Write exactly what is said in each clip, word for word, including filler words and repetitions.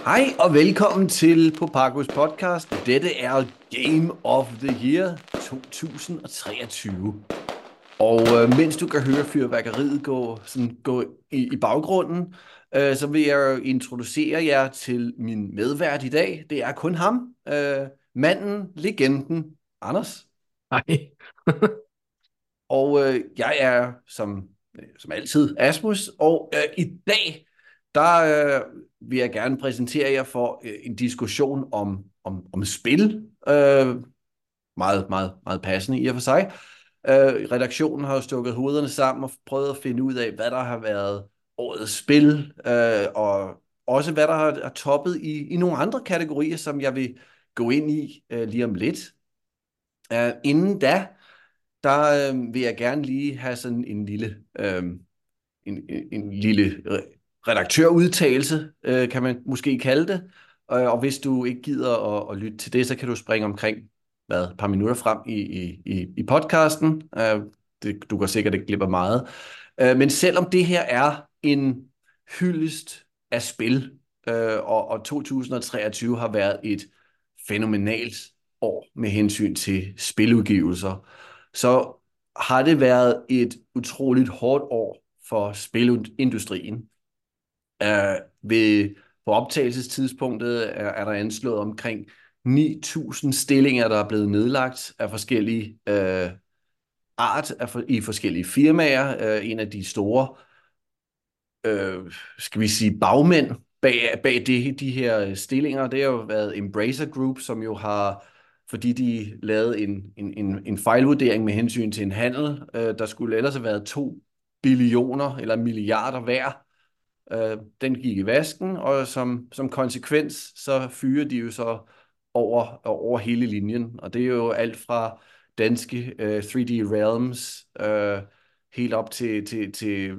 Hej og velkommen til Popagos podcast. Dette er Game of the Year to tusind og treogtyve. Og øh, mens du kan høre fyrværkeriet gå, sådan, gå i, i baggrunden, øh, så vil jeg introducere jer til min medvært i dag. Det er kun ham, øh, manden, legenden, Anders. Nej. Og øh, jeg er som, øh, som altid Asmus, og øh, i dag der øh, vil jeg gerne præsentere jer for øh, en diskussion om, om, om spil. Øh, meget, meget, meget passende i og for sig. Øh, redaktionen har jo stukket hovederne sammen og prøvet at finde ud af, hvad der har været årets spil, øh, og også hvad der har, har toppet i, i nogle andre kategorier, som jeg vil gå ind i øh, lige om lidt. Uh, inden da, der øh, vil jeg gerne lige have sådan en lille, øh, en, en, en lille redaktørudtalelse, øh, kan man måske kalde det. Og, og hvis du ikke gider at, at lytte til det, så kan du springe omkring hvad, et par minutter frem i, i, i i podcasten. Øh, det, du går sikkert ikke glip af meget. Øh, men selvom det her er en hyldest af spil, øh, og, og to tusind og treogtyve har været et fænomenalt år med hensyn til spiludgivelser, så har det været et utroligt hårdt år for spilindustrien. Uh, ved, på optagelsestidspunktet er, er der anslået omkring ni tusind stillinger, der er blevet nedlagt af forskellige uh, art af for, i forskellige firmaer. Uh, en af de store, uh, skal vi sige, bagmænd bag, bag det, de her stillinger, det har jo været Embracer Group, som jo har, fordi de lavede en, en, en, en fejlvurdering med hensyn til en handel, uh, der skulle ellers have været to billioner eller milliarder værd. Øh, den gik i vasken, og som, som konsekvens, så fyrer de jo så over, over hele linjen. Og det er jo alt fra danske øh, tre D Realms, øh, helt op til, til, til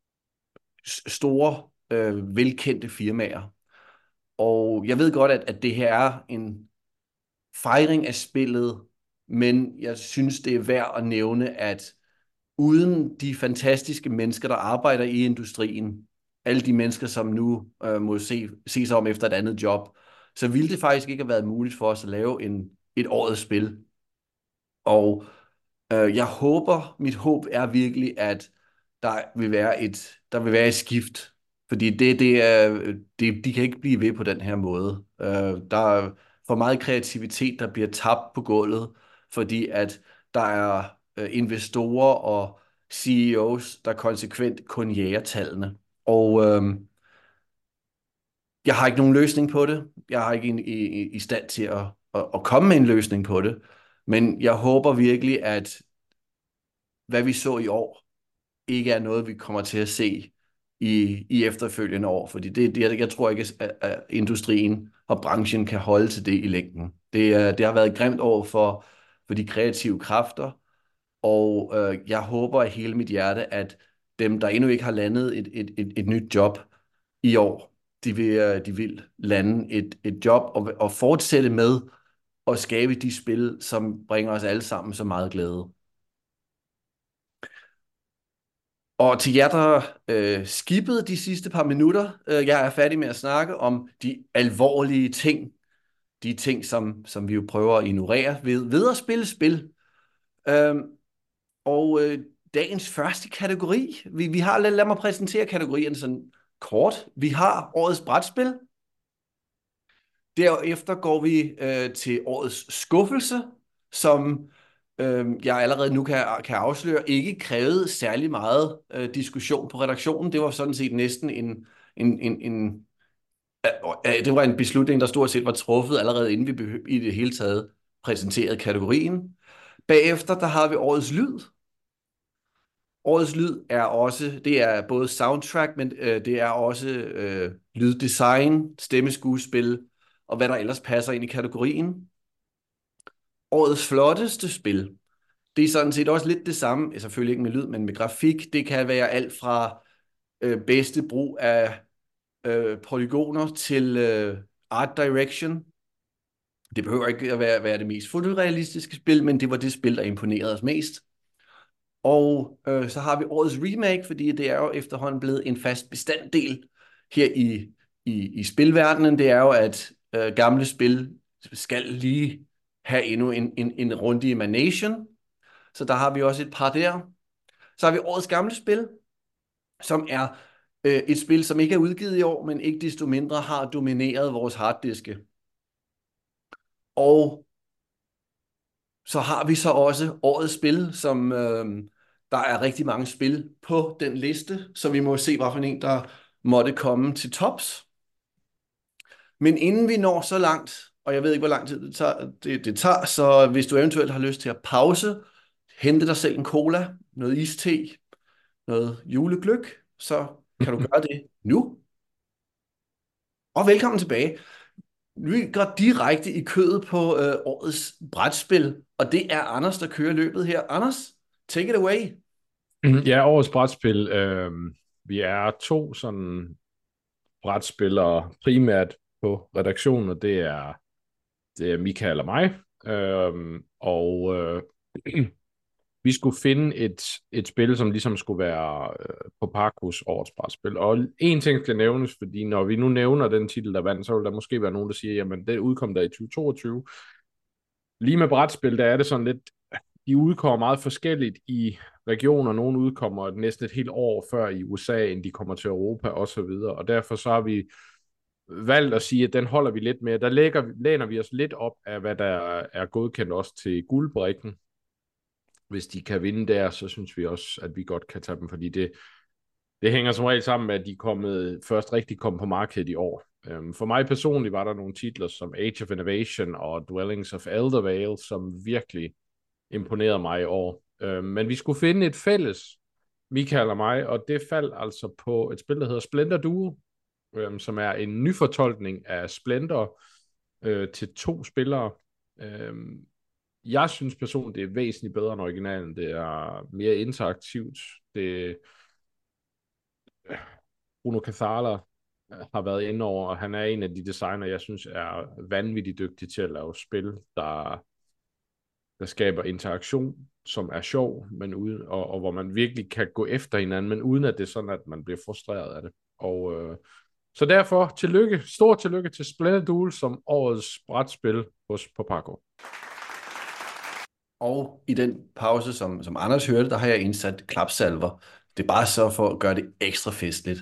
store, øh, velkendte firmaer. Og jeg ved godt, at, at det her er en fejring af spillet, men jeg synes, det er værd at nævne, at uden de fantastiske mennesker, der arbejder i industrien, alle de mennesker, som nu øh, må se, se sig om efter et andet job, så ville det faktisk ikke have været muligt for os at lave en, et årets spil. Og øh, jeg håber, mit håb er virkelig, at der vil være et, der vil være et skift. Fordi det, det er, det, de kan ikke blive ved på den her måde. Øh, der er for meget kreativitet, der bliver tabt på gulvet, fordi at der er øh, investorer og C E Os, der konsekvent kun jager tallene. Og øh, jeg har ikke nogen løsning på det. Jeg har ikke en, i, i stand til at, at, at komme med en løsning på det. Men jeg håber virkelig, at hvad vi så i år, ikke er noget, vi kommer til at se i, i efterfølgende år. Fordi det, det, jeg tror ikke, at, at industrien og branchen kan holde til det i længden. Det, er- det har været et grimt år for, for de kreative kræfter, og øh, jeg håber af hele mit hjerte, at dem, der endnu ikke har landet et, et, et, et nyt job i år, de vil, øh, de vil lande et, et job og, og fortsætte med at skabe de spil, som bringer os alle sammen så meget glæde. Og til jer, der øh, skippede de sidste par minutter, øh, jeg er færdig med at snakke om de alvorlige ting, de ting, som, som vi jo prøver at ignorere ved, ved at spille spil. Øhm, og øh, dagens første kategori, vi, vi har, lad, lad mig præsentere kategorierne sådan kort. Vi har årets brætspil. Derefter går vi øh, til årets skuffelse, som øh, jeg allerede nu kan, kan afsløre, ikke krævede særlig meget øh, diskussion på redaktionen. Det var sådan set næsten en, en, en, en øh, øh, det var en beslutning, der stort set var truffet allerede inden vi behø- i det hele taget præsenterede kategorien. Bagefter der har vi årets lyd. Årets lyd er også, det er både soundtrack, men øh, det er også øh, lyddesign, stemmeskuespil og hvad der ellers passer ind i kategorien. Årets flotteste spil, det er sådan set også lidt det samme, selvfølgelig ikke med lyd, men med grafik. Det kan være alt fra øh, bedste brug af øh, polygoner til øh, art direction. Det behøver ikke at være, være det mest fotorealistiske spil, men det var det spil, der imponerede os mest. Og øh, så har vi årets remake, fordi det er jo efterhånden blevet en fast bestanddel her i, i, i spilverdenen, det er jo, at øh, gamle spil skal lige have endnu en, en, en runde i Managen. Så der har vi også et par der. Så har vi årets gamle spil, som er øh, et spil, som ikke er udgivet i år, men ikke desto mindre har domineret vores harddiske. Og så har vi så også årets spil, som øh, der er rigtig mange spil på den liste, så vi må se, hvad for en, der måtte komme til tops. Men inden vi når så langt, og jeg ved ikke, hvor lang tid det tager, det, det tager, så hvis du eventuelt har lyst til at pause, hente dig selv en cola, noget iste, noget julegløgg, så kan du gøre det nu. Og velkommen tilbage. Vi går direkte i kødet på øh, årets brætspil, og det er Anders, der kører løbet her. Anders, take it away. Ja, årets brætspil. Øh, vi er to sådan brætspillere primært på redaktionen, og det er, det er Michael og mig. Øh, og øh, vi skulle finde et, et spil, som ligesom skulle være øh, på Parkus årets brætspil. Og en ting skal nævnes, fordi når vi nu nævner den titel, der vandt, så vil der måske være nogen, der siger, jamen det udkom der i tyve toogtyve. Lige med brætspil, der er det sådan lidt, de udkommer meget forskelligt i regioner. Nogle udkommer næsten et helt år før i U S A, end de kommer til Europa og så videre. Og derfor så har vi valgt at sige, at den holder vi lidt med. Der lægger, læner vi os lidt op af, hvad der er godkendt også til guldbrikken. Hvis de kan vinde der, så synes vi også, at vi godt kan tage dem, fordi det, det hænger som regel sammen med, at de er kommet, først rigtig kom på markedet i år. Um, for mig personligt var der nogle titler som Age of Innovation og Dwellings of Eldervale, som virkelig imponerede mig i år. Uh, men vi skulle finde et fælles, Michael og mig, og det faldt altså på et spil, der hedder Splendor Duo, um, som er en nyfortolkning af Splendor uh, til to spillere. Um, jeg synes personligt, det er væsentligt bedre end originalen. Det er mere interaktivt. Det Bruno Cathala har været inde over, og han er en af de designer, jeg synes er vanvittigt dygtig til at lave spil, der, der skaber interaktion, som er sjov, men uden, og, og hvor man virkelig kan gå efter hinanden, men uden at det er sådan, at man bliver frustreret af det. Og øh, så derfor, tillykke, stort tillykke til Splendor Duel som årets brætspil hos Papago. Og i den pause, som, som Anders hørte, der har jeg indsat klapsalver. Det er bare så for at gøre det ekstra festligt.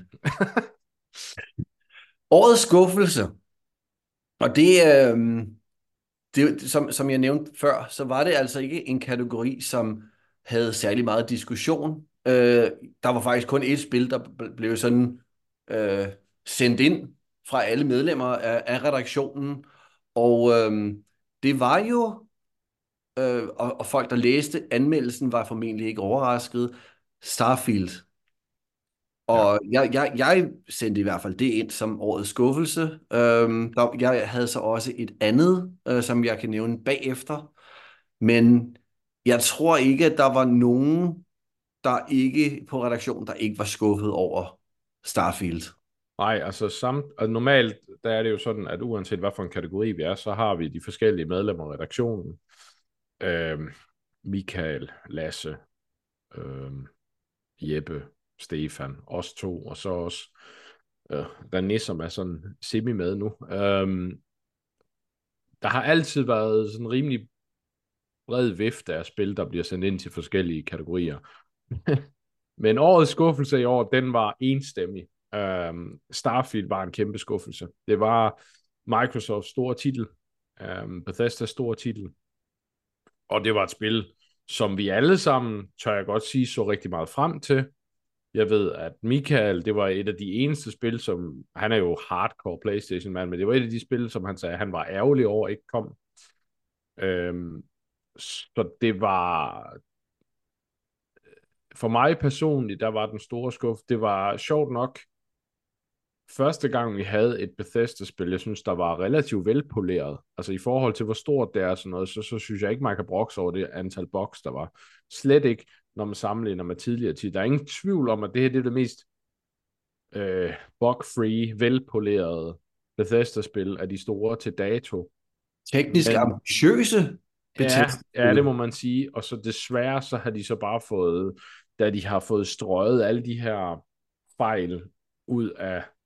Årets skuffelse. Og det, øh, det som, som jeg nævnte før, så var det altså ikke en kategori, som havde særlig meget diskussion. Øh, der var faktisk kun et spil, der blev sådan øh, sendt ind fra alle medlemmer af, af redaktionen. Og øh, det var jo, øh, og, og folk, der læste anmeldelsen, var formentlig ikke overrasket, Starfield. Ja. Og jeg, jeg, jeg sendte i hvert fald det ind som årets skuffelse. Øhm, der, jeg havde så også et andet, øh, som jeg kan nævne bagefter. Men jeg tror ikke, at der var nogen, der ikke på redaktionen, der ikke var skuffet over Starfield. Nej, altså samt, altså normalt, der er det jo sådan, at uanset hvad for en kategori vi er, så har vi de forskellige medlemmer af redaktionen. Øhm, Michael, Lasse, øhm, Jeppe, Stefan, os to, og så også øh, René, som er sådan semi med nu. Øhm, der har altid været sådan en rimelig bred vifte af spil, der bliver sendt ind til forskellige kategorier. Men årets skuffelse i år, den var enstemmig. Øhm, Starfield var en kæmpe skuffelse. Det var Microsofts store titel, øhm, Bethesdas store titel, og det var et spil, som vi alle sammen, tør jeg godt sige, så rigtig meget frem til. Jeg ved, at Michael, det var et af de eneste spil, som, han er jo hardcore PlayStation-mand, men det var et af de spil, som han sagde, han var ærgerlig over, ikke kom. Øhm, så det var, for mig personligt, der var den store skuff. Det var sjovt nok, første gang vi havde et Bethesda-spil, jeg synes, der var relativt velpoleret. Altså i forhold til, hvor stort det er og sådan noget, så, så synes jeg ikke, man kan brokse over det antal boks, der var. Slet ikke, når man sammenligner med tidligere tid. Der er ingen tvivl om, at det her det er det mest øh, bug-free, velpolerede Bethesda-spil af de store til dato. Teknisk Men ambitiøse ja, ja, det Bethesda-spil. må man sige. Og så desværre, så har de så bare fået, da de har fået strøget alle de her fejl ud af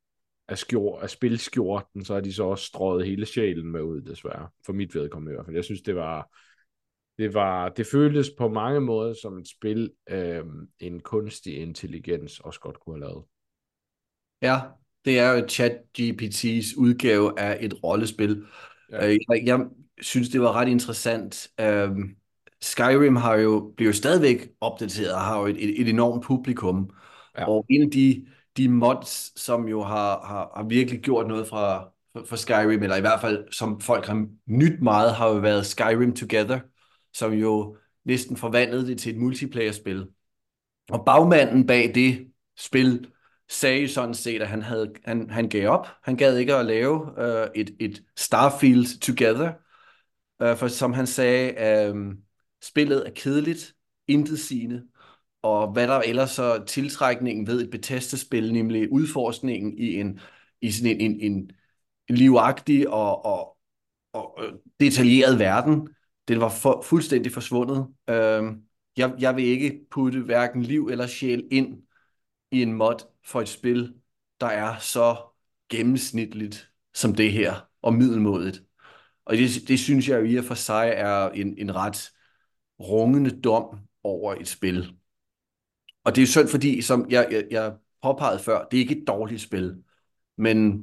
af, skjort, af spilskjorten, så har de så også strøget hele sjælen med ud, desværre. For mit vedkommende i hvert fald. Jeg synes, det var, det var, det føltes på mange måder som et spil, øh, en kunstig intelligens også godt kunne have lavet. Ja, det er jo ChatGPT's udgave af et rollespil. Ja, Øh, Jeg, jeg synes, det var ret interessant. Øhm, Skyrim har jo, bliver jo stadigvæk opdateret og har jo et, et, et enormt publikum. ja. Og en af de, de mods, som jo har, har, har virkelig gjort noget fra, for, for Skyrim, eller i hvert fald som folk har nyt meget, har jo været Skyrim Together, som jo næsten forvandlede det til et multiplayer-spil. Og bagmanden bag det spil sagde sådan set, at han, havde, han, han gav op. Han gad ikke at lave øh, et, et Starfield Together. Øh, for som han sagde, øh, spillet er kedeligt, intetsigende, og hvad der ellers så tiltrækningen ved et Bethesda-spil, nemlig udforskningen i en, i sådan en, en, en livagtig og, og, og øh, detaljeret verden, den var for, fuldstændig forsvundet. Øh, jeg, jeg vil ikke putte hverken liv eller sjæl ind i en mod for et spil, der er så gennemsnitligt som det her, og middelmådigt. Og det, det synes jeg jo i og for sig er en, en ret rungende dom over et spil. Og det er jo synd, fordi, som jeg, jeg, jeg påpegede før, det er ikke et dårligt spil, men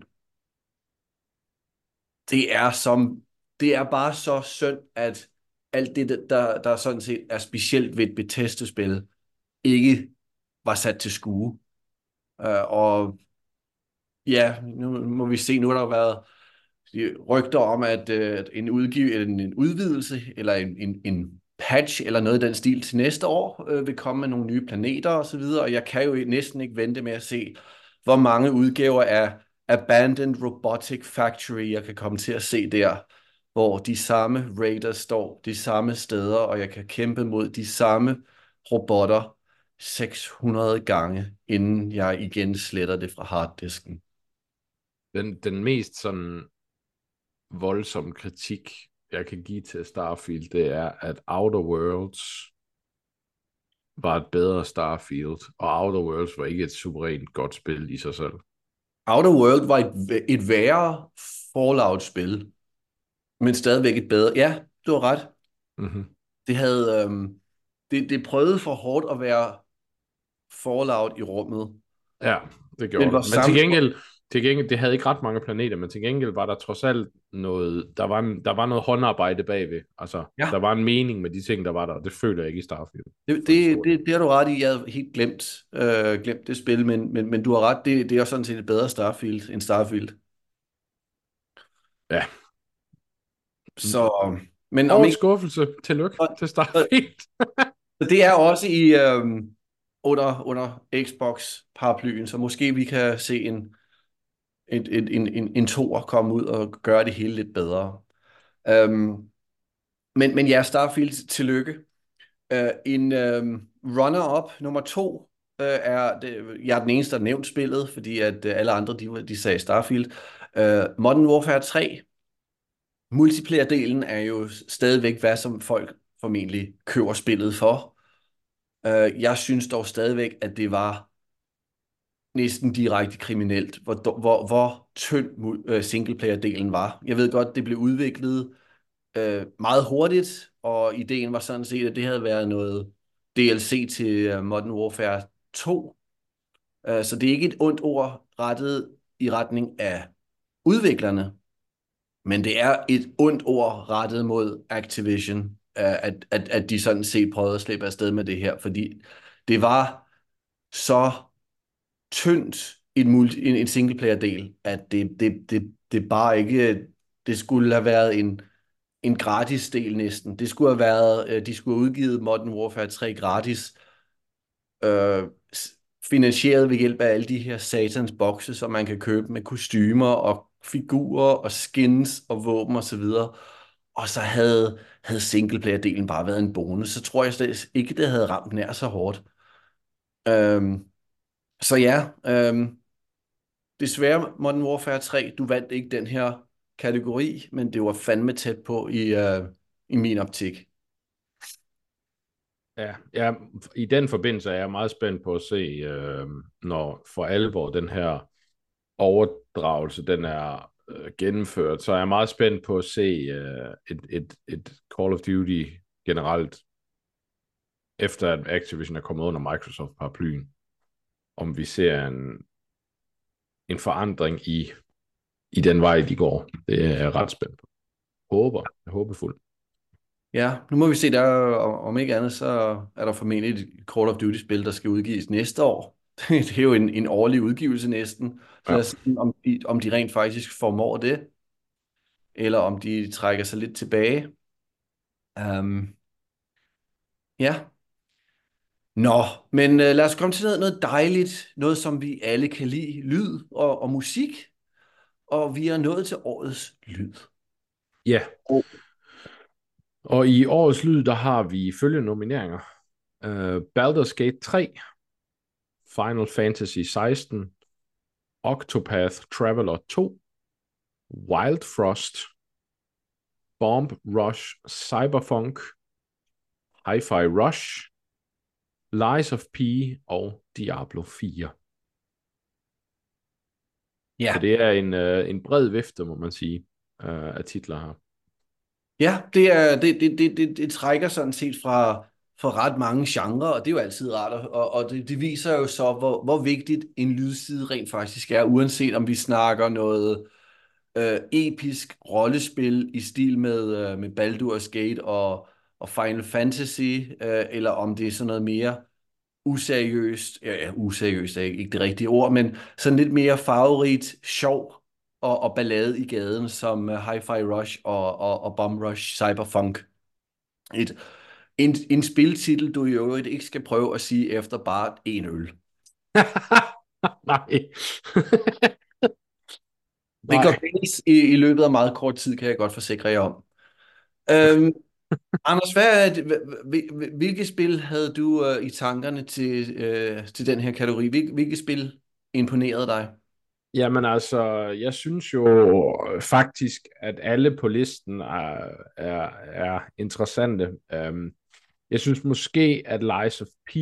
det er som, det er bare så synd, at alt det, der, der sådan set er specielt ved et Bethesda-spil, ikke var sat til skue. Uh, og ja, nu må vi se, nu har der jo været rygter om, at uh, en, udgiv, en, en udvidelse, eller en, en, en patch, eller noget i den stil til næste år, uh, vil komme med nogle nye planeter og så videre, og jeg kan jo næsten ikke vente med at se, hvor mange udgaver af Abandoned Robotic Factory, jeg kan komme til at se der, hvor de samme raiders står de samme steder, og jeg kan kæmpe mod de samme robotter seks hundrede gange, inden jeg igen sletter det fra harddisken. Den, den mest sådan voldsomme kritik, jeg kan give til Starfield, det er, at Outer Worlds var et bedre Starfield, og Outer Worlds var ikke et suverænt godt spil i sig selv. Outer World var et, et værre Fallout-spil, men stadigvæk et bedre. Ja, du har ret. Mm-hmm. Det havde, øhm, det, det prøvede for hårdt at være Fallout i rummet, Ja, det men gjorde var det. Men til samt... gengæld, til gengæld, det havde ikke ret mange planeter, men til gengæld var der trods alt noget, der var, en, der var noget håndarbejde bagved. Altså, Ja, der var en mening med de ting, der var der, og det føler jeg ikke i Starfield. det, det, det, det har du ret i. Jeg havde helt glemt, øh, glemt det spil, men, men, men du har ret. Det, det er sådan set et bedre Starfield end Starfield. Ja. Så, men om Årets ikke... skuffelse. Tillykke til Starfield. Så det er også i øhm, under, under Xbox-paraplyen, så måske vi kan se en, en, en, en, en, en toer komme ud og gøre det hele lidt bedre. Øhm, men, men ja, Starfield, tillykke. Øh, en øhm, runner-up, nummer to, øh, er, det, jeg er den eneste, der har nævnt spillet, fordi at øh, alle andre, de, de sagde Starfield. Øh, Modern Warfare tre, multiplayer-delen er jo stadigvæk, hvad som folk formentlig køber spillet for. Øh, jeg synes dog stadigvæk, at det var næsten direkte kriminelt, hvor, hvor, hvor tynd uh, singleplayer-delen var. Jeg ved godt, det blev udviklet uh, meget hurtigt, og ideen var sådan set, at det havde været noget D L C til uh, Modern Warfare to. Uh, så det er ikke et ondt ord rettet i retning af udviklerne, men det er et ondt ord rettet mod Activision, uh, at, at, at de sådan set prøvede at slippe afsted med det her, fordi det var så tyndt en, multi, en, en singleplayer-del, at det, det, det, det bare ikke, det skulle have været en, en gratis del næsten. Det skulle have været, øh, de skulle have udgivet Modern Warfare tre gratis, øh, finansieret ved hjælp af alle de her satans bokse, som man kan købe med kostymer og figurer og skins og våben og så videre. Og så havde, havde singleplayer-delen bare været en bonus, så tror jeg slet ikke, det havde ramt nær så hårdt. Øhm, så ja, øhm, desværre Modern Warfare tre, du vandt ikke den her kategori, men det var fandme tæt på i, uh, i min optik. Ja, ja, i den forbindelse er jeg meget spændt på at se, øh, når for alvor den her overdragelse, den er øh, gennemført, så jeg er meget spændt på at se øh, et, et, et Call of Duty generelt, efter at Activision er kommet under Microsoft-paraplyen, om vi ser en, en forandring i, i den vej, de går. Det er jeg ret spændt på. Håber, jeg håber fuldt. Ja, nu må vi se, der er- om ikke andet, så er der formentlig et Call of Duty-spil, der skal udgives næste år. Det er jo en, en årlig udgivelse næsten. Så Ja. lad os se, om de, om de rent faktisk formår det, eller om de trækker sig lidt tilbage. Um, ja, nå, men uh, lad os komme til noget, noget dejligt, noget som vi alle kan lide, lyd og, og musik, og vi er nået til årets lyd. Ja, Og og i årets lyd, der har vi følgende nomineringer. Uh, Baldur's Gate tre, Final Fantasy seksten, Octopath Traveler to, Wild Frost, Bomb Rush Cyberpunk, Hi-Fi Rush, Lies of P og Diablo fire. Så ja, det er en, øh, en bred vifte, må man sige, øh, af titler her. ja, det, er, det, det, det, det, det trækker sådan set fra, fra ret mange genrer, og det er jo altid rart, og, og det, det viser jo så, hvor, hvor vigtigt en lydside rent faktisk er, uanset om vi snakker noget øh, episk rollespil i stil med, øh, med Baldur's Gate og, og Final Fantasy, øh, eller om det er sådan noget mere useriøst, ja, ja useriøst er ikke, ikke det rigtige ord, men sådan lidt mere farverigt, sjov og, og ballade i gaden, som uh, Hi-Fi Rush og, og, og Bomb Rush Cyberpunk. Et, en, en spiltitel, du i øvrigt ikke skal prøve at sige efter bare en øl. Nej. Det går Nej. galt i, i løbet af meget kort tid, kan jeg godt forsikre jer om. Øhm, Anders, hvad er det, hvil- hvil- hvilke spil havde du uh, i tankerne til, uh, til den her kategori? Hvil, hvilke spil imponerede dig? Jamen altså, jeg synes jo faktisk, at alle på listen er, er, er interessante. Um, jeg synes måske, at Lies of P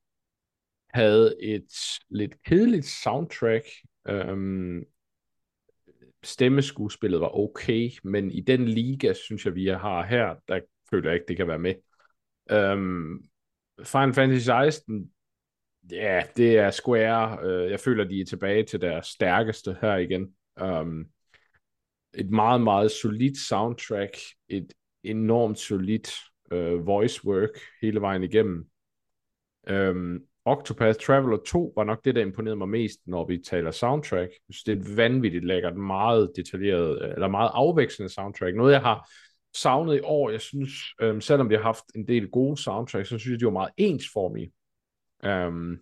havde et lidt kedeligt soundtrack. Um, stemmeskuespillet var okay, men i den liga, synes jeg, vi har her, der føler jeg ikke, det kan være med. Um, Final Fantasy seksten, ja, det er Square. Uh, jeg føler, de er tilbage til deres stærkeste her igen. Um, et meget, meget solidt soundtrack, et enormt solidt uh, voice work hele vejen igennem. Um, Octopath Traveler to var nok det, der imponerede mig mest, når vi taler soundtrack. Jeg synes, det er et vanvittigt lækkert, meget detaljeret, eller meget afvekslende soundtrack. Noget, jeg har savnet i år. Jeg synes, um, selvom vi har haft en del gode soundtracks, så synes jeg, de var meget ensformige. Um,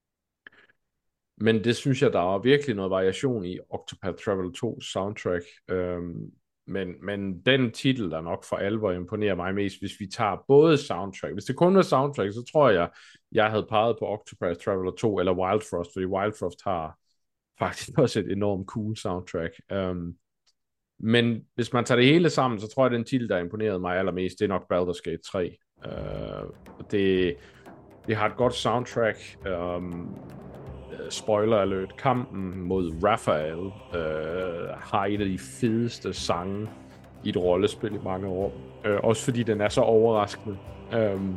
men det synes jeg, der er virkelig noget variation i Octopath Traveler to soundtrack. Um, men, men den titel, der nok for alvor imponerer mig mest, hvis vi tager både soundtrack. Hvis det kun var soundtrack, så tror jeg, jeg havde peget på Octopath Traveler to eller Wild Frost, fordi Wild Frost har faktisk også et enormt cool soundtrack. Um, men hvis man tager det hele sammen, så tror jeg, at den titel, der imponerede mig allermest, det er nok Baldur's Gate tre. Uh, det, det har et godt soundtrack. Um, spoiler alert, kampen mod Raphael øh, har et af de fedeste sange i et rollespil i mange år. Øh, også fordi den er så overraskende. Um,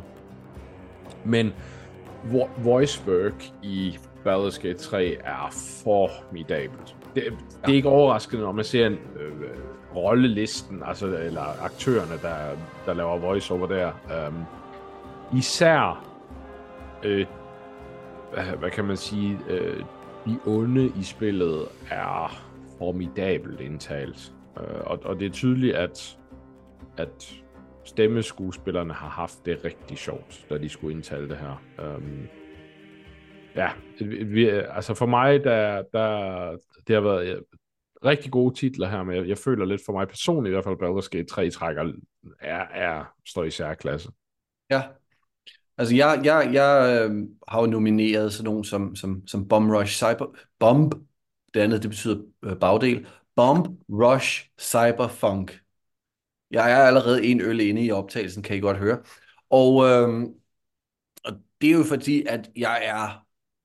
men vo- voice work i Baldur's Gate tre er formidabelt. Det, det er ikke overraskende, når man ser en øh, rollelisten, altså, eller aktørerne, der, der laver voice-over der. Um, især øh, hvad, hvad kan man sige, øh, de onde i spillet er formidabelt indtalt. Øh, og, og det er tydeligt, at, at stemmeskuespillerne har haft det rigtig sjovt, da de skulle indtale det her. Um, ja, vi, altså for mig, der, der, det har været ja, rigtig gode titler her, men jeg, jeg føler lidt for mig personligt, i hvert fald Baldur's Gate tre trækker, er, er står i særklasse. Ja, altså jeg, jeg, jeg øh, har jo nomineret sådan nogen som, som, som Bomb Rush Cyber... Bomb, det andet, det betyder øh, bagdel. Bomb Rush Cyberpunk. Jeg er allerede en øl inde i optagelsen, kan I godt høre. Og, øh, og det er jo fordi, at jeg er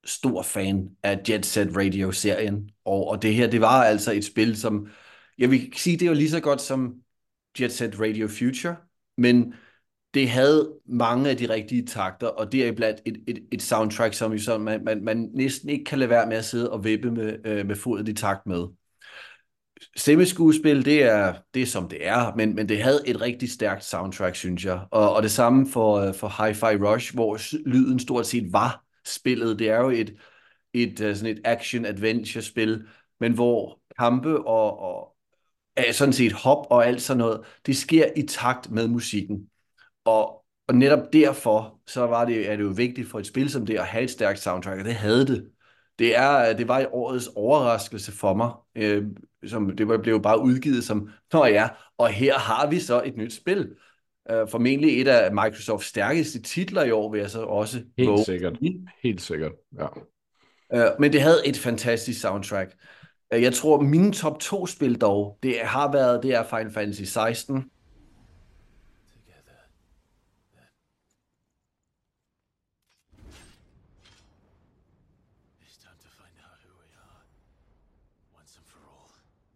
stor fan af Jet Set Radio-serien, og, og det her, det var altså et spil, som, jeg vil sige, det var lige så godt som Jet Set Radio Future, men det havde mange af de rigtige takter, og det er blandt et, et, et soundtrack, som jo så man, man, man næsten ikke kan lade være med at sidde og vippe med, øh, med foden i takt med. Stemmeskuespil, det er, det er som det er, men, men det havde et rigtig stærkt soundtrack, synes jeg. Og, og det samme for, for Hi-Fi Rush, hvor lyden stort set var spillet. Det er jo et, et, sådan et action-adventure-spil, men hvor kampe og, og sådan set hop og alt sådan noget, det sker i takt med musikken. Og, og netop derfor, så var det, er det jo vigtigt for et spil som det at have et stærkt soundtrack, og det havde det. Det, er, det var et årets overraskelse for mig. Øh, som, det var- blev jo bare udgivet som, nå ja, og her har vi så et nyt spil. Øh, formentlig et af Microsofts stærkeste titler i år, vil jeg så også Helt våge. sikkert. Helt sikkert, ja. Øh, men det havde et fantastisk soundtrack. Øh, Jeg tror, mine top to spil dog, det har været, det er Final Fantasy seksten. It's time to find out who we are, once and for all.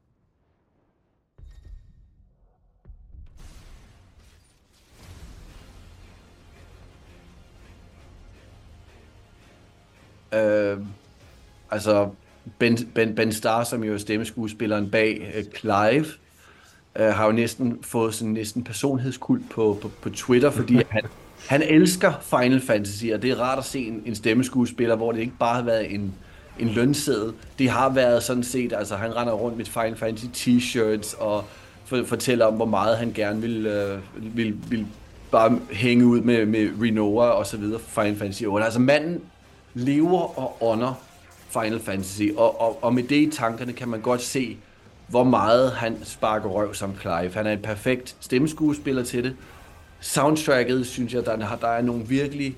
Øh, altså, Ben, ben, Ben Starr, som jo er stemmeskuespilleren bag øh, Clive, øh, har jo næsten fået sådan næsten personlighedskult på, på, på Twitter, fordi han, han elsker Final Fantasy, og det er rart at se en, en stemmeskuespiller, hvor det ikke bare har været en, en lønseddel. Det har været sådan set, altså han render rundt med Final Fantasy t-shirts og for, fortæller om, hvor meget han gerne vil, øh, vil, vil bare hænge ud med, med Rinoa og så videre for Final Fantasy otte. Altså manden lever og ånder Final Fantasy, og, og, og med det i tankerne kan man godt se, hvor meget han sparker røv som Clive. Han er en perfekt stemmeskuespiller til det. Soundtracket, synes jeg, der, der er nogle virkelig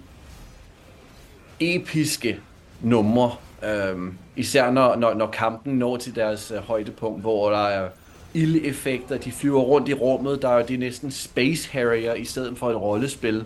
episke numre. Øhm, især når, når, når kampen når til deres øh, højdepunkt, hvor der er ildeffekter, de flyver rundt i rummet, der er de næsten Space Harrier i stedet for et rollespil.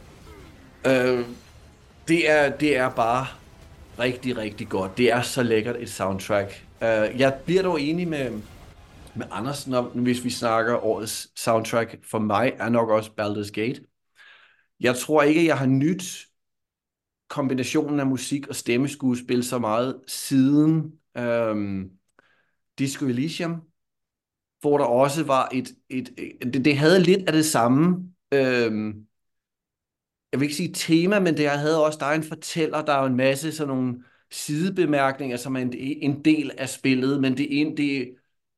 Øh, det, er, det er bare rigtig, rigtig godt. Det er så lækkert et soundtrack. Uh, jeg bliver dog enig med, med Anders, når, hvis vi snakker årets soundtrack. For mig er nok også Baldur's Gate. Jeg tror ikke, jeg har nyt kombinationen af musik og stemmeskuespil så meget siden um, Disco Elysium, hvor der også var et... et, et det, det havde lidt af det samme... Um, jeg vil ikke sige tema, men det havde også, der er en fortæller, der er en masse sådan nogle sidebemærkninger, som er en, en del af spillet, men det er en, det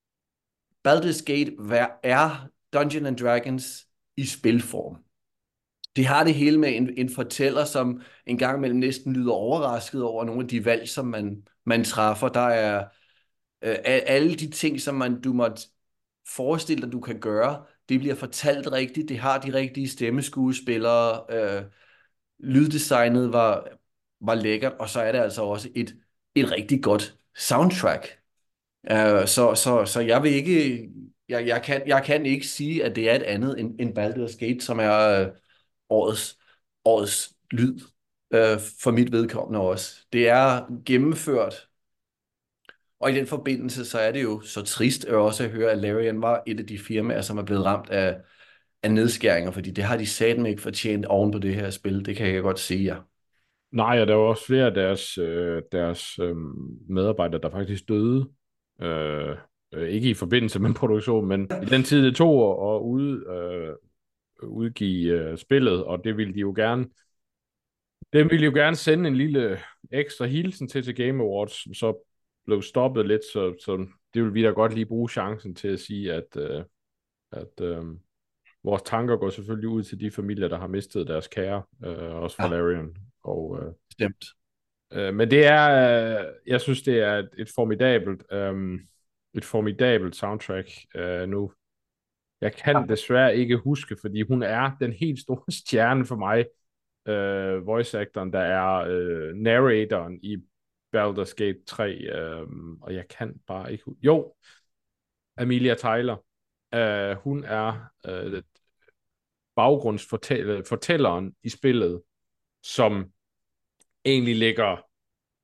Baldur's Gate er Dungeons and Dragons i spilform. Det har det hele med en, en fortæller, som en gang imellem næsten lyder overrasket over nogle af de valg, som man, man træffer. Der er øh, alle de ting, som man, du måtte forestille dig, du kan gøre, det bliver fortalt rigtigt. Det har de rigtige stemmeskuespillere. Øh, lyddesignet var, var lækkert, og så er det altså også et, et rigtig godt soundtrack. Uh, så, så, så jeg vil ikke, jeg, jeg, kan, jeg kan ikke sige, at det er et andet end, end Baldur's Gate, som er uh, årets, årets lyd uh, for mit vedkommende også. Det er gennemført, og i den forbindelse, så er det jo så trist at også at høre, at Larian var et af de firmaer, som er blevet ramt af, af nedskæringer, fordi det har de satme ikke fortjent oven på det her spil, det kan jeg godt sige jer. Ja. Nej, og der var også flere af deres, øh, deres øh, medarbejdere, der faktisk døde. Øh, øh, ikke i forbindelse med produktion, men i den tid, det tog at ud, øh, udgive øh, spillet, og det ville de jo gerne. Den ville jo gerne sende en lille ekstra hilsen til til Game Awards, så blev stoppet lidt, så, så det vil vi da godt lige bruge chancen til at sige, at, øh, at øh, vores tanker går selvfølgelig ud til de familier, der har mistet deres kære, øh, også fra Ja. Larian. Og, øh, Stemt. øh, men det er, øh, jeg synes, det er et, et formidabelt, øh, et formidabelt soundtrack øh, nu. Jeg kan desværre ikke huske, fordi hun er den helt store stjerne for mig, øh, voice actoren, der er øh, narratoren i Baldur's Gate tre, øh, og jeg kan bare ikke huske. Jo, Amelia Tyler. Øh, hun er øh, baggrundsfortælleren i spillet, som egentlig lægger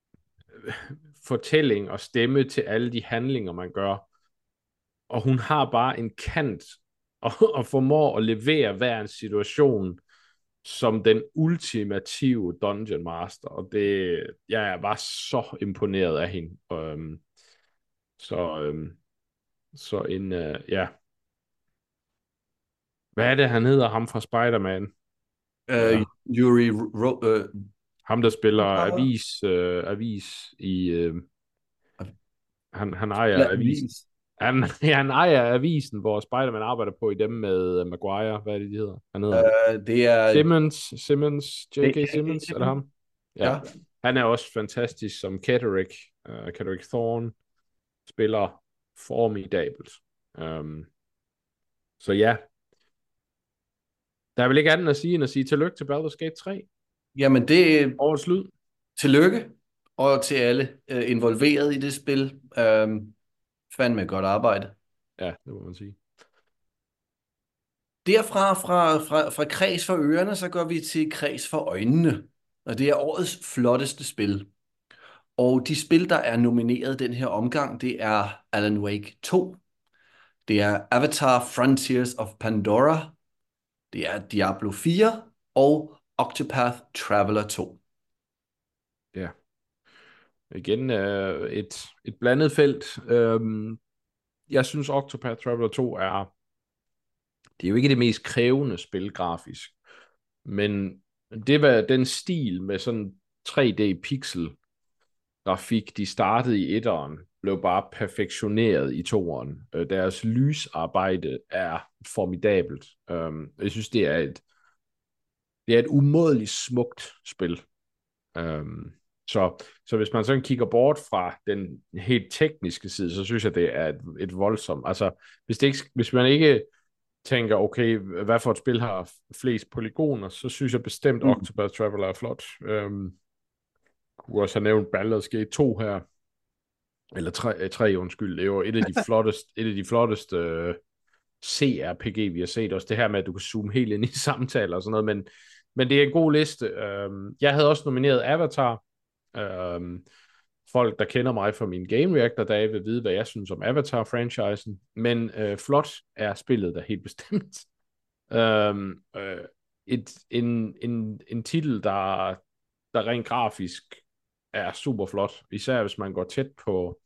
fortælling og stemme til alle de handlinger, man gør. Og hun har bare en kant og, og formår at levere hver en situation som den ultimative Dungeon Master. Og det, jeg var så imponeret af hende. Um, så, um, så en, uh, ja. Hvad er det, han hedder, ham fra Spider-Man? Uh, Ja. Yuri Ro- uh, Ham, der spiller Ro- avis, uh, avis i... Uh, han, han ejer Spiller avis. avis. Han, han ejer avisen, hvor Spider-Man arbejder på i dem med uh, Maguire. Hvad er det, de hedder? Han hedder Uh, det er... Simmons, Simmons, J det K. er- Simmons, er det ham? Ja. Ja. Han er også fantastisk som Kedrick. Uh, Kedrick Thorne spiller formidabelt. Um, så ja. Der er vel ikke andet at sige, end at sige tillykke til Baldur's Gate tre. Jamen, det er Årets slud. tillykke, og til alle uh, involveret i det spil. Um, fandme godt arbejde. Ja, det må man sige. Derfra, fra, fra, fra kreds for ørerne, så går vi til kreds for øjnene. Og det er årets flotteste spil. Og de spil, der er nomineret den her omgang, det er Alan Wake to, det er Avatar Frontiers of Pandora, det er Diablo fire og Octopath Traveler to. Ja. Igen øh, et, et blandet felt. Øhm, jeg synes Octopath Traveler to er... Det er jo ikke det mest krævende spil grafisk. Men det var den stil med sådan tre D pixel grafik, de startede i etteren, blev bare perfektioneret i toeren. Øh, deres lysarbejde er formidabelt. Um, jeg synes, det er et det er et umådeligt smukt spil. Um, så, så hvis man sådan kigger bort fra den helt tekniske side, så synes jeg, det er et, et voldsomt. Altså, hvis, det ikke, hvis man ikke tænker, okay, hvad for et spil har flest polygoner, så synes jeg bestemt, Mm. Octopath Traveler er flot. Um, kunne også have nævnt Baldur's Gate to her, eller tre, tre undskyld, det er jo et af de flotteste, et af de flotteste uh, C R P G, vi har set, også det her med, at du kan zoome helt ind i samtaler og sådan noget, men, men det er en god liste. Um, jeg havde også nomineret Avatar. Um, folk, der kender mig fra min Game Reactor-dage, vil vide, hvad jeg synes om Avatar-franchisen, men uh, flot er spillet der helt bestemt. Um, uh, et, en, en, en titel, der, der rent grafisk er super flot, især hvis man går tæt på,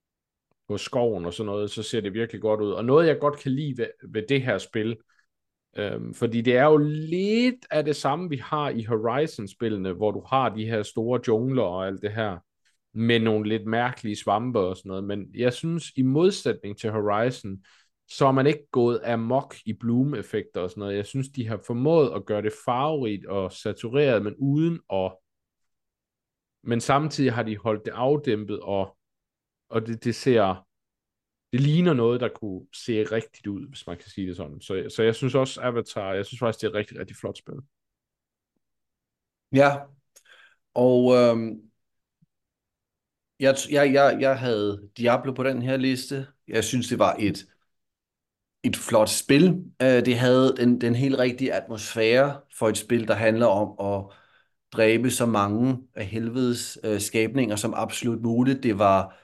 på skoven og sådan noget, så ser det virkelig godt ud. Og noget, jeg godt kan lide ved, ved det her spil, øhm, fordi det er jo lidt af det samme, vi har i Horizon-spillene, hvor du har de her store jungler og alt det her, med nogle lidt mærkelige svampe og sådan noget. Men jeg synes, i modsætning til Horizon, så er man ikke gået amok i bloom-effekter og sådan noget. Jeg synes, de har formået at gøre det farverigt og satureret, men uden at... Men samtidig har de holdt det afdæmpet, og, og det, det ser... Det ligner noget, der kunne se rigtigt ud, hvis man kan sige det sådan. Så, så jeg synes også, Avatar, jeg synes faktisk, det er et rigtig, rigtig flot spil. Ja, og øhm, jeg, jeg, jeg, jeg havde Diablo på den her liste. Jeg synes, det var et, et flot spil. Øh, det havde den, den helt rigtige atmosfære for et spil, der handler om at dræbe så mange af helvedes øh, skabninger som absolut muligt. Det var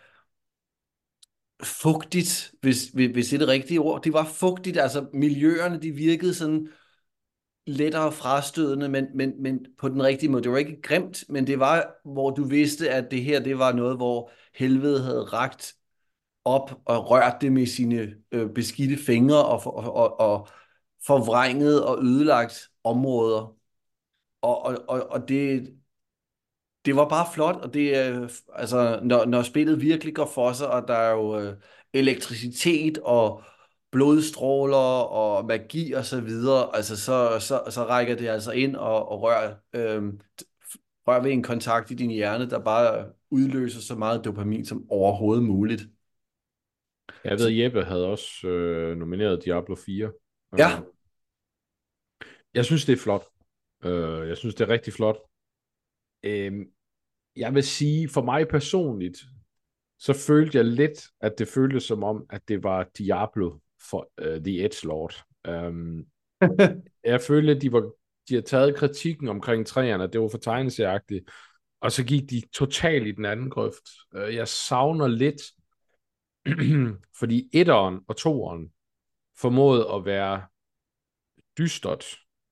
fugtigt, hvis, hvis hvis det er det rigtige ord. Det var fugtigt, altså miljøerne, de virkede sådan lettere frastødende, men, men, men på den rigtige måde. Det var ikke grimt, men det var, hvor du vidste, at det her, det var noget, hvor helvede havde rakt op og rørt det med sine øh, beskidte fingre og, for, og, og forvrænget og ødelagt områder. Og, og, og, og det, det var bare flot, og det er, altså, når, når spillet virkelig går for sig, og der er jo øh, elektricitet og blodstråler og magi og så videre, altså så, så, så rækker det altså ind og, og rører, øh, rør ved en kontakt i din hjerne, der bare udløser så meget dopamin som overhovedet muligt. Jeg ved, Jeppe havde også øh, nomineret Diablo fire. Ja. Øh, Jeg synes, det er flot. Øh, jeg synes, det er rigtig flot. Øh, jeg vil sige, for mig personligt, så følte jeg lidt, at det føltes som om, at det var Diablo for uh, The Edgelord. Um, jeg følte, at de, var, de har taget kritikken omkring træerne, det var for tegneserieagtigt, Og så gik de totalt i den anden grøft. Øh, Jeg savner lidt, fordi etteren og toeren formåede at være dystert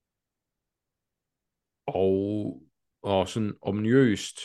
og, og sådan ominøst,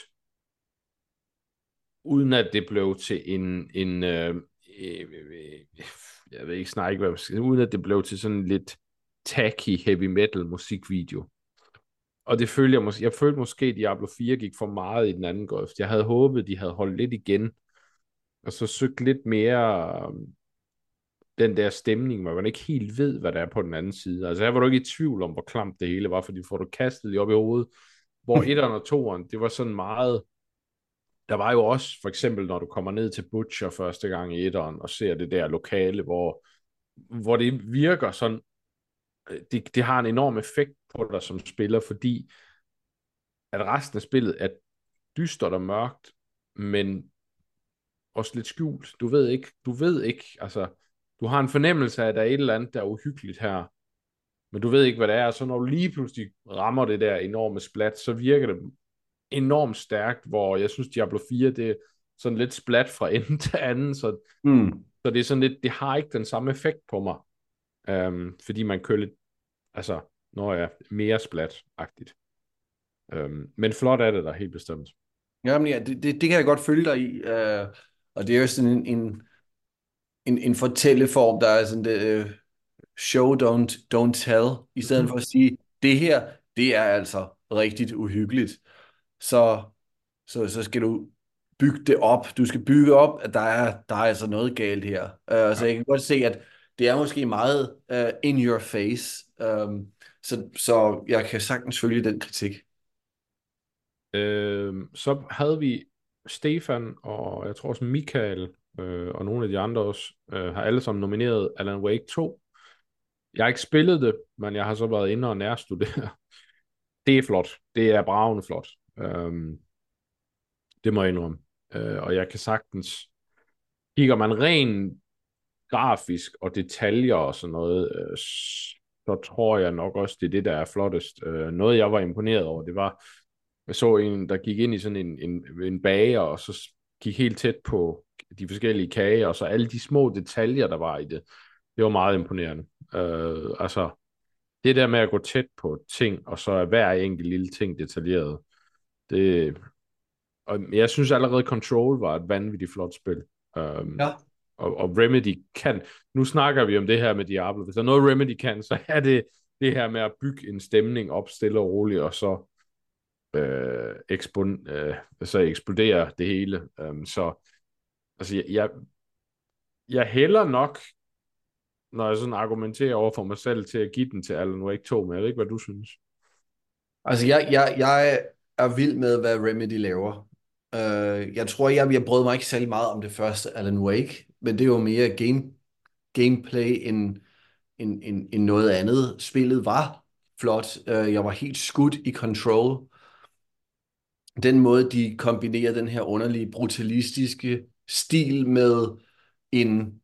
uden at det blev til en, en øh, øh, øh, jeg ved ikke snart ikke, hvad jeg skal sige, uden at det blev til sådan lidt tacky heavy metal musikvideo. Og det følte jeg måske, jeg følte måske, at Diablo fire gik for meget i den anden grøft. Jeg havde håbet, de havde holdt lidt igen, og så søgt lidt mere øh, den der stemning, hvor man ikke helt ved, hvad der er på den anden side. Altså her var du ikke i tvivl om, hvor klamt det hele var, fordi får du kastet det op i hovedet, hvor etteren og toeren, det var sådan meget. Der var jo også, for eksempel, når du kommer ned til Butcher første gang i etteren, og ser det der lokale, hvor, hvor det virker sådan, det, det har en enorm effekt på dig som spiller, fordi at resten af spillet er dystert og mørkt, men også lidt skjult. Du ved ikke, du ved ikke, altså, du har en fornemmelse af, at der er et eller andet, der er uhyggeligt her, men du ved ikke, hvad det er, og så når du lige pludselig rammer det der enorme splat, så virker det enormt stærkt, hvor jeg synes, Diablo fire, det er sådan lidt splat fra ende til anden, så, Mm. så det er sådan lidt, det har ikke den samme effekt på mig, øhm, fordi man kører lidt, altså, når jeg er mere splat-agtigt. Øhm, men flot er det der helt bestemt. Jamen ja, det, det, det kan jeg godt følge dig i. Uh, og det er jo sådan en, en, en, en fortælleform, der er sådan det, uh, show, don't, don't tell, i stedet for at sige, det her, det er altså rigtig uhyggeligt. Så, så, så skal du bygge det op. Du skal bygge op, at der er, der er altså noget galt her. Uh, så Ja. jeg kan godt se, at det er måske meget uh, in your face. Um, så, så jeg kan sagtens følge den kritik. Øhm, så havde vi Stefan, og jeg tror også Michael, øh, og nogle af de andre også, øh, har alle sammen nomineret Alan Wake to. Jeg har ikke spillet det, men jeg har så været inde og nærstudere. Det er flot. Det er bravende flot. Øhm, det må jeg indrømme. Øh, og jeg kan sagtens, kigger man rent grafisk og detaljer og sådan noget, øh, så tror jeg nok også, det er det, der er flottest. Øh, noget, jeg var imponeret over, det var, jeg så en, der gik ind i sådan en, en, en bager, og så gik helt tæt på de forskellige kager, og så alle de små detaljer, der var i det, det var meget imponerende. Øh, altså, det der med at gå tæt på ting, og så er hver enkelt lille ting detaljeret, det, og jeg synes allerede Control var et vanvittigt flot spil. Um, Ja. og, og Remedy kan, nu snakker vi om det her med Diablo, hvis der er noget Remedy kan, så er det det her med at bygge en stemning op stille og roligt, og så, øh, ekspon, øh, så eksplodere det hele. Um, så altså, jeg, jeg, jeg hælder nok, når jeg sådan argumenterer over for mig selv, til at give den til Alan Wake to, men jeg ved ikke, hvad du synes. Altså, jeg, jeg, jeg er vild med, hvad Remedy laver. Uh, jeg tror, jeg, jeg brød mig ikke særlig meget om det første Alan Wake, men det er jo mere game, gameplay end, end, end, end noget andet. Spillet var flot. Uh, jeg var helt skudt i Control. Den måde, de kombinerer den her underlige brutalistiske stil med en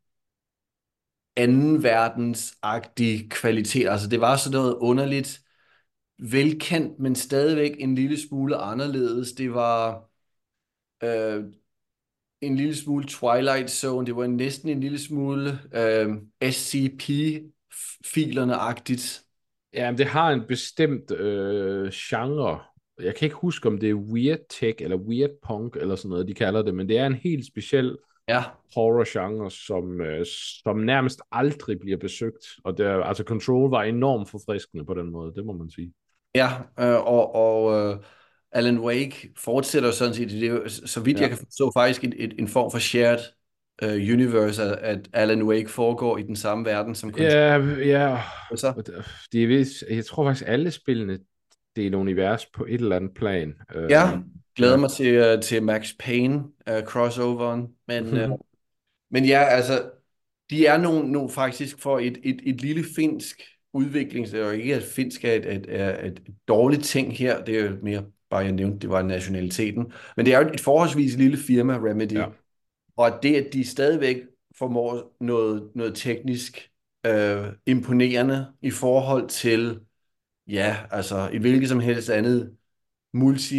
anden verdensagtig kvalitet. Altså, det var sådan noget underligt velkendt, men stadigvæk en lille smule anderledes. Det var øh, en lille smule Twilight Zone. Det var næsten en lille smule øh, S C P-filerne-agtigt. Ja, men det har en bestemt øh, genre. Jeg kan ikke huske, om det er weird tech eller weird punk eller sådan noget, de kalder det, men det er en helt speciel Ja, horror-genre, som, øh, som nærmest aldrig bliver besøgt. Og det, er- altså Control var enormt forfriskende på den måde, det må man sige. ja, øh, og, og øh, Alan Wake fortsætter sådan set. Det er jo, så vidt jeg Ja, kan forstå, faktisk et, et, en form for shared øh, universe, at, at Alan Wake foregår i den samme verden som Control. ja, ja. Så, Og det, det er vist, jeg tror faktisk, alle spillene deler univers på et eller andet plan. ja, Øhm, glæder ja. mig til, uh, til Max Payne uh, crossoveren. Men, uh, men ja, altså, de er nogle, nogle faktisk for et, et, et lille finsk udviklings... Det er jo ikke, at finsk er et, et, et, et dårligt ting her. Det er jo mere, bare jeg nævnte, det var nationaliteten. Men det er jo et forholdsvis lille firma, Remedy. Ja. Og det, at de stadigvæk formår noget, noget teknisk øh, imponerende i forhold til, ja, altså et hvilket som helst andet multi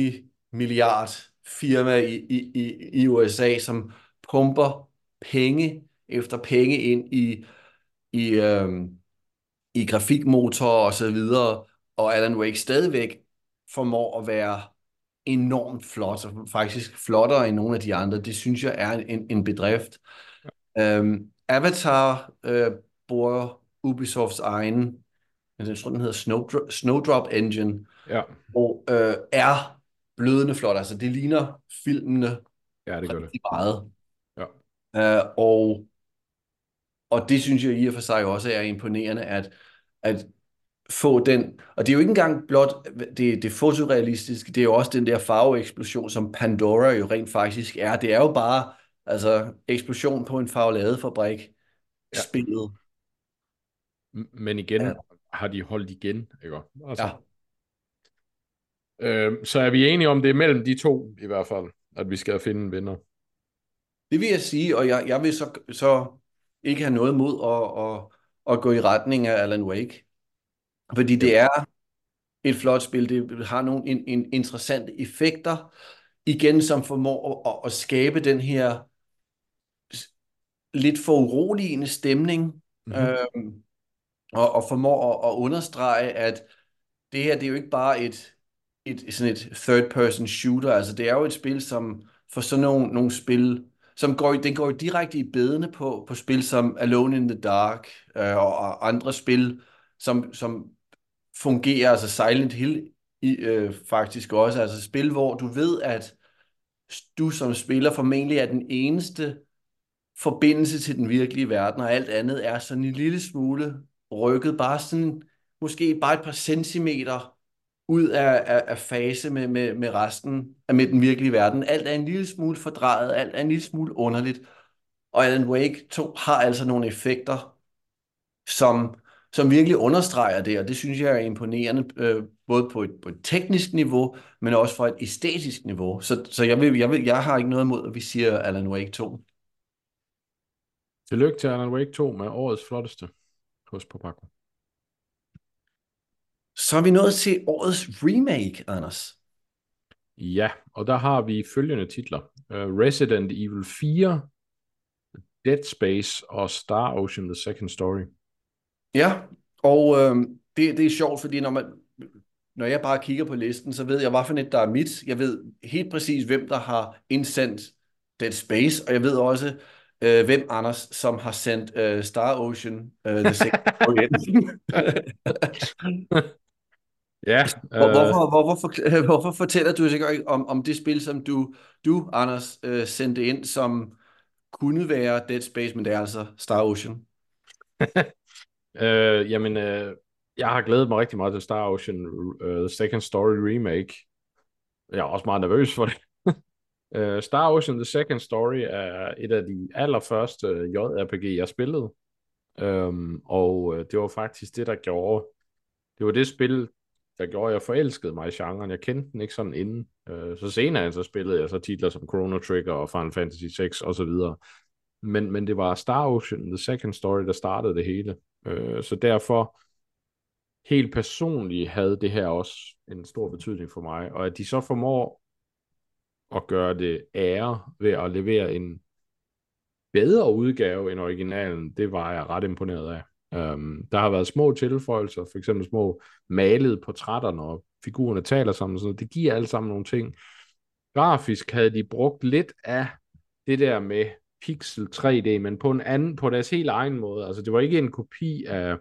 milliard firma i, i, i, i U S A, som pumper penge efter penge ind i, i, øhm, i grafikmotorer og så videre, og Alan Wake stadigvæk formår at være enormt flot, og faktisk flottere end nogle af de andre. Det synes jeg er en, en bedrift. Øhm, Avatar øh, bruger Ubisofts egen, jeg tror den hedder Snowdrop, Snowdrop Engine, Ja, og øh, er blødende flot. Altså det ligner filmene ja, det gør det. rigtig meget. Ja. Øh, og, og det synes jeg i og for sig også er imponerende, at, at få den, og det er jo ikke engang blot det, det fotorealistiske, det er jo også den der farveeksplosion, som Pandora jo rent faktisk er. Det er jo bare, altså, eksplosion på en farveladefabrik, Ja. spillet. M- Men igen Ja. har de holdt igen, ikke? Altså, Ja. øh, så er vi enige om, det er mellem de to i hvert fald, at vi skal finde en vinder. Det vil jeg sige, og jeg, jeg vil så, så ikke have noget mod at, at, at gå i retning af Alan Wake. Fordi Ja. det er et flot spil, det har nogle in, in, interessante effekter, igen som formår at, at skabe den her lidt for uroligende stemning, Mm-hmm. øhm, og, og formår at, at understrege, at det her, det er jo ikke bare et, et sådan et third-person shooter, altså det er jo et spil, som for sådan nogle, nogle spil, som går, den går jo direkte i bedene på, på spil som Alone in the Dark, øh, og, og andre spil, som, som fungerer, altså Silent Hill i, øh, faktisk også, altså spil, hvor du ved, at du som spiller formentlig er den eneste forbindelse til den virkelige verden, og alt andet er sådan en lille smule rykket, bare sådan, måske bare et par centimeter ud af, af, af fase med, med, med resten af med den virkelige verden. Alt er en lille smule fordrejet, alt er en lille smule underligt, og Alan Wake to har altså nogle effekter, som, som virkelig understreger det, og det synes jeg er imponerende, øh, både på et, på et teknisk niveau, men også fra et æstetisk niveau. Så, så jeg, vil, jeg, vil, jeg har ikke noget imod, at vi siger Alan Wake to. Tillykke til Alan Wake to med årets flotteste hos på pakken. Så er vi nået til årets remake, Anders. Ja, og der har vi følgende titler. Uh, Resident Evil fire, Dead Space og Star Ocean The Second Story. Ja, og øh, det, det er sjovt, fordi når, man, når jeg bare kigger på listen, så ved jeg, hvad for et, der er mit. Jeg ved helt præcis, hvem der har indsendt Dead Space, og jeg ved også, øh, hvem, Anders, som har sendt øh, Star Ocean øh, The Second Story. Ja. Hvor, Uh, hvorfor, hvorfor, for, hvorfor fortæller du ikke om, om det spil, som du, du Anders, øh, sendte ind, som kunne være Dead Space, men det er altså Star Ocean? uh, jamen, uh, jeg har glædet mig rigtig meget til Star Ocean uh, The Second Story Remake. Jeg er også meget nervøs for det. uh, Star Ocean The Second Story er et af de allerførste J R P G, jeg spillede. Um, og uh, det var faktisk det, der gjorde... Det var det spil, der gjorde, at jeg forelskede mig i genren. Jeg kendte den ikke sådan inden. Uh, så senere så spillede jeg så titler som Chrono Trigger og Final Fantasy seks og så videre. Men, men det var Star Ocean, The Second Story, der startede det hele. Uh, så derfor, helt personligt, havde det her også en stor betydning for mig. Og at de så formår at gøre det ære ved at levere en bedre udgave end originalen, det var jeg ret imponeret af. Um, der har været små tilføjelser, for eksempel små malede portrætter, når figurerne taler sammen, så det giver alle sammen nogle ting. Grafisk havde de brugt lidt af det der med pixel tre D, men på en anden, på deres helt egen måde. Altså det var ikke en kopi af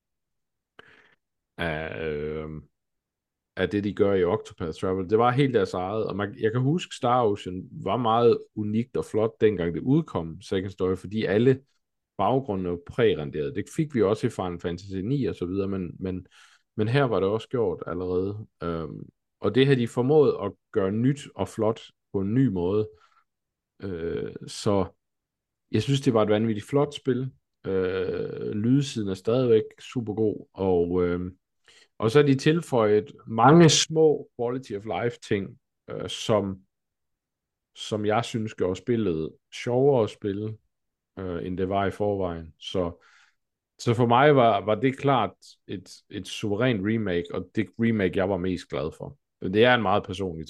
af, øh, af det, de gør i Octopath Traveler. Det var helt deres eget, og man, jeg kan huske, Star Ocean var meget unikt og flot, dengang det udkom, Second Story, fordi alle baggrunde var prærenderet. Det fik vi også i Final Fantasy ni og så videre, men, men, men her var det også gjort allerede. Øhm, og det har de formået at gøre nyt og flot på en ny måde. Øh, så jeg synes, det var et vanvittigt flot spil. Øh, lydsiden er stadigvæk super god, og, øh, og så er de tilføjet mange små quality of life ting, øh, som, som jeg synes gør spillet sjovere at spille, øh, end det var i forvejen. Så, så for mig var, var det klart et, et suverænt remake, og det remake, jeg var mest glad for. Det er en meget personlig ting.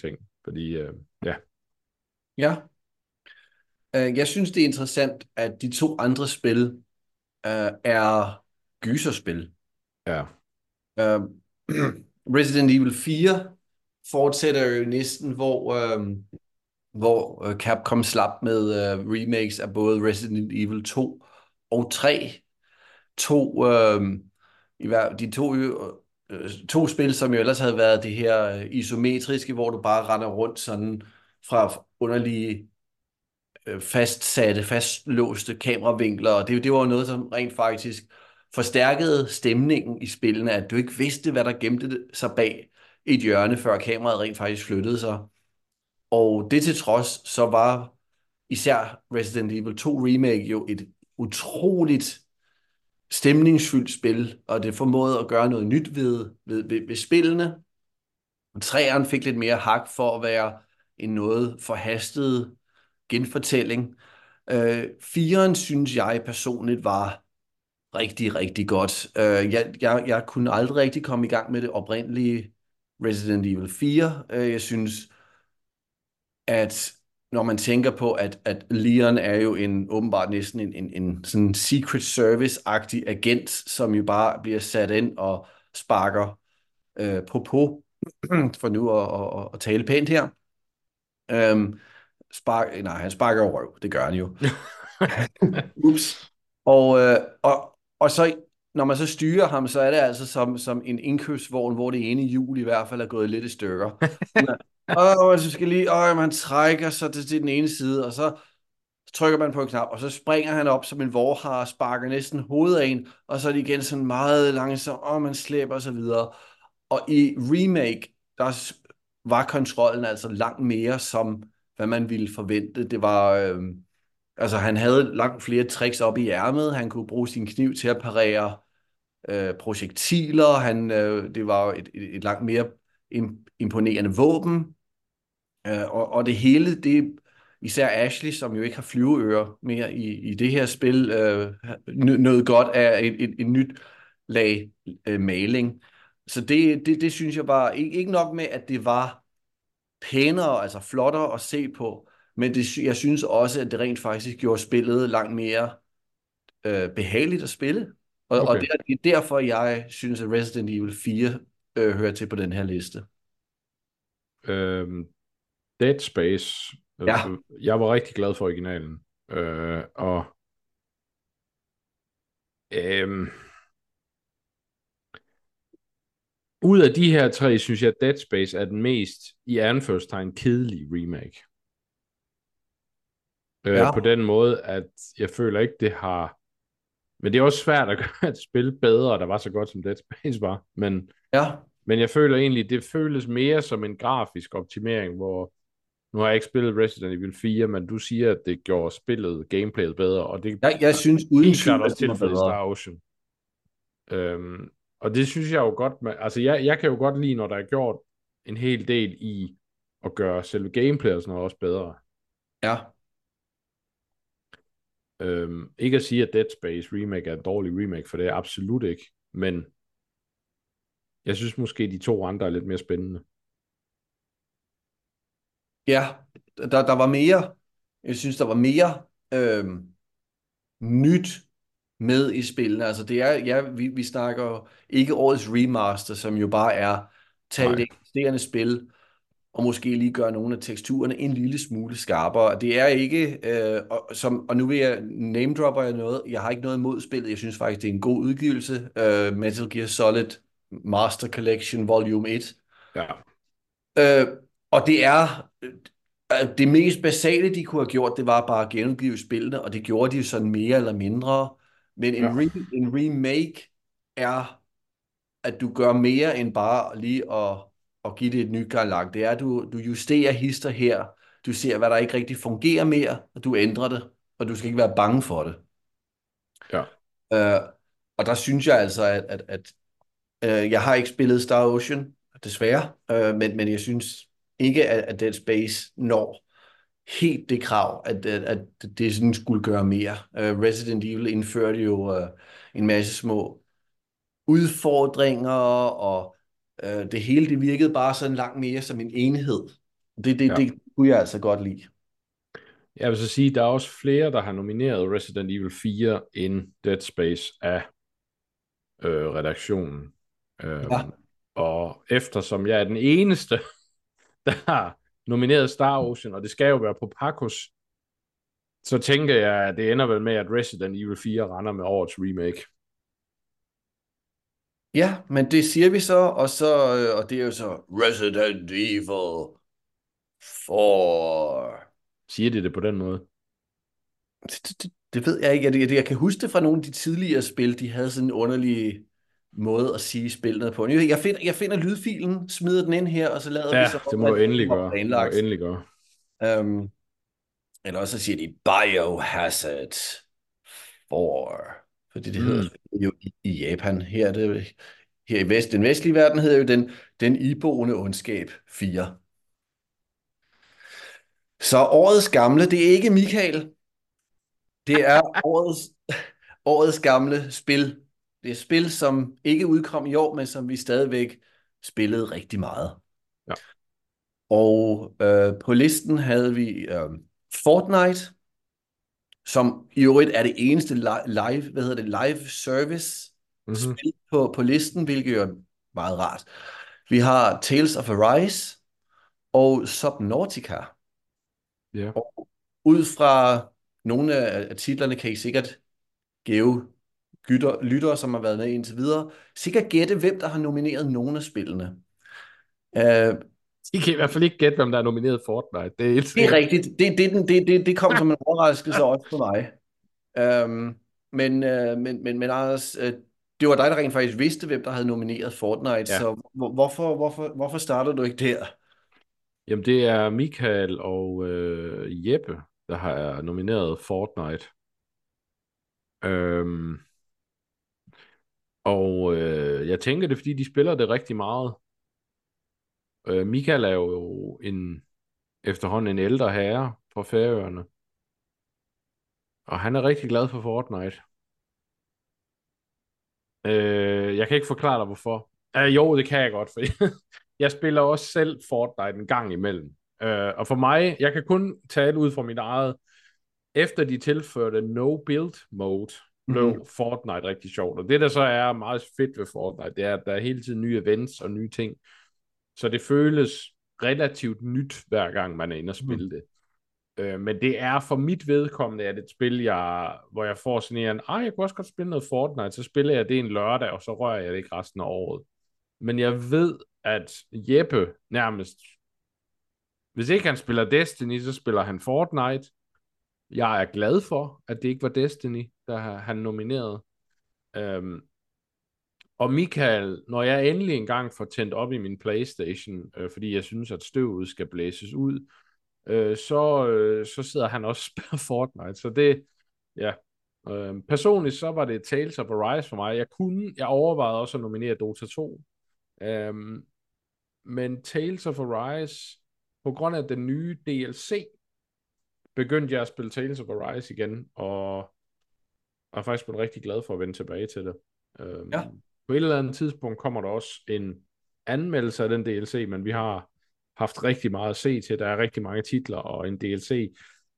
Fordi, øh, ja. Ja. Uh, jeg synes, det er interessant, at de to andre spil uh, er gyserspil. Ja. Uh, Resident Evil fire fortsætter jo næsten, hvor, uh, hvor uh, Capcom slap med uh, remakes af både Resident Evil to og tre. To, uh, i hver, de to, uh, to spil, som jo ellers havde været det her uh, isometriske, hvor du bare render rundt sådan fra underlige øh, fastsatte, fastlåste kameravinkler, og det, det var jo noget, som rent faktisk forstærkede stemningen i spillene, at du ikke vidste, hvad der gemte sig bag et hjørne, før kameraet rent faktisk flyttede sig. Og det til trods, så var især Resident Evil to Remake jo et utroligt stemningsfyldt spil, og det formåede at gøre noget nyt ved, ved, ved, ved spillene. Treeren fik lidt mere hak for at være en noget forhastet genfortælling. Øh, Firen synes jeg personligt var rigtig, rigtig godt. Øh, jeg, jeg, jeg kunne aldrig rigtig komme i gang med det oprindelige Resident Evil fire. Øh, jeg synes, at når man tænker på, at, at Leon er jo en åbenbart næsten en, en, en sådan Secret Service-agtig agent, som jo bare bliver sat ind og sparker øh, på på, for nu at, at, at tale pænt her. Øhm, spark, nej, han sparker jo røv, det gør han jo. Ups. Og, øh, og, og så, når man så styrer ham, så er det altså som, som en indkøbsvogn, hvor det ene hjul i hvert fald er gået lidt i stykker. Og så skal lige, åh, man trækker så til, til den ene side, og så trykker man på en knap, og så springer han op som en vorhar og sparker næsten hovedet af en, og så er det igen sådan meget langsomt, og man slæber og så videre. Og i Remake, der var kontrollen altså langt mere som, hvad man ville forvente. Det var, øh, altså han havde langt flere tricks op i ærmet, han kunne bruge sin kniv til at parere øh, projektiler, han, øh, det var et, et, et langt mere imponerende våben, øh, og, og det hele, det især Ashley, som jo ikke har flyveører mere i, i det her spil, øh, nød godt af et, et, et nyt lag øh, maling. Så det, det, det synes jeg var ikke, ikke nok med, at det var pænere, altså flottere at se på, men det, jeg synes også, at det rent faktisk gjorde spillet langt mere øh, behageligt at spille. Og, okay. og det, er, det er derfor, jeg synes, at Resident Evil fire øh, hører til på den her liste. Øhm, Dead Space. Ja. Jeg var rigtig glad for originalen. Øh, og øhm, ud af de her tre, synes jeg, at Dead Space er den mest, i anførselstegn, kedelige remake. Ja. Øh, på den måde, at jeg føler ikke, det har... Men det er også svært at gøre et spil bedre, der var så godt, som Dead Space var. Men, ja. men jeg føler egentlig, det føles mere som en grafisk optimering, hvor... Nu har jeg ikke spillet Resident Evil fire, men du siger, at det gjorde spillet, gameplayet bedre, og det jeg, jeg synes uden tvivl også tilfældet i Star Ocean. Øhm, og det synes jeg jo godt, med, altså jeg, jeg kan jo godt lide, når der er gjort en hel del i at gøre selve gameplayet og sådan noget også bedre. Ja. Øhm, ikke at sige, at Dead Space remake er en dårlig remake, for det er absolut ikke, men jeg synes måske, de to andre er lidt mere spændende. Ja, der, der var mere, jeg synes, der var mere øhm, nyt med i spillene. Altså det er, ja, vi, vi snakker ikke årets remaster, som jo bare er, tage Nej. det eksisterende spil, og måske lige gøre nogle af teksturerne en lille smule skarpere. Det er ikke, øh, og, som, og nu vil jeg name-dropper jeg noget, jeg har ikke noget imod spillet, jeg synes faktisk, det er en god udgivelse, øh, Metal Gear Solid Master Collection Volume et. Ja. Øh, og det er, det mest basale, de kunne have gjort, det var bare at genudgive spillene, og det gjorde de jo sådan mere eller mindre. Men en, Ja. re- en remake er, at du gør mere end bare lige at, at give det et nyt garlag. Det er, at du, du justerer hister her, du ser, hvad der ikke rigtig fungerer mere, og du ændrer det, og du skal ikke være bange for det. Ja. Øh, og der synes jeg altså, at, at, at øh, jeg har ikke spillet Star Ocean, desværre, øh, men, men jeg synes ikke, at, at Dead Space når helt det krav, at, at, at det sådan skulle gøre mere. Uh, Resident Evil indførte jo uh, en masse små udfordringer, og uh, det hele det virkede bare sådan langt mere som en enhed. Det, det, Ja. det kunne jeg altså godt lide. Jeg vil så sige, at der er også flere, der har nomineret Resident Evil fire end Dead Space af øh, redaktionen. Ja. Øhm, og eftersom jeg er den eneste, der har nomineret Star Ocean, og det skal jo være på Pacos, så tænker jeg, at det ender vel med, at Resident Evil fire render med årets remake. Ja, men det siger vi så, og så øh, og det er jo så Resident Evil fire. Siger de det på den måde? Det, det, det det ved jeg ikke. Jeg, jeg, jeg kan huske det fra nogle af de tidligere spil. De havde sådan en underlig måde at sige spillet på. Jeg, jeg, finder, jeg finder lydfilen, smider den ind her, og så lader vi Ja, så det om, må at du det endelig var gøre. Det må du planlagt. endelig gøre. Um, eller også så siger de Biohazard fire. Fordi det hedder Mm. jo i, i Japan. Her, er det, her i vest, den vestlige verden hedder jo den, den iboende ondskab fire. Så årets gamle, det er ikke Michael. Det er årets, årets gamle spil. Det er spil, som ikke udkom i år, men som vi stadigvæk spillede rigtig meget. Ja. Og øh, på listen havde vi øh, Fortnite, som i øvrigt er det eneste li- live, hvad hedder det, live service Mm-hmm. spil på, på listen, hvilket jo er meget rart. Vi har Tales of Arise og Subnautica. Ja. Og ud fra nogle af af titlerne kan I sikkert gæve gytter, lyttere, som har været med indtil videre, sikkert gætte, hvem der har nomineret nogle af spillene. Uh, I kan i hvert fald ikke gætte, hvem der er nomineret Fortnite. Det er helt det er sikkert. rigtigt. Det, det, det, det, det, det kom som en overraskelse også for mig. Um, men, uh, men, men, men Anders, uh, det var dig, der rent faktisk vidste, hvem der havde nomineret Fortnite, Ja. så hvor- hvorfor, hvorfor, hvorfor starter du ikke der? Jamen, det er Michael og øh, Jeppe, der har nomineret Fortnite. Øhm, og øh, jeg tænker det, er, fordi de spiller det rigtig meget. Øh, Michael er jo en efterhånden en ældre herre på Færøerne, og han er rigtig glad for Fortnite. Øh, jeg kan ikke forklare dig, hvorfor. Øh, jo, det kan jeg godt, for jeg spiller også selv Fortnite en gang imellem. Øh, og for mig, jeg kan kun tale ud fra mit eget. Efter de tilførte no build mode, blev Mhm. Fortnite rigtig sjovt. Og det, der så er meget fedt ved Fortnite, det er, at der er hele tiden nye events og nye ting. Så det føles relativt nyt, hver gang man er inde og spille det. Øh, men det er for mit vedkommende, at et spil, jeg, hvor jeg får sådan en, ah, jeg kunne også godt spille noget Fortnite, så spiller jeg det en lørdag, og så rører jeg det ikke resten af året. Men jeg ved, at Jeppe nærmest, hvis ikke han spiller Destiny, så spiller han Fortnite. Jeg er glad for, at det ikke var Destiny, der han nomineret. Øhm, og Michael, når jeg endelig engang får tændt op i min PlayStation, øh, fordi jeg synes, at støvet skal blæses ud, øh, så, øh, så sidder han også og spiller Fortnite. Så det, ja. Øhm, personligt så var det Tales of Arise for mig. Jeg kunne, jeg overvejede også at nominere Dota to. Øhm, men Tales of Arise, på grund af den nye D L C, begyndte jeg at spille Tales of Arise igen, og jeg er faktisk blevet rigtig glad for at vende tilbage til det. Øhm, Ja. På et eller andet tidspunkt kommer der også en anmeldelse af den D L C, men vi har haft rigtig meget at se til. Der er rigtig mange titler og en D L C.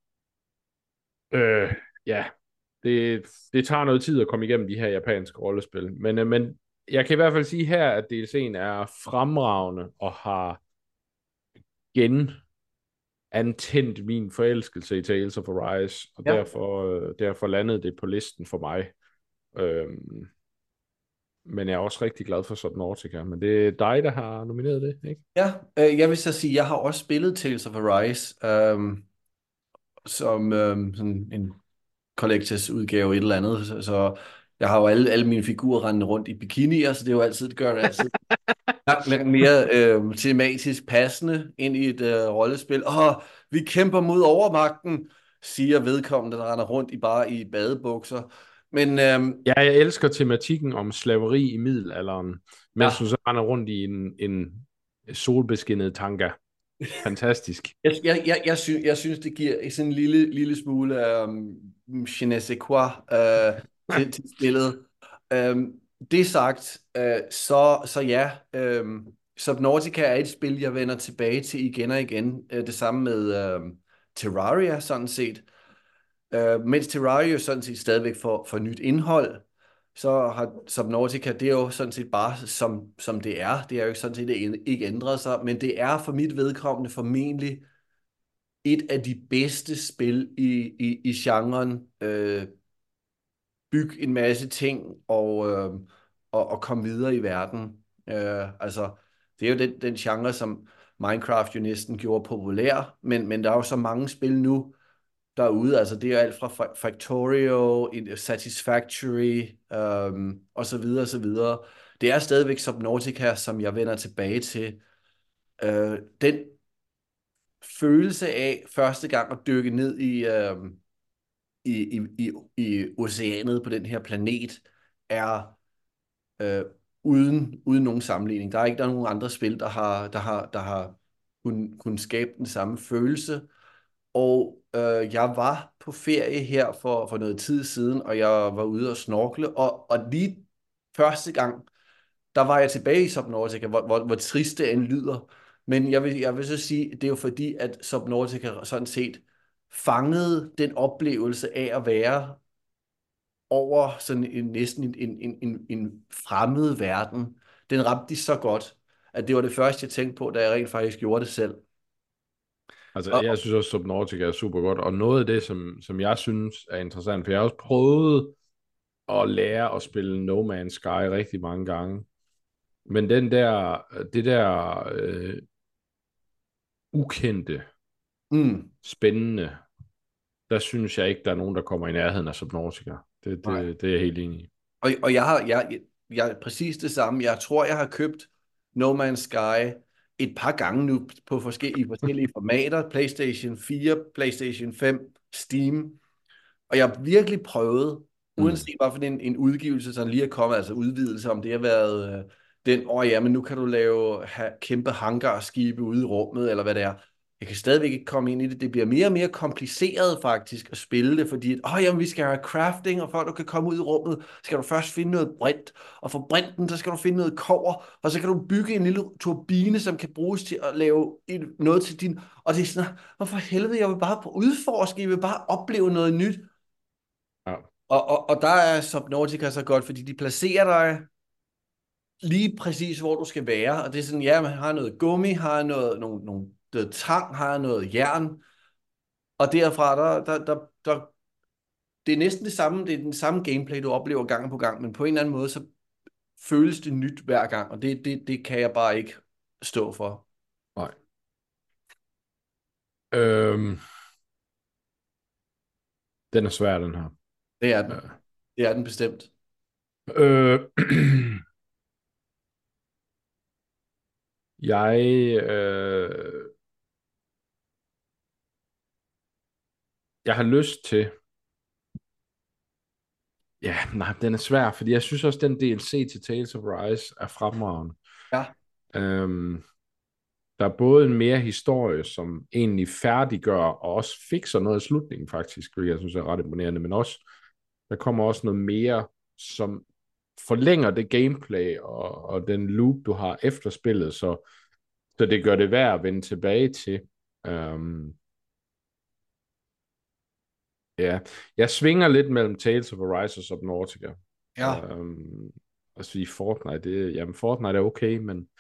Øh, ja, det, det tager noget tid at komme igennem de her japanske rollespil. Men, øh, men jeg kan i hvert fald sige her, at D L C'en er fremragende og har gen antændt min forelskelse i Tales of Arise, og Ja. derfor, øh, derfor landede det på listen for mig. Øhm, men jeg er også rigtig glad for Subnautica, men det er dig, der har nomineret det, ikke? Ja, øh, jeg vil så sige, jeg har også spillet Tales of Arise, øhm, som øhm, sådan en collectors udgave et eller andet, så, så jeg har jo alle, alle mine figurer rendende rundt i bikinier, så det er jo altid, det gør det altid langt, langt mere øh, tematisk passende ind i et øh, rollespil. Åh, vi kæmper mod overmagten, siger vedkommende, der render rundt i bare i badebukser. Men øhm, Ja, jeg elsker tematikken om slaveri i middelalderen, ja, mens du så render rundt i en, en solbeskinnet tanga. Fantastisk. jeg, jeg, jeg, jeg, synes, jeg synes, det giver sådan en lille, lille smule um, je ne sais quoi uh, til, til spillet. Um, det sagt, uh, så, så ja, um, Subnautica er et spil, jeg vender tilbage til igen og igen. Øh, Det samme med øh, Terraria, sådan set. Øh, mens Terraria jo sådan set stadigvæk får, får nyt indhold, så har Subnautica, det er jo sådan set bare som, som det er. Det er jo ikke sådan set ikke ikke ændret sig, men det er for mit vedkommende formentlig et af de bedste spil i, i, i genren. Øh, byg en masse ting og, øh, og, og komme videre i verden. Øh, altså, det er jo den, den genre, som Minecraft jo næsten gjorde populær, men, men der er jo så mange spil nu derude. Altså, det er jo alt fra Fa- Factorio, Satisfactory, øh, og så videre, og så videre. Det er stadigvæk Subnautica, som jeg vender tilbage til. Øh, den følelse af første gang at dykke ned i, øh, i, i, i, i oceanet på den her planet, er øh, uden, uden nogen sammenligning. Der er ikke der er nogen andre spil, der har, der har, der har kunnet kun skabe den samme følelse. Og øh, jeg var på ferie her for, for noget tid siden, og jeg var ude og snorkle, og, og lige første gang, der var jeg tilbage i Subnautica, hvor, hvor, hvor trist det end lyder. Men jeg vil, jeg vil så sige, det er jo fordi, at Subnautica sådan set fangede den oplevelse af at være over sådan en, næsten en, en, en, en, en fremmed verden. Den ramte de så godt, at det var det første, jeg tænkte på, da jeg rent faktisk gjorde det selv. Altså, Og, jeg synes også, Subnautica er super godt, og noget af det, som, som jeg synes er interessant, for jeg har også prøvet at lære at spille No Man's Sky rigtig mange gange, men den der, det der øh, ukendte, mm, spændende, der synes jeg ikke, der er nogen, der kommer i nærheden af Subnautica. Det, nej. det, det er jeg helt enig i. Og, og jeg har jeg, jeg, jeg er præcis det samme. Jeg tror, jeg har købt No Man's Sky et par gange nu på forskellige, i forskellige formater. PlayStation fire, PlayStation fem, Steam. Og jeg har virkelig prøvet, Mm. uanset hvad for en, en udgivelse, som lige er kommet, altså udvidelse, om det har været øh, den, åh oh ja, men nu kan du lave ha, kæmpe hangarskibe ude i rummet, eller hvad det er. Jeg kan stadigvæk ikke komme ind i det. Det bliver mere og mere kompliceret faktisk at spille det, fordi, åh oh, jamen, vi skal have crafting, og for at du kan komme ud i rummet, skal du først finde noget brint, og for brinten, så skal du finde noget kobber, og så kan du bygge en lille turbine, som kan bruges til at lave et, noget til din, og det er sådan, hvorfor helvede, jeg vil bare udforske, jeg vil bare opleve noget nyt. Ja. Og, og, og der er Subnautica så godt, fordi de placerer dig lige præcis, hvor du skal være. Og det er sådan, ja, man har noget gummi, har noget, nogle, nogle, noget tang, har noget jern. Og derfra, der, der, der, der, det er næsten det samme, det er den samme gameplay, du oplever gang på gang, men på en eller anden måde, så føles det nyt hver gang, og det, det, det kan jeg bare ikke stå for. Nej. Øhm, den er svær, den her. Det er den. Ja. Det er den bestemt. Øh, jeg øh, jeg har lyst til. Ja, nej, den er svær, fordi jeg synes også, den D L C til Tales of Rise er fremragende. Ja. Øhm, der er både en mere historie, som egentlig færdiggør og også fikser noget i slutningen faktisk, hvilket jeg synes er ret imponerende, men også, der kommer også noget mere, som forlænger det gameplay og, og den loop, du har efter spillet, så, så det gør det værd at vende tilbage til. Øhm, ja, jeg svinger lidt mellem Tales of Arise og Subnautica. Ja. Øhm, at sige Fortnite, det, jamen Fortnite er okay, men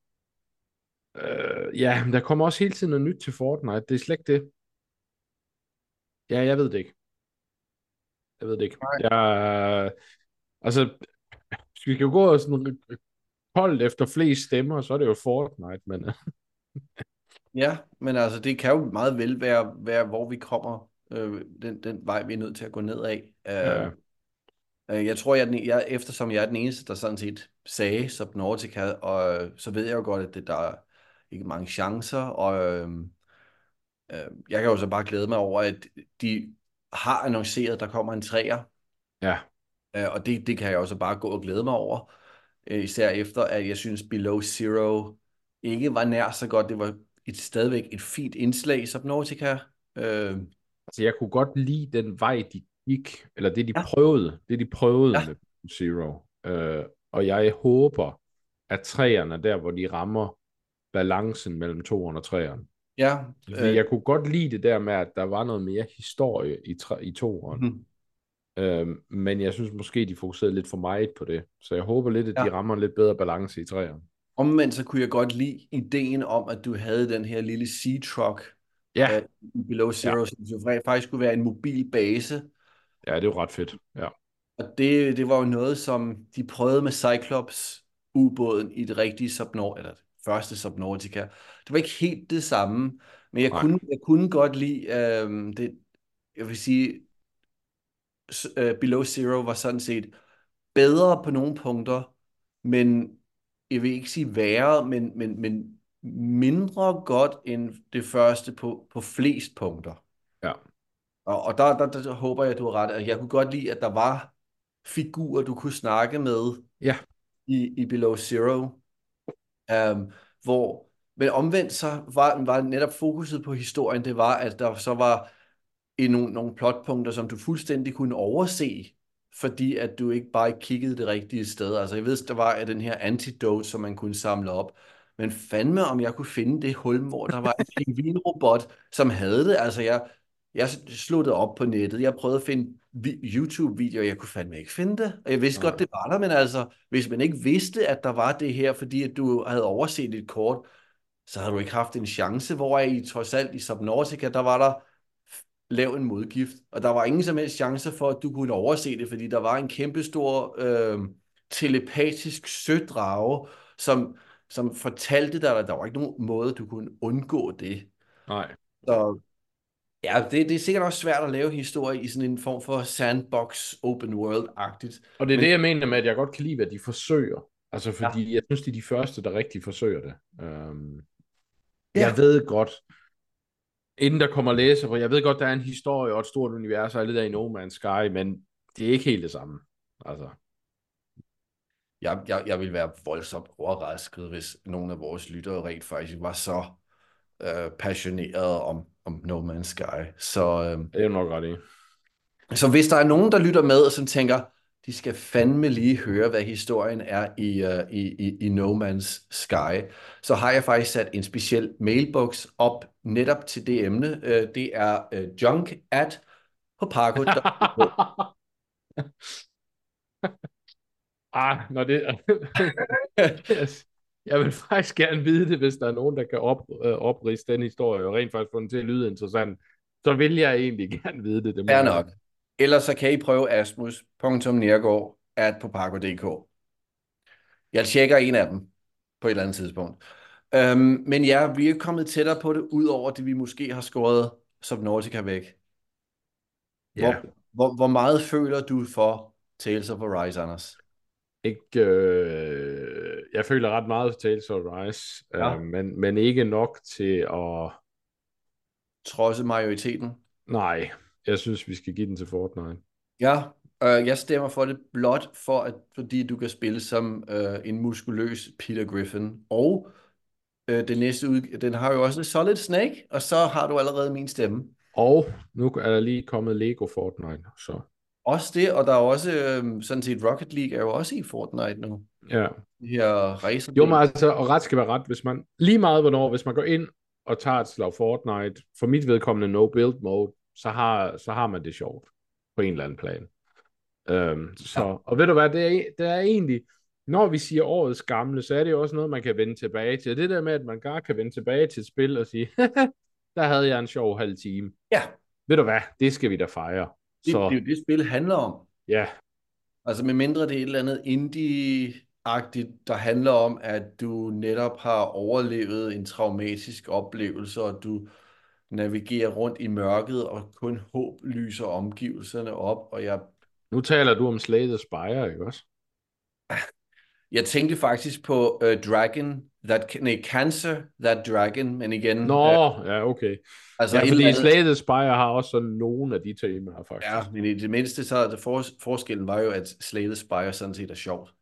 øh, ja, men der kommer også hele tiden noget nyt til Fortnite. Det er slet ikke det. Ja, jeg ved det ikke. Jeg ved det ikke. Nej. Jeg, altså, hvis vi kan jo gå sådan koldt efter flest stemmer, så er det jo Fortnite, men Ja, men altså, det kan jo meget vel være, være hvor vi kommer, øh, den, den vej, vi er nødt til at gå ned af. Øh, ja, Øh, Jeg tror, jeg, er den, jeg, eftersom jeg er den eneste, der sådan set sagde Subnautica, og øh, så ved jeg jo godt, at det, der er ikke mange chancer, og øh, øh, jeg kan jo så bare glæde mig over, at de har annonceret, at der kommer en træer, ja. øh, og det, det kan jeg også bare gå og glæde mig over, øh, især efter, at jeg synes Below Zero ikke var nær så godt. Det var et, stadigvæk et fint indslag i Subnautica. Øh, Altså, jeg kunne godt lide den vej, de gik, eller det, de ja, prøvede, det, de prøvede ja, med Zero. Øh, og jeg håber, at træerne, der hvor de rammer balancen mellem toeren og træeren. Ja, Fordi øh, jeg kunne godt lide det der med, at der var noget mere historie i, tre, i toeren. mhm. Øhm, men jeg synes måske, de fokuserede lidt for meget på det. Så jeg håber lidt, at de Ja. rammer en lidt bedre balance i træerne. Omvendt så kunne jeg godt lide ideen om, at du havde den her lille Sea-Truck Ja, øh, i Below ja, Zero, som jo faktisk skulle være en mobil base. ja, det er jo ret fedt. Ja. Og det, det var jo noget, som de prøvede med Cyclops-ubåden i det rigtige Subnautica, eller det første Subnautica. Det var ikke helt det samme, men jeg Nej, kunne, jeg kunne godt lide, øh, det, jeg vil sige, s- øh, Below Zero var sådan set bedre på nogle punkter, men jeg vil ikke sige værre, men, men, men mindre godt end det første på, på flest punkter. ja, Og, og der, der, der håber jeg, du har ret. Jeg kunne godt lide, at der var figurer, du kunne snakke med ja, i, i Below Zero. Um, hvor, men omvendt så var, var netop fokuset på historien, det var, at der så var i nogle, nogle plotpunkter, som du fuldstændig kunne overse, fordi at du ikke bare kiggede det rigtige sted. Altså jeg ved, der var at den her antidote, som man kunne samle op. Men fandme, om jeg kunne finde det hul, hvor der var en pingvinrobot, som havde det. Altså jeg, jeg slog det op på nettet. Jeg prøvede at finde vi- YouTube-videoer. Jeg kunne fandme ikke finde det. Og jeg vidste godt, nej, det var der, men altså, hvis man ikke vidste, at der var det her, fordi at du havde overset et kort, så havde du ikke haft en chance, hvor i trods alt i Subnautica, der var der lav en modgift, og der var ingen som helst chance for, at du kunne overse det, fordi der var en kæmpestor øh, telepatisk sødrage, som, som fortalte dig, at der var ikke nogen måde, du kunne undgå det. nej. Så ja, det, det er sikkert også svært at lave historie i sådan en form for sandbox open world-agtigt, Og det er men det, jeg mener med, at jeg godt kan lide, hvad de forsøger. Altså, ja, fordi jeg synes, det er de første, der rigtig forsøger det. Um, jeg ja, ved godt, inden der kommer læser på, jeg ved godt, der er en historie og et stort univers og alt det der i No Man's Sky, men det er ikke helt det samme. Altså, jeg, jeg, jeg ville være voldsomt overrasket, hvis nogle af vores lyttere rent faktisk var så øh, passionerede om, om No Man's Sky. Så, øh, det er jo nok ret i. så hvis der er nogen, der lytter med, og som tænker, de skal fandme lige høre, hvad historien er i, uh, i, i, i No Man's Sky, så har jeg faktisk sat en speciel mailbox op netop til det emne. Uh, det er uh, junk at Papago punktum dk. Ah, når det... Yes. Jeg vil faktisk gerne vide det, hvis der er nogen, der kan op, øh, oprise den historie, og rent faktisk få den til at lyde interessant. Så vil jeg egentlig gerne vide det, det må Fair jeg nok. indrømme. Ellers så kan I prøve asmus punktum nergård at papago punktum dk. Jeg tjekker en af dem på et eller andet tidspunkt. Um, men ja, vi er kommet tættere på det, ud over det, vi måske har skåret Subnautica væk. Ja, Hvor, hvor, hvor meget føler du for Tales of Arise, Anders? ikke... Øh... Jeg føler ret meget for Tales of Rise, øh, Ja. men, men ikke nok til at... Trodse majoriteten? Nej, jeg synes, vi skal give den til Fortnite. Ja, øh, jeg stemmer for det blot, for at, fordi du kan spille som øh, en muskuløs Peter Griffin. Og øh, det næste ud, den har jo også Solid Snake, og så har du allerede min stemme. Og nu er der lige kommet Lego Fortnite, så... Også det, og der er også, øh, sådan set Rocket League er jo også i Fortnite nu. Ja. De her racer. Jo, men altså, og ret skal være ret, hvis man, lige meget hvornår, hvis man går ind og tager et slag Fortnite, for mit vedkommende no build mode, så har, så har man det sjovt, på en eller anden plan. Øhm, så, Ja. og ved du hvad, det er, det er egentlig, når vi siger årets gamle, så er det jo også noget, man kan vende tilbage til. Det der med, at man bare kan vende tilbage til et spil og sige, der havde jeg en sjov halv time. Ja, Ved du hvad, det skal vi da fejre. det, Så det er jo det, spil handler om. ja, Altså med mindre det er et eller andet indie-agtigt, der handler om, at du netop har overlevet en traumatisk oplevelse, og du navigerer rundt i mørket, og kun håb lyser omgivelserne op. Og jeg, nu taler du om Slay the Spire, ikke også? jeg tænkte faktisk på uh, Dragon, that, nej, Cancer, That Dragon, men igen, Nå, uh, ja, okay. altså Ja, et fordi eller andet, Slay the Spire har også sådan nogle af de temaer, faktisk. ja, men i det mindste, så er det for, forskellen var jo, at Slay the Spire sådan set er sjovt.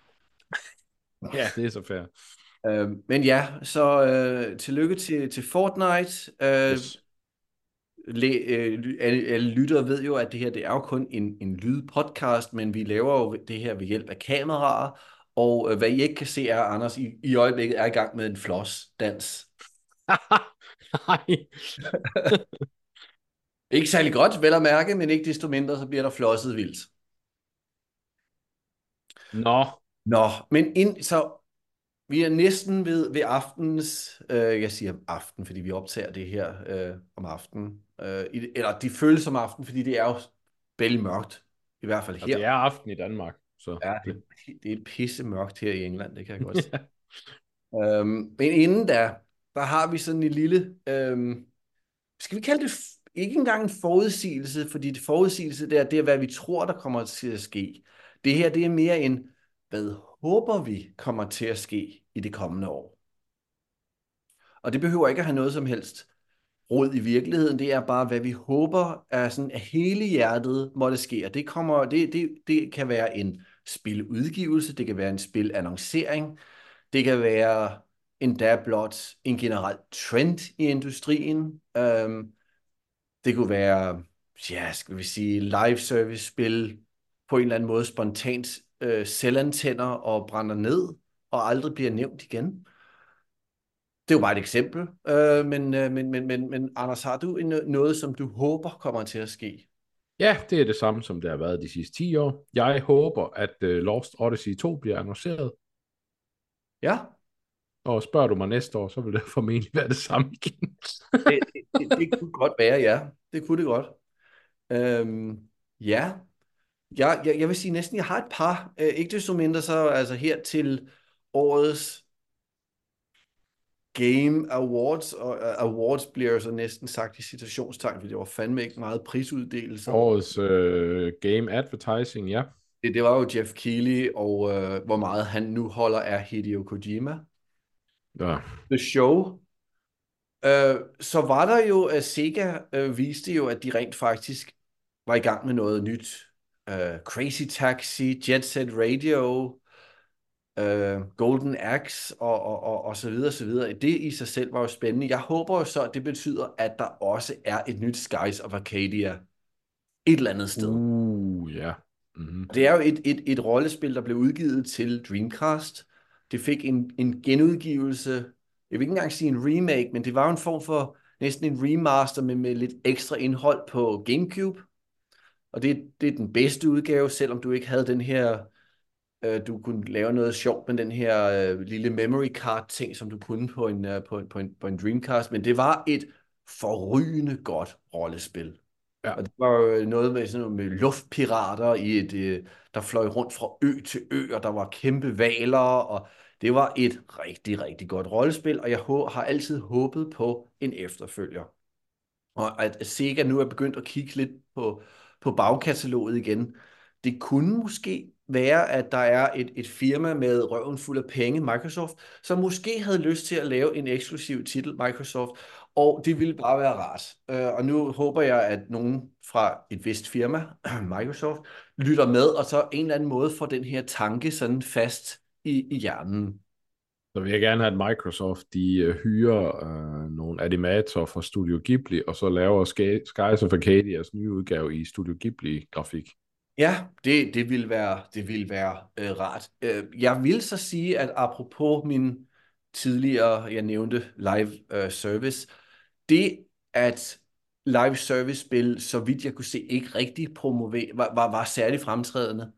Ja, det er så fair. Øh, men ja, så øh, tillykke til, til Fortnite. Øh, Yes. læ, øh, ly- alle, alle lyttere ved jo, at det her det er jo kun en, en lydpodcast, men vi laver jo det her ved hjælp af kameraer, Og øh, hvad I ikke kan se er, Anders i, i øjeblikket er i gang med en floss-dans. Nej. Ikke særlig godt, vel at mærke, men ikke desto mindre, så bliver der flosset vildt. Nå, Nå, men ind, så vi er næsten ved, ved aftens, øh, jeg siger aften, fordi vi optager det her øh, om aftenen, øh, i, eller de føles som aften, fordi det er jo bælge mørkt, i hvert fald og det her. er aften i Danmark, så Ja, det. det, det er pisse mørkt her i England, det kan jeg godt sige. Øhm, men inden da, der har vi sådan en lille, øhm, skal vi kalde det f- ikke engang en forudsigelse, fordi det forudsigelse der, det er, hvad vi tror, der kommer til at ske. Det her, det er mere en, hvad håber vi kommer til at ske i det kommende år. Og det behøver ikke at have noget som helst rod i virkeligheden. Det er bare, hvad vi håber er sådan af hele hjertet måtte ske. Og det, kommer, det, det, det kan være en spiludgivelse, det kan være en spilannoncering, det kan være endda blot en generel trend i industrien. Øhm, det kunne være, ja, skal vi sige, live service spil på en eller anden måde spontant øh, selvantænder og brænder ned og aldrig bliver nævnt igen. Det er jo bare et eksempel, øh, men, øh, men, men, men, men Anders, har du en, noget, som du håber kommer til at ske? Ja, det er det samme, som det har været de sidste ti år. Jeg håber, at uh, Lost Odyssey to bliver annonceret, Ja, og spørger du mig næste år, så vil det formentlig være det samme igen. det, det, det, det kunne godt være, ja. Det kunne det godt. Øhm, ja, jeg, jeg, jeg vil sige næsten, jeg har et par. Øh, ikke desto mindre så altså her til årets Game Awards, og uh, Awards bliver jo så næsten sagt i citationstegn, fordi det var fandme ikke meget prisuddelelse over. Årets uh, game advertising, ja. Det, det var jo Jeff Keighley, og uh, hvor meget han nu holder af Hideo Kojima. Ja. The Show. Uh, så var der jo, at Sega uh, viste jo, at de rent faktisk var i gang med noget nyt. Uh, Crazy Taxi, Jet Set Radio, uh, Golden Axe og, og, og, og så videre, så videre. Det i sig selv var jo spændende. Jeg håber jo så, at det betyder, at der også er et nyt Skies of Arcadia et eller andet sted. Uh, ja. Mm-hmm. Det er jo et, et, et rollespil, der blev udgivet til Dreamcast. Det fik en, en genudgivelse. Jeg vil ikke engang sige en remake, men det var jo en form for næsten en remaster med, med lidt ekstra indhold på GameCube. Og det, det er den bedste udgave, selvom du ikke havde den her, øh, du kunne lave noget sjovt med den her øh, lille memory card ting, som du kunne på en, øh, på, en, på, en, på en Dreamcast. Men det var et forrygende godt rollespil. Ja. Og det var jo noget med, sådan noget med luftpirater, i et, øh, der fløj rundt fra ø til ø, og der var kæmpe valer, og det var et rigtig, rigtig godt rollespil, og jeg har altid håbet på en efterfølger. Og at Sega nu er begyndt at kigge lidt på, på bagkataloget igen. Det kunne måske være, at der er et, et firma med røven fuld af penge, Microsoft, som måske havde lyst til at lave en eksklusiv titel, Microsoft, og det ville bare være rart. Uh, og nu håber jeg, at nogen fra et vist firma, Microsoft, lytter med, og så en eller anden måde får den her tanke sådan fast i, i hjernen. Så vil jeg gerne have, at Microsoft de uh, hyrer uh, nogle animatorer fra Studio Ghibli, og så laver Sk- Skies of Arcadias nye udgave i Studio Ghibli-grafik. Ja, det, det vil være, det vil være øh, rart. Øh, jeg vil så sige, at apropos min tidligere, jeg nævnte live øh, service, det at live service spil, så vidt jeg kunne se, ikke rigtig promover, var, var, var særlig fremtrædende.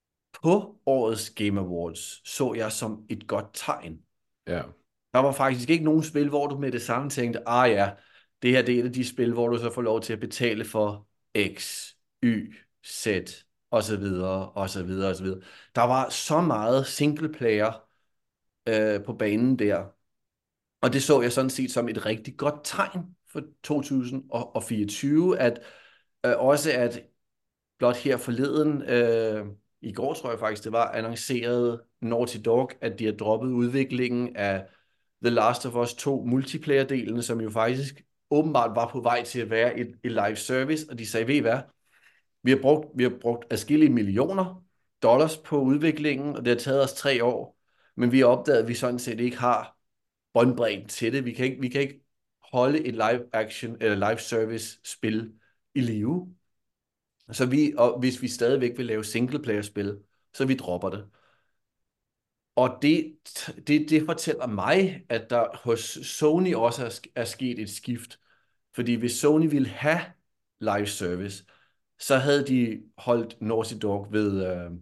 På årets Game Awards så jeg som et godt tegn. Ja. Der var faktisk ikke nogen spil, hvor du med det samme tænkte, ah ja, det her det er et af de spil, hvor du så får lov til at betale for X, Y, Z, og så videre, og så videre, og så videre. Der var så meget single player øh, på banen der, og det så jeg sådan set som et rigtig godt tegn for to tusind og fireogtyve, at øh, også at blot her forleden, øh, i går tror jeg faktisk, det var annonceret Naughty Dog, at de har droppet udviklingen af The Last of Us to multiplayer-delen, som jo faktisk åbenbart var på vej til at være et, et live service, og de sagde, ved I hvad, vi har brugt, vi har brugt adskillige millioner dollars på udviklingen, og det har taget os tre år, men vi har opdaget, at vi sådan set ikke har båndbredden til det. Vi kan ikke, vi kan ikke holde et live action eller live service spil i live. Så vi, og hvis vi stadigvæk vil lave singleplayer spil, så vi dropper det. Og det, det, det fortæller mig, at der hos Sony også er, er sket et skift. Fordi hvis Sony ville have live service, så havde de holdt Naughty Dog ved øh,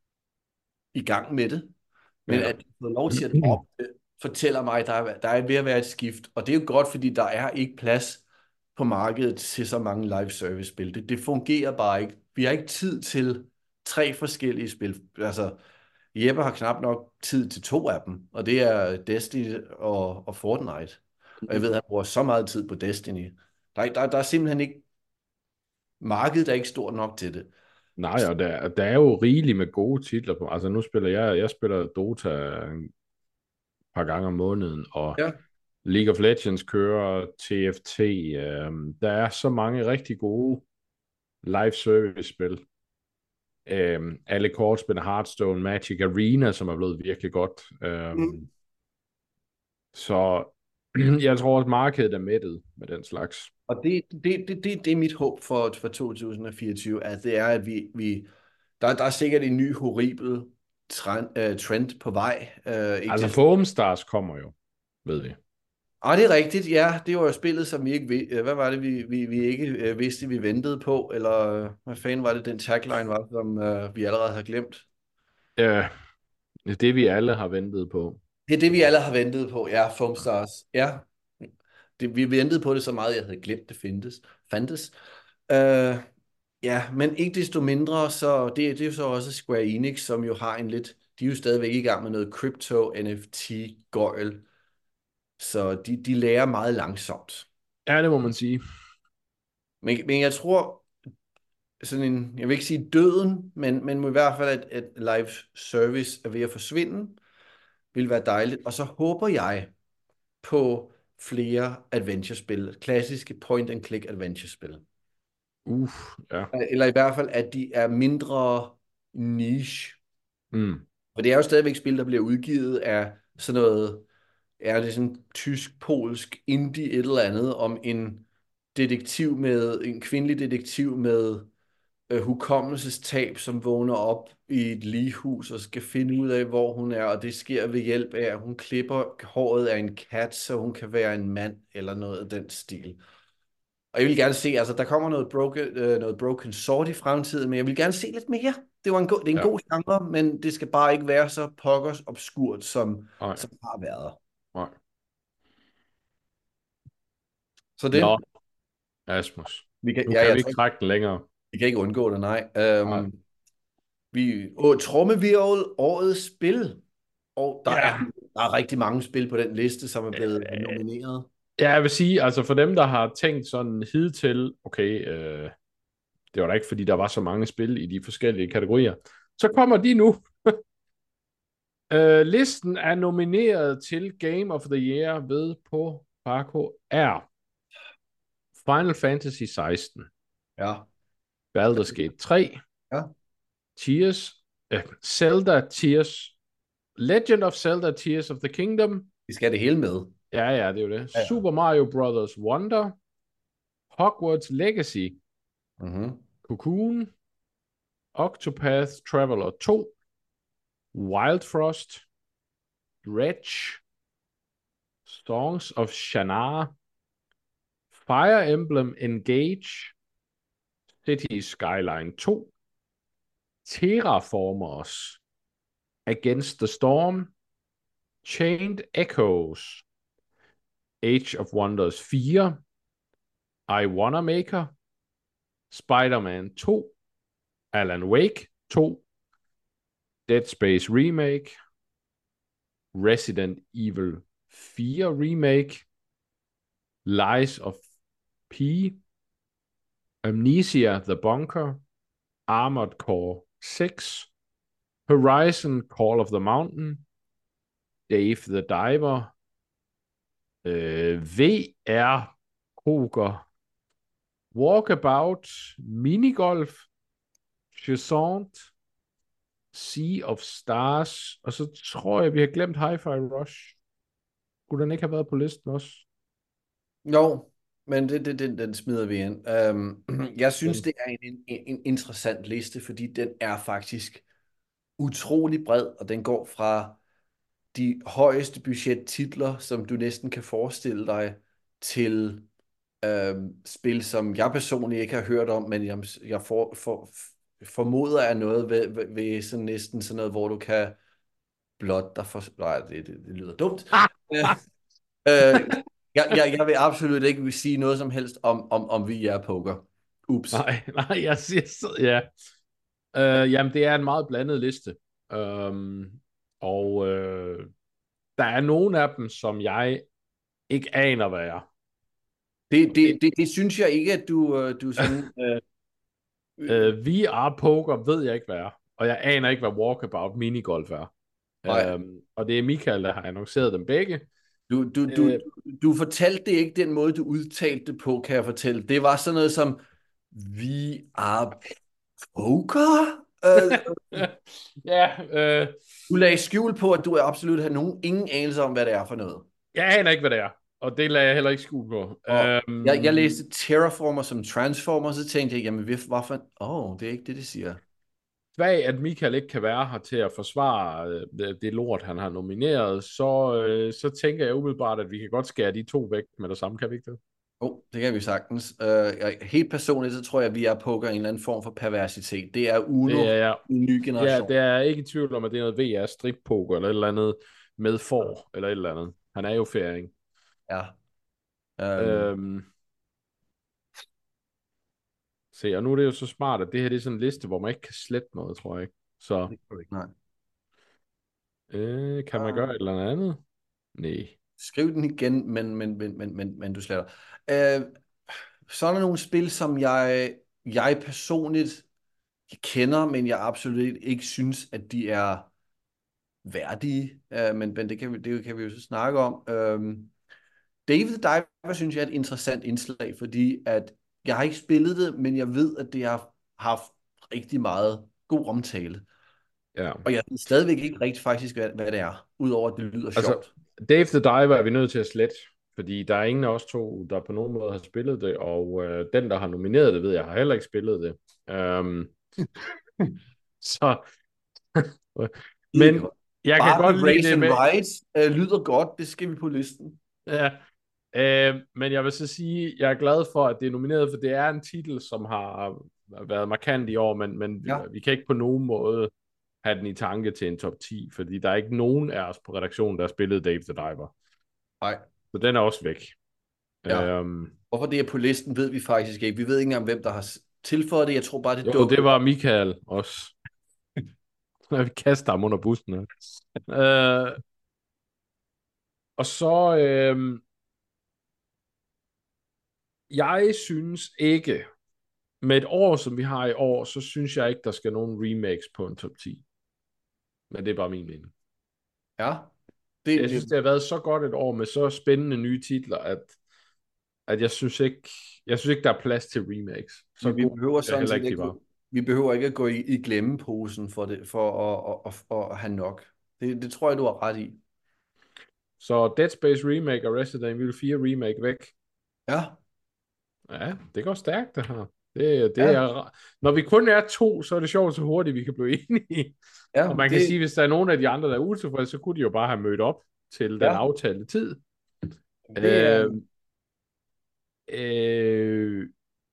i gang med det. Men Ja. at de har fået lov til at droppe det, fortæller mig, at der er, der er ved at være et skift. Og det er jo godt, fordi der er ikke plads på markedet til så mange live service spil. Det, det fungerer bare ikke. Vi har ikke tid til tre forskellige spil. Altså, Jeppe har knap nok tid til to af dem, og det er Destiny og, og Fortnite. Og jeg ved, at han bruger så meget tid på Destiny. Der, der, der er simpelthen ikke, markedet er ikke stort nok til det. Nej, og der, der er jo rigeligt med gode titler på. Altså nu spiller jeg, jeg spiller Dota et par gange om måneden, og Ja. League of Legends kører T F T. Øhm, der er så mange rigtig gode live service spil. Øhm, alle kortspil, Hearthstone, Magic Arena, som er blevet virkelig godt. Øhm, Mm. Så jeg tror også, markedet er mættet med den slags. Og det, det, det, det, det er mit håb for, for to tusind fireogtyve, at det er, at vi, vi der, der er sikkert en ny horribel trend, uh, trend på vej. Uh, ikke Altså det... Foam Stars kommer jo, ved vi. Ah, det er rigtigt, ja. Det var jo spillet, som vi ikke ved, hvad var det, vi, vi, vi ikke uh, vidste, vi ventede på, eller uh, hvad fanden var det, den tagline var, som uh, vi allerede har glemt. Ja, det er det, vi alle har ventet på. Det er det, vi alle har ventet på, ja, Foam Stars. Ja, det, vi ventede på det så meget, jeg havde glemt, det findes, fandtes. Uh, ja, men ikke desto mindre, så det, det er jo så også Square Enix, som jo har en lidt, de er jo stadigvæk i gang med noget crypto, N F T-gøjl, så de, de lærer meget langsomt. Ja, det må man sige. Men, men jeg tror, sådan en, jeg vil ikke sige døden, men, men i hvert fald, at, at live service er ved at forsvinde, vil være dejligt. Og så håber jeg på flere adventure-spil, klassiske point-and-click adventure-spil. Uff, ja. Eller i hvert fald, at de er mindre niche. Mm. For det er jo stadigvæk spil, der bliver udgivet af sådan noget, er det sådan tysk-polsk indie et eller andet, om en detektiv med, en kvindelig detektiv med øh, hukommelsestab, som vågner op i et lighus og skal finde ud af, hvor hun er, og det sker ved hjælp af, at hun klipper håret af en kat, så hun kan være en mand, eller noget af den stil. Og jeg vil gerne se, altså der kommer noget Broken, øh, noget Broken Sword i fremtiden, men jeg vil gerne se lidt mere. Det, var en go- det er en Ja. god genre, men det skal bare ikke være så pokkers obskurt, som, Nej. som har været. Nej. Så det, Nå, Asmus. vi kan, Nu ja, kan jeg vi tror, ikke trække den længere. vi kan ikke undgå det, nej. Nej. Um, vi, åh, trommevirvel, årets spil, og der, Ja. er, der er rigtig mange spil på den liste, som er blevet nomineret. Ja, jeg vil sige, altså for dem, der har tænkt sådan hidtil, okay, øh, det var da ikke, fordi der var så mange spil i de forskellige kategorier, så kommer de nu. øh, listen er nomineret til Game of the Year ved på Paco er Final Fantasy seksten, Ja. Baldur's Gate tre, Ja. Tears, øh, Zelda Tears, Legend of Zelda Tears of the Kingdom. Vi skal have det hele med. Ja, ja, det er jo det. Ja. Super Mario Bros. Wonder, Hogwarts Legacy, Mm-hmm. Cocoon, Octopath Traveler to, Wild Frost, Dredge, Songs of Shannara, Fire Emblem Engage, Cities Skyline to, Terraformers, Against the Storm, Chained Echoes, Age of Wonders fire, I Wanna Maker, Spider-Man to, Alan Wake to, Dead Space Remake, Resident Evil fire Remake, Lies of P, Amnesia The Bunker, Armored Core seks, Horizon Call of the Mountain, Dave the Diver, øh, V R Poker, Walkabout, Minigolf, Chessant, Sea of Stars, og så tror jeg, vi har glemt Hi-Fi Rush. Skulle den ikke have været på listen også? Jo, men det, det, den, den smider vi ind. Um, jeg synes, Den- det er en, en, en interessant liste, fordi den er faktisk utrolig bred, og den går fra de højeste budgettitler, som du næsten kan forestille dig, til øh, spil, som jeg personligt ikke har hørt om, men jeg, jeg for, for, formoder er noget ved, ved, ved sådan næsten sådan noget, hvor du kan blot der for... Nej, det, det, det lyder dumt. Øh, øh, jeg, jeg, jeg vil absolut ikke sige noget som helst om, om, om V R Poker. Ups. Nej, nej, jeg siger, ja. Øh, jamen, det er en meget blandet liste. Øhm, og øh, der er nogle af dem, som jeg ikke aner, hvad er. Det, det, det, det synes jeg ikke, at du, øh, du sådan... Øh, Øh, V R Poker ved jeg ikke, hvad er. Og jeg aner ikke, hvad Walkabout Minigolf er. nej. Øhm, og det er Michael, der har annonceret dem begge. Du, du, du, Øh, du fortalte det ikke den måde, du udtalte det på, kan jeg fortælle. Det var sådan noget som, vi er poker? Øh, ja, øh, du lagde skjul på, at du absolut har nogen, ingen anelse om, hvad det er for noget. jeg aner ikke, hvad det er. Og det lader jeg heller ikke skue på. Og Øhm, jeg, jeg læste Terraformer som Transformer, så tænkte jeg, jamen, hvorfor? Åh, oh, det er ikke det, det siger. Kvæg, at Michael ikke kan være her til at forsvare øh, det lort, han har nomineret, så, øh, så tænker jeg umiddelbart, at vi kan godt skære de to væk med det samme, kan vi ikke det? Oh, det kan vi sagtens. Uh, jeg, helt personligt, så tror jeg, at vi er poker en eller anden form for perversitet. Det er Uno Det er, ja, i en ny ja, generation. det er ikke i tvivl om, at det er noget V R strip-poker eller et eller andet med for, eller et eller andet. Han er jo færing. Ja. Um, Øhm, se, og nu er det jo så smart, at det her det er sådan en liste, hvor man ikke kan slette noget, tror jeg ikke. Så det kan du ikke, nej. øh, kan man gøre et eller andet? Nej. Skriv den igen, men, men, men, men, men, men du sletter. Uh, så er der nogle spil, som jeg, jeg personligt kender, men jeg absolut ikke synes, at de er værdige. Uh, men, men det, kan vi, det kan vi jo så snakke om. Uh, David the Diver synes jeg er et interessant indslag, fordi at jeg har ikke spillet det, men jeg ved, at det har haft rigtig meget god omtale. Ja. Og jeg ved stadigvæk ikke rigtig faktisk, hvad, hvad det er, udover at det lyder Altså, sjovt. Dave the Diver er vi nødt til at slette, fordi der er ingen af os to, der på nogen måde har spillet det, og øh, den, der har nomineret det, ved jeg, har heller ikke spillet det. Um, så, men jeg kan godt lide Race det and med... Ride øh, lyder godt, det skal vi på listen. Ja, øh, men jeg vil så sige, jeg er glad for, at det er nomineret, for det er en titel, som har været markant i år, men, men Ja. vi, vi kan ikke på nogen måde have den i tanke til en top ti, fordi der er ikke nogen af os på redaktionen, der har spillet Dave the Diver. Nej. Så den er også væk. Ja. Øhm, Hvorfor det er på listen, ved vi faktisk ikke. Vi ved ikke engang, hvem der har tilføjet det. Jeg tror bare, det jo, dukker. det var Michael også. Vi kaster ham under bussen. øh, og så... Øh, jeg synes ikke, med et år, som vi har i år, så synes jeg ikke, der skal nogen remakes på en top ti. Men det er bare min mening. Ja. Det, Jeg synes, det har været så godt et år med så spændende nye titler, at, at jeg synes ikke, jeg synes ikke, der er plads til remakes. Så vi, god behøver er sådan heller set ikke, de ikke, var. vi behøver ikke at gå i, i glemmeposen for, det, for at, at, at, at have nok. Det, det tror jeg, du har ret i. Så Dead Space Remake og Resident Evil fire Remake væk. Ja. Ja, det går stærkt, det her. Det, det Ja. er, når vi kun er to, så er det sjovt, så hurtigt vi kan blive enige. Ja, Og man det, kan sige, hvis der er nogen af de andre, der er utilfredse, så kunne de jo bare have mødt op til den Ja. aftalte tid. det er, Øh, øh,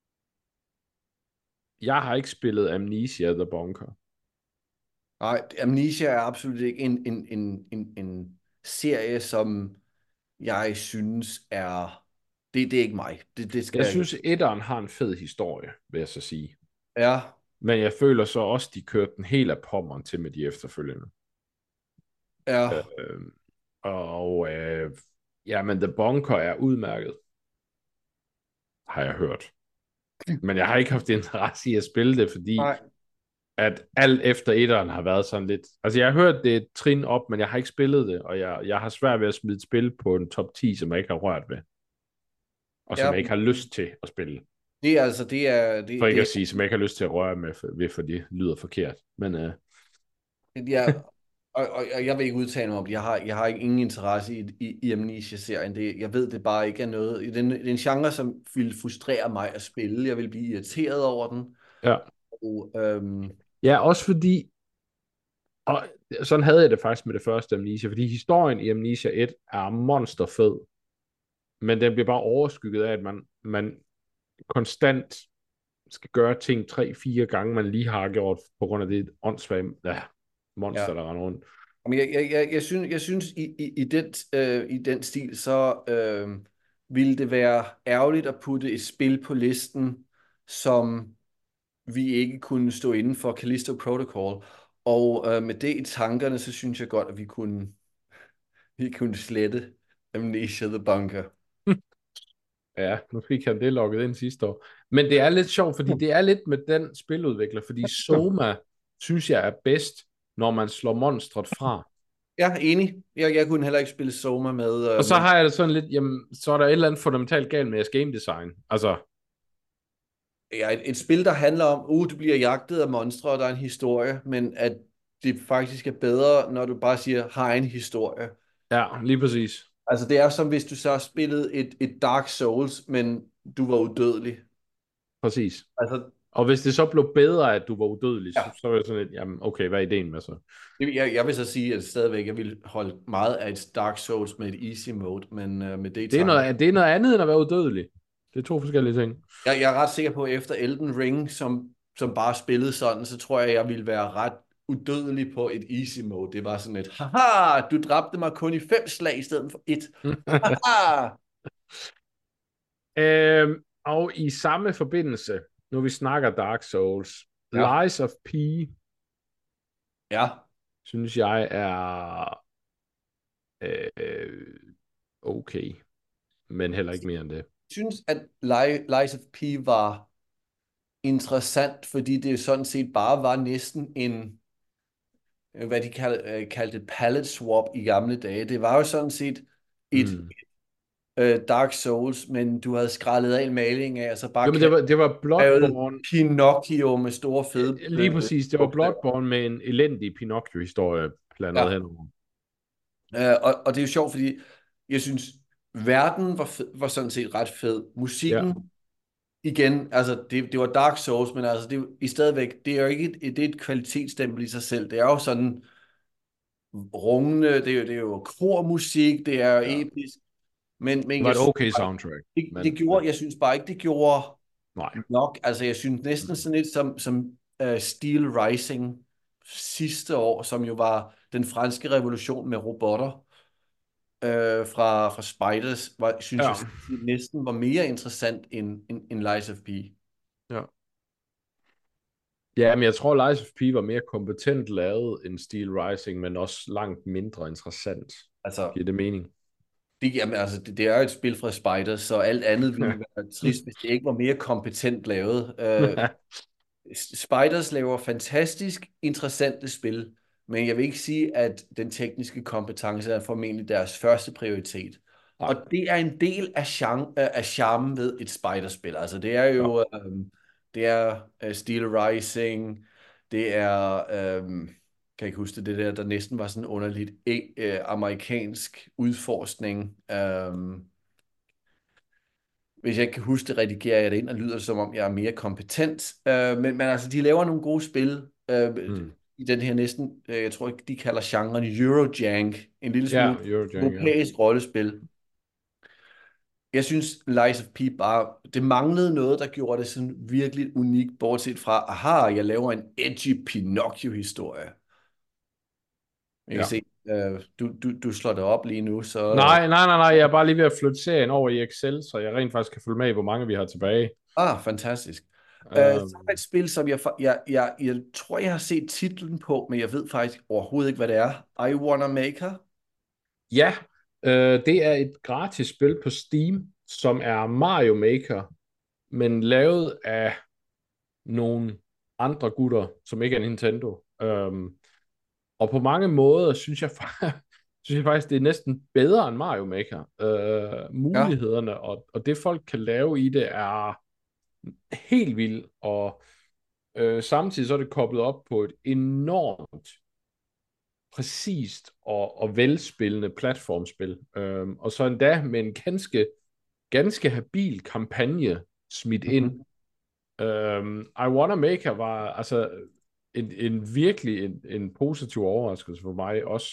jeg har ikke spillet Amnesia The Bunker. nej, Amnesia er absolut ikke en, en, en, en, en serie, som jeg synes er... Det, det er ikke mig. Det, det skal Jeg synes, etteren har en fed historie, vil jeg så sige. Ja, Men jeg føler så også, de kørte den helt af pommeren til med de efterfølgende. ja. Øh, og øh, ja, men The Bunker er udmærket, har jeg hørt. Men jeg har ikke haft interesse i at spille det, fordi Nej. at alt efter etteren har været sådan lidt... Altså, jeg har hørt det et trin op, men jeg har ikke spillet det, og jeg, jeg har svært ved at smide et spil på en top ti, som jeg ikke har rørt ved. Og som Ja. jeg ikke har lyst til at spille. Det er altså, det er... Det, For ikke det, at sige, som jeg ikke har lyst til at røre med, for, ved, for det lyder forkert. Men øh, Ja, og, og, og jeg vil ikke udtale mig om det. Jeg har, jeg har ikke ingen interesse i, i, i Amnesia-serien. Det, jeg ved, det bare ikke er noget... Den, det er en genre, som vil frustrere mig at spille. Jeg vil blive irriteret over den. ja. Og, øhm, Ja, også fordi Og sådan havde jeg det faktisk med det første Amnesia, fordi historien i Amnesia et er monsterfed, men den bliver bare overskygget af, at man, man konstant skal gøre ting tre-fire gange, man lige har gjort, på grund af det åndssvage ja, Ja. monster, der render rundt. Men jeg, jeg, jeg, jeg synes, jeg synes i, i, i, den, øh, i den stil, så øh, ville det være ærgerligt at putte et spil på listen, som vi ikke kunne stå inden for Callisto Protocol. Og øh, med det i tankerne, så synes jeg godt, at vi kunne, vi kunne slette Amnesia the Bunker. Ja, nu fik han det logget ind sidste år. Men det er lidt sjovt, fordi det er lidt med den spiludvikler, fordi Soma, synes jeg, er bedst, når man slår monstret fra. Ja, enig. Jeg, jeg kunne heller ikke spille Soma med... Øh, Og så med... har jeg det sådan lidt, jamen, så er der et eller andet fundamentalt galt med jeres game design. Altså, Ja, et, et spil, der handler om, uh, du bliver jagtet af monstre, og der er en historie, men at det faktisk er bedre, når du bare siger, har en historie. ja, lige præcis. Altså, det er som hvis du så spillede et, et Dark Souls, men du var udødelig. Præcis. Altså, Og hvis det så blev bedre, at du var udødelig, ja. så, så var jeg sådan lidt, jamen, okay, hvad er ideen med så? Jeg, jeg vil så sige, at stadigvæk, jeg vil holde meget af et Dark Souls med et easy mode, men uh, med det i Det er, noget, det er noget andet, end at være udødelig. Det er to forskellige ting. Jeg, jeg er ret sikker på, at efter Elden Ring, som, som bare spillede sådan, så tror jeg, jeg ville være ret udødelig på et easy mode. Det var sådan et, haha, du dræbte mig kun i fem slag i stedet for et. Haha! øhm, og i samme forbindelse, når vi snakker Dark Souls, Ja. Lies of P, Ja, synes jeg er øh, okay, men heller ikke mere end det. jeg synes, at Li- Lies of P var interessant, fordi det sådan set bare var næsten en, øh, hvad de kaldte, øh, kaldte et palette swap i gamle dage. Det var jo sådan set et Mm. øh, Dark Souls, men du havde skrællet al maling af, og så bare Jo, men det var, det var lavet Bloodborne. Pinocchio med store fede... Lige præcis, det var Bloodborne med en elendig Pinocchio-historie blandet Ja. henover. Øh, og, og det er jo sjovt, fordi jeg synes, verden var, fed, var sådan set ret fed. Musikken, ja. Igen, altså det, det var Dark Souls, men altså det, er jo- i stadigvæk, det er jo ikke et, det er et kvalitetsstempel i sig selv. Det er jo sådan rungende, det er jo, det er jo kormusik, det er jo Ja. episk, men, men Det var jeg et synes okay bare, soundtrack. det, Men, det gjorde, jeg synes bare ikke, det gjorde nej. nok. Altså jeg synes næsten sådan lidt som, som uh, Steel Rising sidste år, som jo var den franske revolution med robotter. Øh, fra, fra Spiders, var, synes Ja. jeg næsten var mere interessant end, end, end Lies of P. Ja. Ja, men jeg tror, Lies of P var mere kompetent lavet end Steel Rising, men også langt mindre interessant. Altså, Giver det mening? det, jamen, altså det, det er jo et spil fra Spiders, så alt andet ville være trist, hvis det ikke var mere kompetent lavet. Øh, Spiders laver fantastisk interessante spil, men jeg vil ikke sige, at den tekniske kompetence er formentlig deres første prioritet. Nej. Og det er en del af, charme, af charmen ved et Spider-spil. Altså det er jo, ja. øhm, det er uh, Steel Rising, det er, øhm, kan jeg ikke huske det, det der, der næsten var sådan underligt eh, amerikansk udforskning. Øhm, Hvis jeg ikke kan huske det, redigerer jeg det ind, og lyder det som om, jeg er mere kompetent. Øh, men, men altså, de laver nogle gode spil øh, mm. i den her næsten, øh, jeg tror ikke, de kalder genren Eurojank. En lille smule Ja, Eurojank, europæisk ja. rollespil. Jeg synes, Lies of P bare, det manglede noget, der gjorde det sådan virkelig unikt, bortset fra, aha, jeg laver en edgy Pinocchio-historie. Jeg kan Ja. se, øh, du, du, du slår det op lige nu, så... Nej, nej, nej, nej, jeg er bare lige ved at flytte serien over i Excel, så jeg rent faktisk kan følge med i, hvor mange vi har tilbage. Ah, fantastisk. Um, Uh, så er et spil, som jeg, fa- jeg, jeg, jeg tror, jeg har set titlen på, men jeg ved faktisk overhovedet ikke, hvad det er. I Wanna Maker? Ja, øh, det er et gratis spil på Steam, som er Mario Maker, men lavet af nogle andre gutter, som ikke er Nintendo. Um, og på mange måder synes jeg, synes jeg faktisk, det er næsten bedre end Mario Maker. Uh, mulighederne ja. og, og det folk kan lave i det er helt vildt, og øh, samtidig så er det koblet op på et enormt præcist og, og velspillende platformspil. Øhm, og så endda med en ganske, ganske habil kampagne smidt ind. Mm-hmm. Øhm, I Wanna Maker var, altså, en, en virkelig en, en positiv overraskelse for mig også.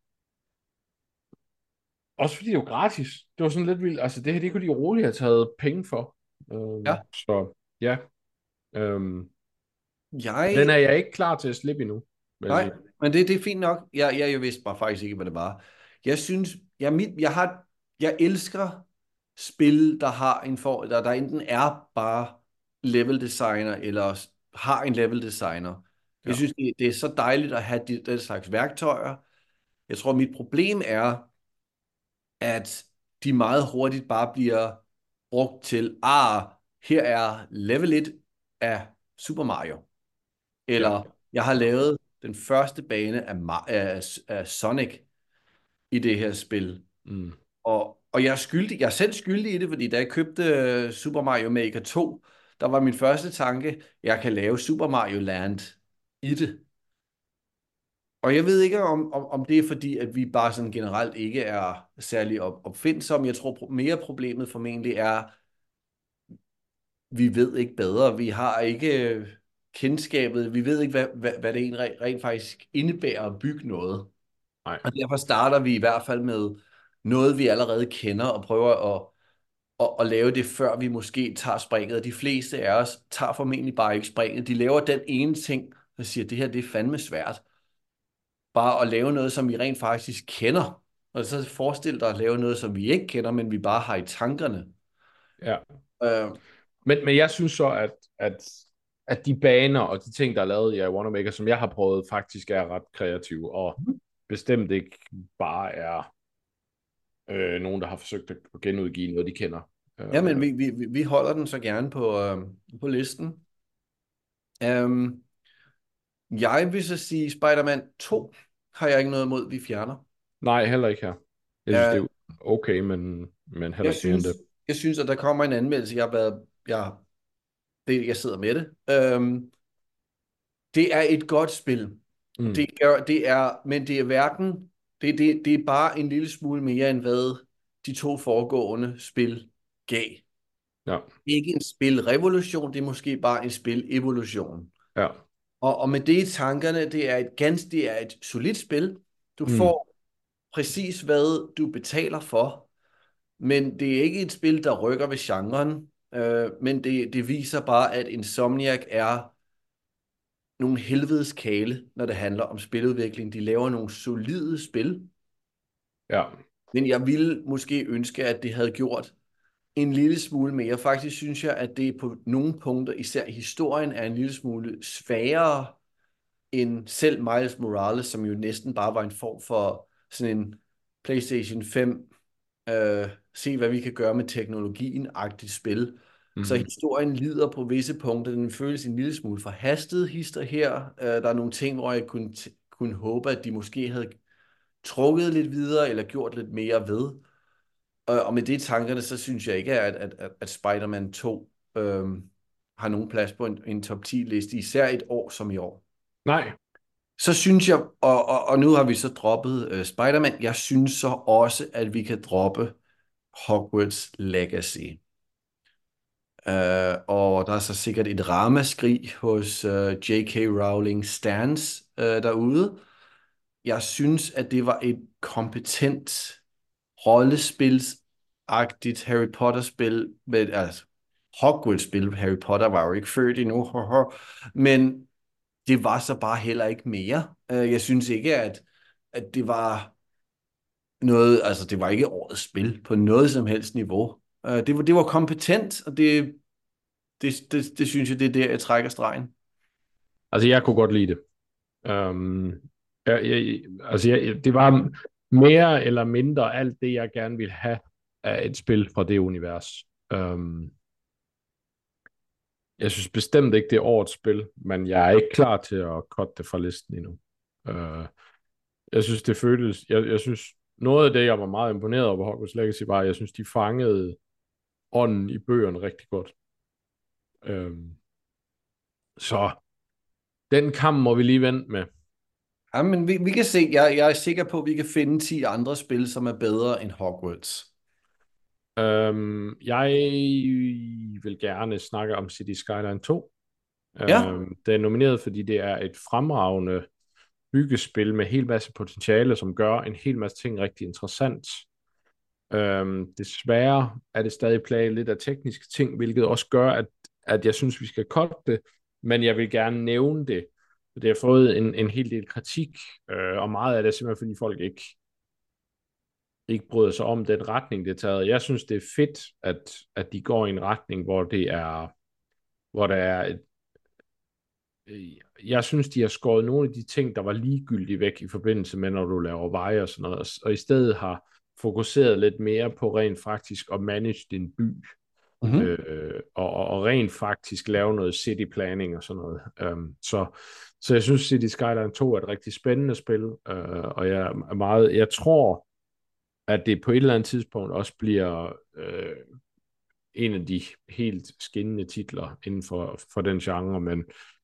Også fordi det var gratis. Det var sådan lidt vildt. Altså det her, det kunne de roligt have taget penge for. Ja, Øhm, så ja, øhm, den jeg... er jeg ikke klar til at slippe endnu, vil jeg Nej, sige. men det, det er fint nok. Jeg, jeg, jeg vidste bare faktisk ikke, hvad det var. Jeg synes, jeg, mit, jeg har, jeg elsker spil, der har en for, der, der enten er bare level designer, eller har en level designer. Jeg Ja. synes, det, det er så dejligt at have de, den slags værktøjer. Jeg tror, mit problem er, at de meget hurtigt bare bliver brugt til, ah, her er level et af Super Mario. Ja. Eller jeg har lavet den første bane af, Ma- af, af Sonic i det her spil. Mm. Og, og jeg er skyldig, jeg er selv skyldig i det, fordi da jeg købte øh, Super Mario Maker to, der var min første tanke, jeg kan lave Super Mario Land i det. Og jeg ved ikke, om, om, om det er fordi, at vi bare sådan generelt ikke er særlig op, opfindsomme. Jeg tror pro- mere problemet formentlig er, vi ved ikke bedre. Vi har ikke øh, kendskabet. Vi ved ikke, hvad, hvad, hvad det egentlig rent, rent faktisk indebærer at bygge noget. Nej. Og derfor starter vi i hvert fald med noget, vi allerede kender, og prøver at, at, at lave det, før vi måske tager springet. Og de fleste af os tager formentlig bare ikke springet. De laver den ene ting, og siger, det her det er fandme svært. Bare at lave noget, som vi rent faktisk kender. Og så forestil dig at lave noget, som vi ikke kender, men vi bare har i tankerne. Ja. Øh, Men, men jeg synes så, at, at, at de baner og de ting, der er lavet i I Wanna Maker, som jeg har prøvet, faktisk er ret kreative, og bestemt ikke bare er øh, nogen, der har forsøgt at genudgive noget, de kender. ja, Øh, men vi, vi, vi vi holder den så gerne på, øh, på listen. Um, jeg vil så sige, Spider-Man to har jeg ikke noget imod, vi fjerner. nej, heller ikke her. Jeg synes, det Uh, er okay, men, men heller jeg ikke mere end synes, det. jeg synes, at der kommer en anmeldelse. Jeg har været, jeg, det, jeg sidder med det. Um, det er et godt spil. Mm. Det er, det er, men det er hverken, det, det, det er bare en lille smule mere, end hvad de to foregående spil gav. Ja, Ikke en spilrevolution, det er måske bare en spilevolution. ja. Og, og med det i tankerne, det er et ganske, det er et solidt spil. Du Mm. får præcis, hvad du betaler for, men det er ikke et spil, der rykker ved genren, øh, men det, det viser bare, at Insomniac er nogle helvedes kale, når det handler om spiludvikling. De laver nogle solide spil, Ja, men jeg ville måske ønske, at det havde gjort en lille smule mere. Faktisk synes jeg, at det på nogle punkter, især i historien, er en lille smule sværere end selv Miles Morales, som jo næsten bare var en form for sådan en PlayStation fem, øh, se hvad vi kan gøre med teknologien-agtigt spil. Så mm. historien lider på visse punkter. Den føles en lille smule forhastet hister her. Øh, der er nogle ting, hvor jeg kunne, kunne håbe, at de måske havde trukket lidt videre, eller gjort lidt mere ved. Og, og med det i tankerne, så synes jeg ikke, at, at, at, at Spider-Man to øh, har nogen plads på en, en top ti-liste, især et år som i år. Nej. Så synes jeg, og, og, og nu har vi så droppet uh, Spider-Man, jeg synes så også, at vi kan droppe Hogwarts Legacy. Uh, og der er så sikkert et ramaskrig hos uh, J K. Rowling Stans uh, derude. Jeg synes, at det var et kompetent rollespilsagtigt Harry Potter-spil, med, altså Hogwarts-spil. Harry Potter var jo ikke født endnu, men det var så bare heller ikke mere. Øh, Jeg synes ikke, at, at det var noget, altså det var ikke årets spil på noget som helst niveau. Øh, Det var, det var kompetent, og det, det, det, det synes jeg, det er der, jeg trækker stregen. Altså, jeg kunne godt lide det. Um, jeg, jeg, altså, jeg, det var mere eller mindre alt det, jeg gerne ville have af et spil fra det univers. Um, jeg synes bestemt ikke, det er årets spil, men jeg er ikke klar til at cutte det fra listen endnu. Uh, jeg synes, det føltes... Jeg, jeg synes, noget af det, jeg var meget imponeret over Hogwarts Legacy, var, at jeg synes, de fangede ånden i bøgerne rigtig godt. Um, så den kamp må vi lige vente med. Ja, men vi, vi kan se, jeg, jeg er sikker på, at vi kan finde ti andre spil, som er bedre end Hogwarts. Øhm, jeg vil gerne snakke om City Skyline to. Ja. Øh, det er nomineret, fordi det er et fremragende byggespil med en hel masse potentiale, som gør en hel masse ting rigtig interessant. Øhm, desværre er det stadig plaget lidt af tekniske ting, hvilket også gør, at, at jeg synes, vi skal cutte det, men jeg vil gerne nævne det. Det har fået en, en hel del kritik, øh, og meget af det er simpelthen, fordi folk ikke, ikke bryder sig om den retning, det er taget. Jeg synes, det er fedt, at, at de går i en retning, hvor det er, hvor der er et, jeg synes, de har skåret nogle af de ting, der var ligegyldige væk i forbindelse med, når du laver veje og sådan noget, og, og i stedet har fokuseret lidt mere på rent faktisk at manage din by, Mm-hmm. øh, og, og, og rent faktisk lave noget city planning og sådan noget. Um, så, så jeg synes, City Skyline to er et rigtig spændende spil, øh, og jeg er meget, jeg tror, at det på et eller andet tidspunkt også bliver øh, en af de helt skinnende titler inden for, for den genre, men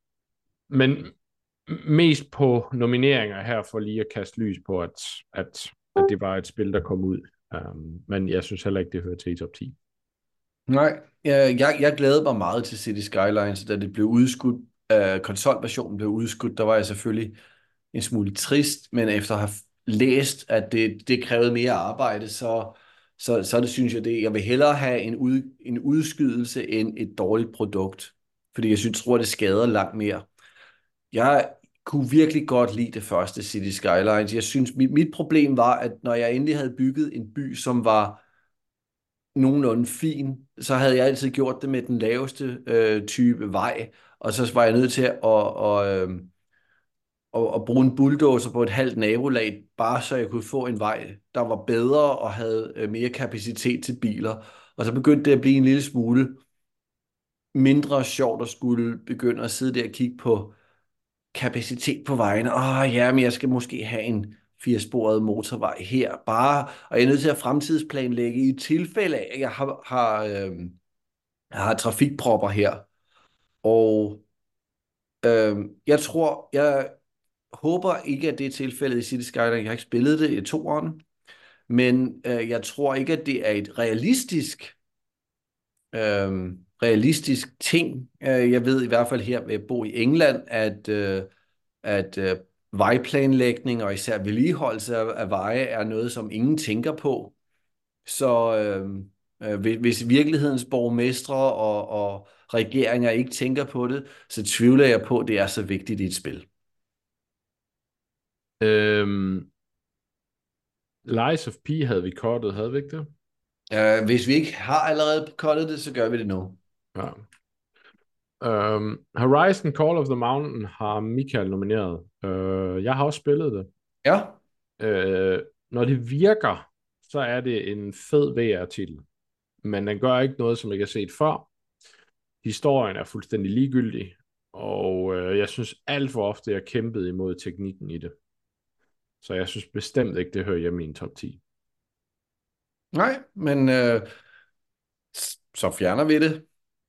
men mest på nomineringer her for lige at kaste lys på, at, at, at det var et spil, der kom ud. Um, men jeg synes heller ikke, det hører til i top ti. Nej, jeg, jeg, jeg glædede mig meget til City Skylines, da det blev udskudt. Øh, konsolversionen blev udskudt, der var jeg selvfølgelig en smule trist, men efter at have læst, at det, det krævede mere arbejde, så, så, så det synes jeg det. Jeg vil hellere have en, ud, en udskydelse end et dårligt produkt, fordi jeg synes, tror, det skader langt mere. Jeg kunne virkelig godt lide det første City Skylines. Jeg synes, mit, mit problem var, at når jeg endelig havde bygget en by, som var nogenlunde fin, så havde jeg altid gjort det med den laveste øh, type vej, og så var jeg nødt til at, og, øh, at, at bruge en bulldozer på et halvt nabolag, bare så jeg kunne få en vej, der var bedre og havde øh, mere kapacitet til biler. Og så begyndte det at blive en lille smule mindre sjovt at skulle begynde at sidde der og kigge på kapacitet på vejene. Åh ja, men jeg skal måske have en firesporet motorvej her, bare, og jeg er nødt til at fremtidsplanlægge i tilfælde af, at jeg har, har, øh, har trafikpropper her. Og øh, jeg tror, jeg håber ikke, at det er tilfældet i City Skyline. Jeg har ikke spillet det i toeren, men øh, jeg tror ikke, at det er et realistisk øh, realistisk ting. Øh, Jeg ved i hvert fald her ved at bo i England, at, øh, at øh, vejplanlægning og især vedligeholdelse af, af veje er noget, som ingen tænker på. Så øh, øh, hvis hvis virkelighedens borgmestre og, og regeringer ikke tænker på det, så tvivler jeg på, at det er så vigtigt i et spil. Øhm, Lies of P havde vi kortet, havde vi ikke det? Øh, hvis vi ikke har allerede cuttet det, så gør vi det nu. Ja. Øhm, Horizon Call of the Mountain har Michael nomineret. Øh, jeg har også spillet det. Ja, Øh, når det virker, så er det en fed V R-titel. Men den gør ikke noget, som jeg har set før. Historien er fuldstændig ligegyldig, og øh, jeg synes alt for ofte, jeg kæmpede imod teknikken i det. Så jeg synes bestemt ikke, det hører hjemme i en top ti. nej, men øh, s- så fjerner vi det.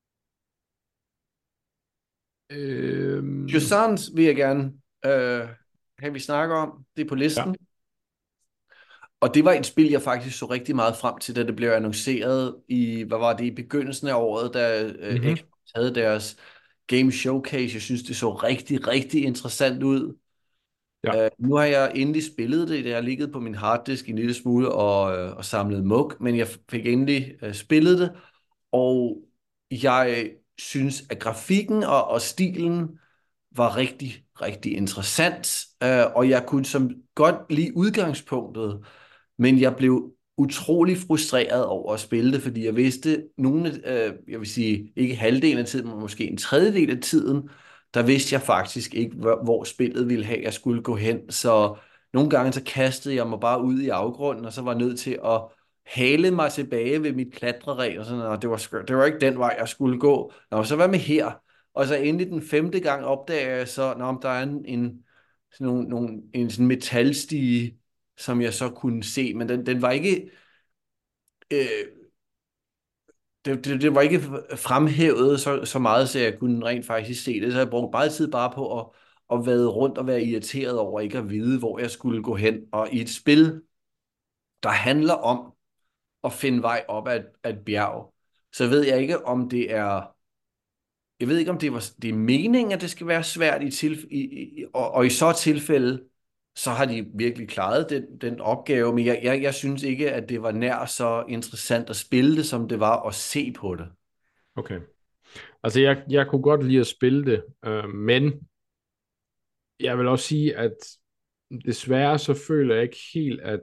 Øhm, Jusans vil jeg gerne øh, have, vi snakker om. Det er på ja. listen. Og det var et spil, jeg faktisk så rigtig meget frem til, da det blev annonceret i, hvad var det, i begyndelsen af året, da øh, Mm-hmm. Xbox havde deres Game Showcase. Jeg synes, det så rigtig, rigtig interessant ud. Ja. Uh, nu har jeg endelig spillet det. Det har ligget på min harddisk en lille smule og, øh, og samlet mug, men jeg fik endelig uh, spillet det, og jeg synes, at grafikken og, og stilen var rigtig, rigtig interessant, uh, og jeg kunne som godt lide udgangspunktet, men jeg blev utrolig frustreret over at spille det, fordi jeg vidste, nogle, øh, jeg vil sige, ikke halvdelen af tiden, men måske en tredjedel af tiden, der vidste jeg faktisk ikke, hvor, hvor spillet ville have, jeg skulle gå hen. Så nogle gange så kastede jeg mig bare ud i afgrunden, og så var jeg nødt til at hale mig tilbage ved mit klatreræb, og sådan noget. Det var, skørt. Det var ikke den vej, jeg skulle gå. Nå, så hvad med her? Og så endelig den femte gang opdager jeg så, at der er en, en, sådan nogle, nogle, en sådan metalstige, som jeg så kunne se, men den, den var ikke øh, det, det, det var ikke fremhævet så, så meget, så jeg kunne rent faktisk se det, så jeg brugte meget tid bare på at, at vade rundt og være irriteret over ikke at vide, hvor jeg skulle gå hen. Og i et spil, der handler om at finde vej op ad, ad et bjerg, så ved jeg ikke, om det er jeg ved ikke, om det var det er meningen, at det skal være svært i, tilf- i, i og, og i så tilfælde, så har de virkelig klaret den, den opgave, men jeg, jeg, jeg synes ikke, at det var nær så interessant at spille det, som det var at se på det. Okay. Altså, jeg, jeg kunne godt lide at spille det, øh, men jeg vil også sige, at desværre så føler jeg ikke helt, at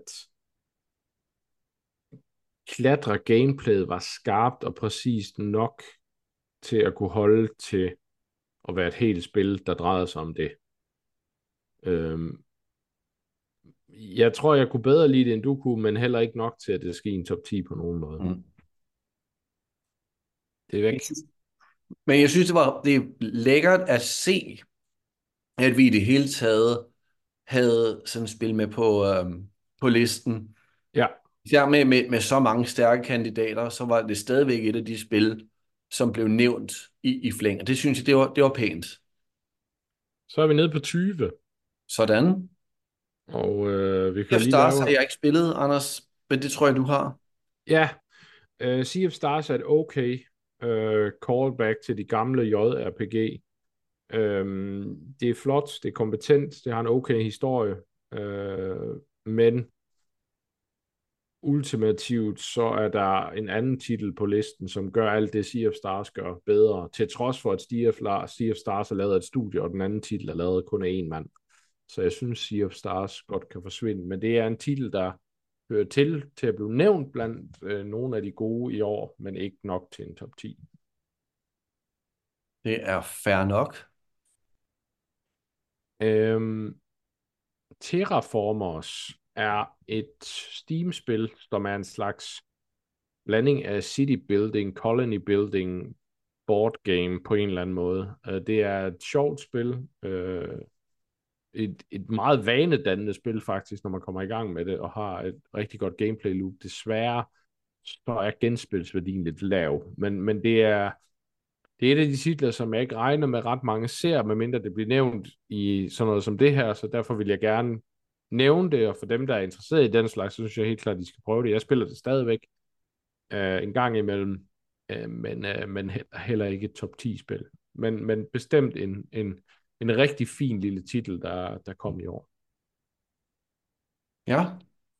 klatre gameplayet var skarpt og præcist nok til at kunne holde til at være et helt spil, der drejede sig om det. Øhm, jeg tror, jeg kunne bedre lide det, end du kunne, men heller ikke nok til, at det skal i en top ti på nogen måde. Mm. Det er væk. Men jeg synes, det var det er lækkert at se, at vi i det hele taget havde sådan et spil med på, øhm, på listen. Ja, Især med, med, med så mange stærke kandidater, så var det stadigvæk et af de spil, som blev nævnt i, i flæng. Og det synes jeg, det var, det var pænt. så er vi nede på tyve, Sådan. og øh, vi Sea kan of lige Stars lave... har jeg ikke spillet, Anders, men det tror jeg, du har. Ja, uh, Sea of Stars er et okay uh, callback til de gamle J R P G. Um, det er flot, det er kompetent, det har en okay historie, uh, men ultimativt så er der en anden titel på listen, som gør alt det, Sea of Stars gør bedre, til trods for, at Sea of, sea of Stars er lavet af et studie, og den anden titel er lavet kun af en mand. Så jeg synes, Sea of Stars godt kan forsvinde, men det er en titel, der hører til til at blive nævnt blandt øh, nogle af de gode i år, men ikke nok til en top ti. Det er fair nok. Øhm, Terraformers er et Steam-spil, som er en slags blanding af city building, colony building, board game på en eller anden måde. Uh, det er et sjovt spil, uh, et, et meget vanedannende spil faktisk, når man kommer i gang med det, og har et rigtig godt gameplay loop. Desværre så er genspilsværdien lidt lav, men, men det er det er et af de titler, som jeg ikke regner med ret mange ser, medmindre det bliver nævnt i sådan noget som det her, så derfor vil jeg gerne nævne det, og for dem, der er interesseret i den slags, så synes jeg helt klart, at de skal prøve det. Jeg spiller det stadigvæk uh, en gang imellem, uh, men, uh, men heller ikke et top ti-spil. Men, men bestemt en, en, en rigtig fin lille titel, der, der kom i år. Ja.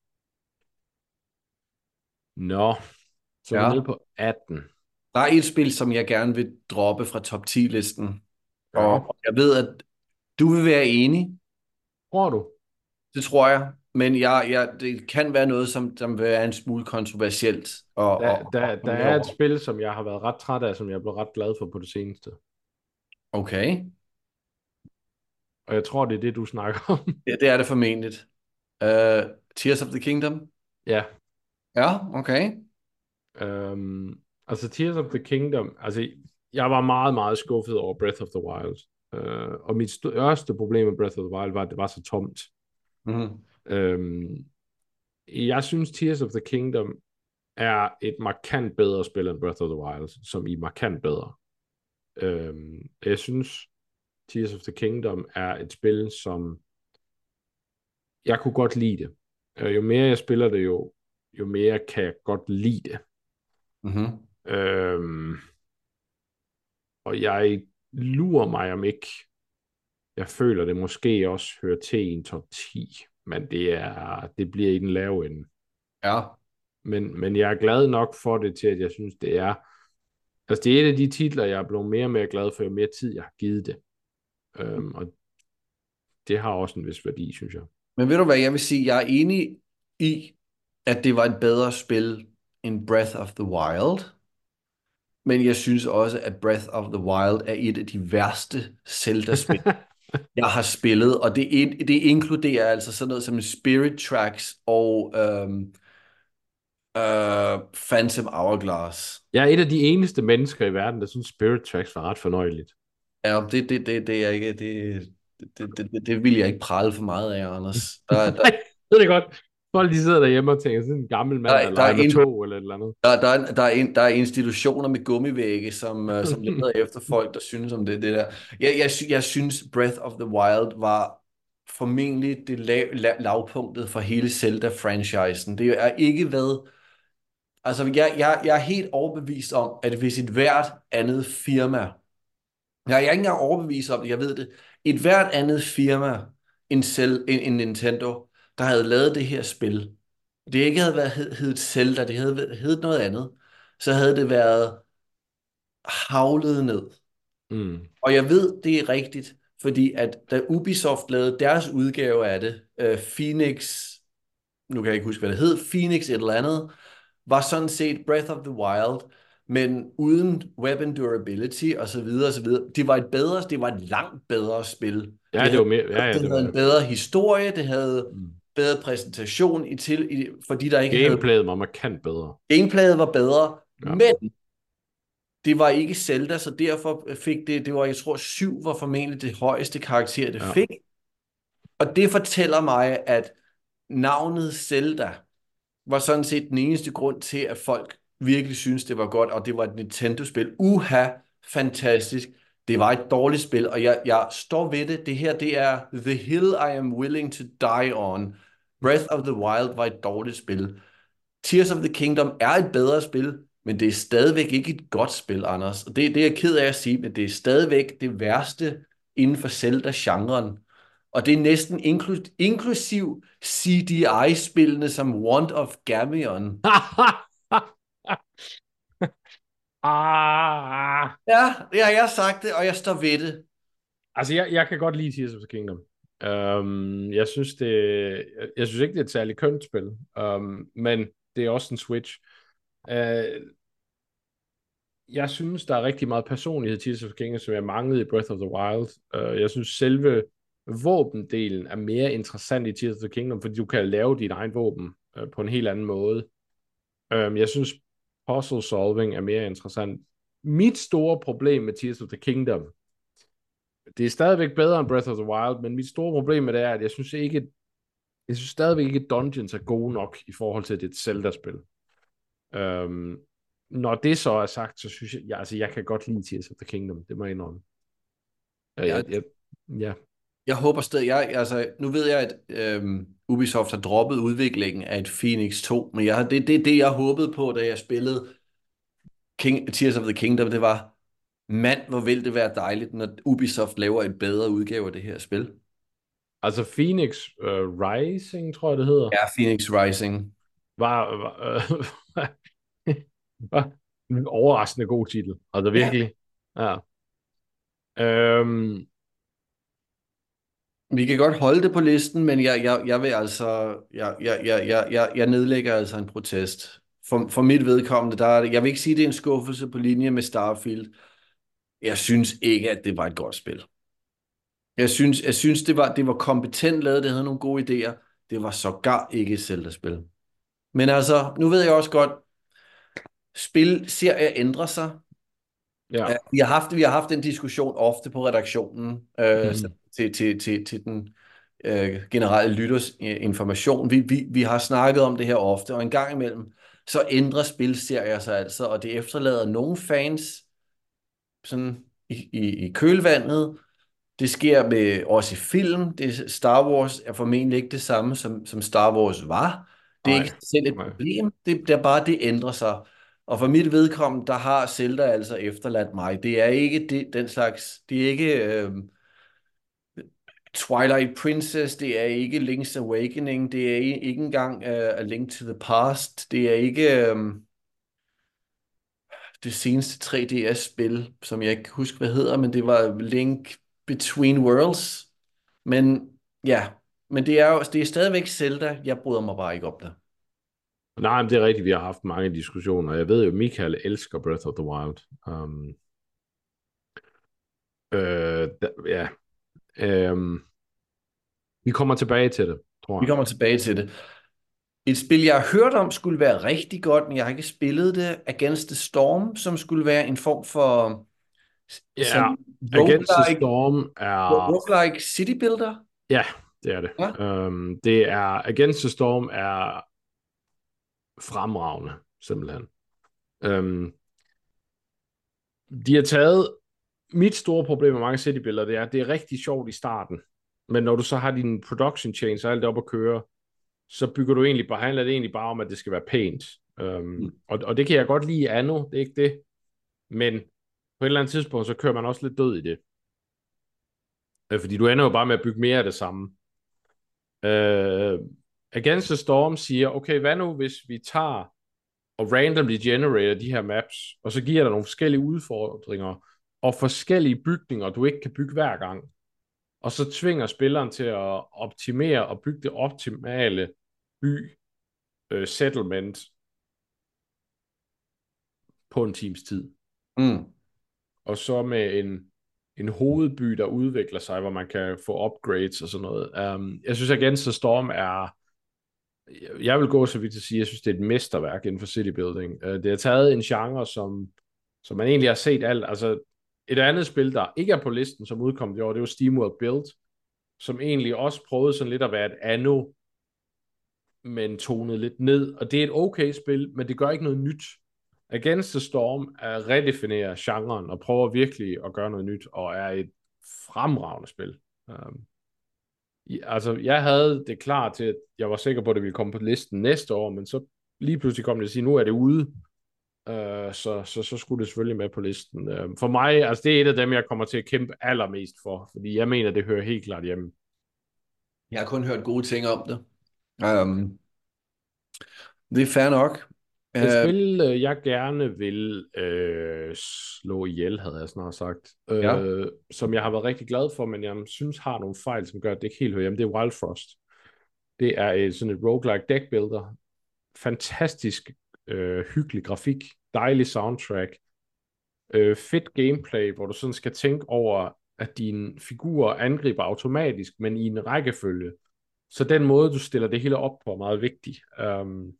Nå, så er vi Ja. nede på atten. Der er et spil, som jeg gerne vil droppe fra top ti-listen. Ja. Og jeg ved, at du vil være enig. Tror du? Det tror jeg. Men jeg, jeg, det kan være noget, som, som vil være en smule kontroversielt. Og, Der, og, der, og, der er et spil, som jeg har været ret træt af, som jeg blev ret glad for på det seneste. Okay. Og jeg tror, det er det, du snakker om. Ja, det er det formentlig. Uh, Tears of the Kingdom? Ja. Ja, okay. Um, altså Tears of the Kingdom, altså jeg var meget, meget skuffet over Breath of the Wild. Uh, og mit største problem med Breath of the Wild var, at det var så tomt. Mm-hmm. Um, jeg synes, Tears of the Kingdom er et markant bedre spil end Breath of the Wild, som i markant bedre. Um, jeg synes, Tears of the Kingdom er et spil, som jeg kunne godt lide det. Uh, jo mere jeg spiller det, jo, jo mere kan jeg godt lide det. Mm-hmm. Um, og jeg lurer mig om ikke, jeg føler det måske også hører til i en top ti, men det, er, det bliver i den lave ende. Ja. Men, men jeg er glad nok for det til, at jeg synes, det er... Altså, det er et af de titler, jeg er blevet mere og mere glad for, jo mere tid jeg har givet det. Um, og det har også en vis værdi, synes jeg. Men ved du hvad, jeg vil sige, jeg er enig i, at det var et bedre spil end Breath of the Wild. Men jeg synes også, at Breath of the Wild er et af de værste Zelda-spil, jeg har spillet. Og det, det inkluderer altså sådan noget som Spirit Tracks og øhm, øh, Phantom Hourglass. Jeg er et af de eneste mennesker i verden, der synes Spirit Tracks var ret fornøjeligt. Ja, det, det, det, det er ikke... Det, det, det, det, det vil jeg ikke prale for meget af, Anders. Der, der, Nej, det er det godt. Folk de sidder derhjemme og tænker, sådan en gammel mand, der, der, der er leger med en, tog eller et eller andet. der, der, er, der, er en, der er institutioner med gummivægge, som, uh, som leder efter folk, der synes om det, det der. Jeg, jeg, sy- jeg synes, Breath of the Wild var formentlig det lav, lav, lavpunktet for hele Zelda-franchisen. Det er ikke hvad... Altså, jeg, jeg, jeg er helt overbevist om, at hvis et hvert andet firma Jeg er ikke engang overbevist om det, jeg ved det. Et hvert andet firma end, selv, end, end Nintendo, der havde lavet det her spil, det ikke havde været hed, heddet Zelda, det havde været- heddet noget andet, så havde det været havlet ned. Mm. Og jeg ved, det er rigtigt, fordi at da Ubisoft lavede deres udgave af det, uh, Phoenix, nu kan jeg ikke huske, hvad det hed, Phoenix et eller andet, var sådan set Breath of the Wild, men uden weapon durability og så videre og så videre. Det var et bedre, det var et langt bedre spil. Ja, Det det havde, var mere, ja, ja, det det var havde en det. bedre historie, det havde Mm. bedre præsentation i til, i, for de der ikke havde Gameplayet var markant bedre. gameplayet var bedre, Ja. men det var ikke Zelda, så derfor fik det, det var, jeg tror, syv var formentlig det højeste karakter, det Ja. fik. Og det fortæller mig, at navnet Zelda var sådan set den eneste grund til, at folk virkelig synes det var godt, og det var et Nintendo-spil. Uha, fantastisk. Det var et dårligt spil, og jeg, jeg står ved det. Det her, det er The Hill I am willing to die on. Breath of the Wild var et dårligt spil. Tears of the Kingdom er et bedre spil, men det er stadigvæk ikke et godt spil, Anders. Og det, det er jeg ked af at sige, men det er stadigvæk det værste inden for Zelda-genren. Og det er næsten inklu- inklusiv C D I-spillene som Want of Gamion. ah, Ja, ja, jeg har sagt det, og jeg står ved det. altså, jeg, jeg kan godt lide Tears of the Kingdom. Um, jeg synes det, jeg, jeg synes ikke det er et særligt kønt spil, um, men det er også en Switch. Uh, jeg synes der er rigtig meget personlighed i Tears of the Kingdom, som jeg manglede i Breath of the Wild. Uh, jeg synes selve våbendelen er mere interessant i Tears of the Kingdom, fordi du kan lave din egen våben uh, på en helt anden måde. Um, jeg synes puzzle solving er mere interessant. Mit store problem med Tears of the Kingdom, det er stadigvæk bedre end Breath of the Wild, men mit store problem med det er, at jeg synes ikke, jeg synes stadigvæk ikke, at dungeons er gode nok i forhold til det Zelda-spil. Um, når det så er sagt, så synes jeg, jeg, altså jeg kan godt lide Tears of the Kingdom, det må jeg indrømme. Jeg, Ja, jeg, jeg, ja. jeg håber stadig, jeg, altså, nu ved jeg, at øhm, Ubisoft har droppet udviklingen af et Phoenix to, men jeg, det er det, det, jeg håbede på, da jeg spillede King, Tears of the Kingdom, det var, mand, hvor vil det være dejligt, når Ubisoft laver en bedre udgave af det her spil. Altså Phoenix uh, Rising, tror jeg det hedder, Ja, Phoenix Rising. var, var, uh, var en overraskende god titel. Altså Ja. virkelig. Ja. Øhm, Vi kan godt holde det på listen, men jeg, jeg, jeg vil altså, jeg, jeg, jeg, jeg, jeg jeg nedlægger altså en protest. For, for mit vedkommende, der er det, jeg vil ikke sige, at det er en skuffelse på linje med Starfield. Jeg synes ikke, at det var et godt spil. Jeg synes, jeg synes det var, det var kompetent lavet, det havde nogle gode idéer. Det var sågar ikke et Zelda-spil. Men altså, nu ved jeg også godt, spil, serier ændrer sig. ja. Ja, vi har haft, vi har haft en diskussion ofte på redaktionen øh, Mm. til, til, til, til den øh, generelle lytters øh, information. Vi, vi, vi har snakket om det her ofte, og en gang imellem, så ændrer spilserier sig altså, og det efterlader nogle fans sådan i, i, i kølvandet. Det sker med også i film. Det, Star Wars er formentlig ikke det samme, som, som Star Wars var. Det er Nej, ikke selv et nej. problem. Det, det er bare, det ændrer sig. Og for mit vedkommende, der har Zelda altså efterladt mig. Det er ikke det, den slags... Det er ikke øh, Twilight Princess. Det er ikke Link's Awakening. Det er ikke, ikke engang øh, A Link to the Past. Det er ikke... Øh, det seneste tre D S-spil, som jeg ikke husker, hvad hedder, men det var Link Between Worlds. Men ja, men det er jo det er stadigvæk Zelda. Jeg bryder mig bare ikke om det. Nej, men det er rigtigt, vi har haft mange diskussioner. Jeg ved jo, Michael elsker Breath of the Wild. Um, øh, da, ja. Um, vi kommer tilbage til det, tror Vi jeg. kommer tilbage til det. Et spil, jeg har hørt om, skulle være rigtig godt, men jeg har ikke spillet det. Against the Storm, som skulle være en form for Ja, sådan Against the roguelike, Storm er... roguelike city builder. Ja, det er det. Ja. Um, det er... Against the Storm er fremragende, simpelthen. Um, de har taget... Mit store problem med mange citybilleder, det er, at det er rigtig sjovt i starten. Men når du så har din production chain, så er alt op at køre, så bygger du egentlig bare, handler det egentlig bare om, at det skal være pænt. Um, Mm. og, og det kan jeg godt lide i Anno, det er ikke det. Men på et eller andet tidspunkt, så kører man også lidt død i det. Øh, Fordi du ender jo bare med at bygge mere af det samme. Øh, Against the Storm siger, okay, hvad nu hvis vi tager og randomly generator de her maps, og så giver der nogle forskellige udfordringer, og forskellige bygninger, du ikke kan bygge hver gang. Og så tvinger spilleren til at optimere og bygge det optimale by øh, settlement på en times tid. Mm. Og så med en, en hovedby, der udvikler sig, hvor man kan få upgrades og sådan noget. Um, jeg synes, Against the Storm er... Jeg vil gå så vidt til at sige, at jeg synes, det er et mesterværk inden for city building. Uh, det har taget en genre, som, som man egentlig har set alt. Altså, et andet spil, der ikke er på listen, som udkom i år, det var SteamWorld Build, som egentlig også prøvede sådan lidt at være et anno, men tonet lidt ned. Og det er et okay spil, men det gør ikke noget nyt. Against the Storm er redefinerer genren og prøver virkelig at gøre noget nyt, og er et fremragende spil. Um, i, altså, jeg havde det klar til, at jeg var sikker på, at det ville komme på listen næste år, men så lige pludselig kom det at sige, nu er det ude. Uh, så, så, så skulle det selvfølgelig med på listen. Uh, for mig, altså det er et af dem, jeg kommer til at kæmpe allermest for, fordi jeg mener, det hører helt klart hjemme. Jeg har kun hørt gode ting om det. Um, det er fair nok. Et Uh, spil, øh, jeg gerne vil øh, slå ihjel, havde jeg snart sagt, Ja. øh, som jeg har været rigtig glad for, men jeg synes har nogle fejl, som gør, at det ikke helt hører hjemme, det er Wild Frost. Det er et, sådan et roguelike deck builder. Fantastisk øh, hyggelig grafik, dejlig soundtrack, øh, fedt gameplay, hvor du sådan skal tænke over, at dine figurer angriber automatisk, men i en rækkefølge. Så den måde, du stiller det hele op på, er meget vigtig. Um,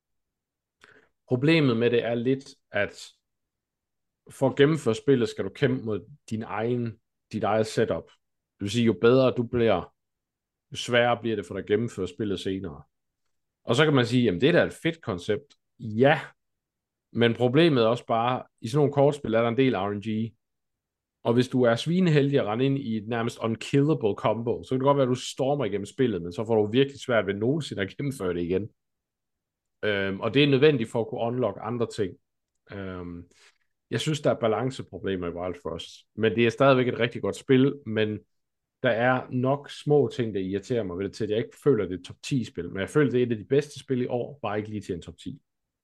Problemet med det er lidt, at for at gennemføre spillet, skal du kæmpe mod din egen, dit eget setup. Det vil sige, jo bedre du bliver, jo sværere bliver det for dig at gennemføre spillet senere. Og så kan man sige, jamen det er da et fedt koncept. Ja, men problemet er også bare, i sådan nogle kortspil er der en del R N G. Og hvis du er svineheldig at rende ind i et nærmest unkillable combo, så kan det godt være, at du stormer igennem spillet, men så får du virkelig svært ved nogensinde at gennemføre det igen. Øhm, og det er nødvendigt for at kunne unlock andre ting. Øhm, jeg synes, der er balanceproblemer i Wild Frost, men det er stadigvæk et rigtig godt spil, men der er nok små ting, der irriterer mig ved det til, at jeg ikke føler, at det er et top ti-spil, men jeg føler, det er et af de bedste spil i år, bare ikke lige til en top ti.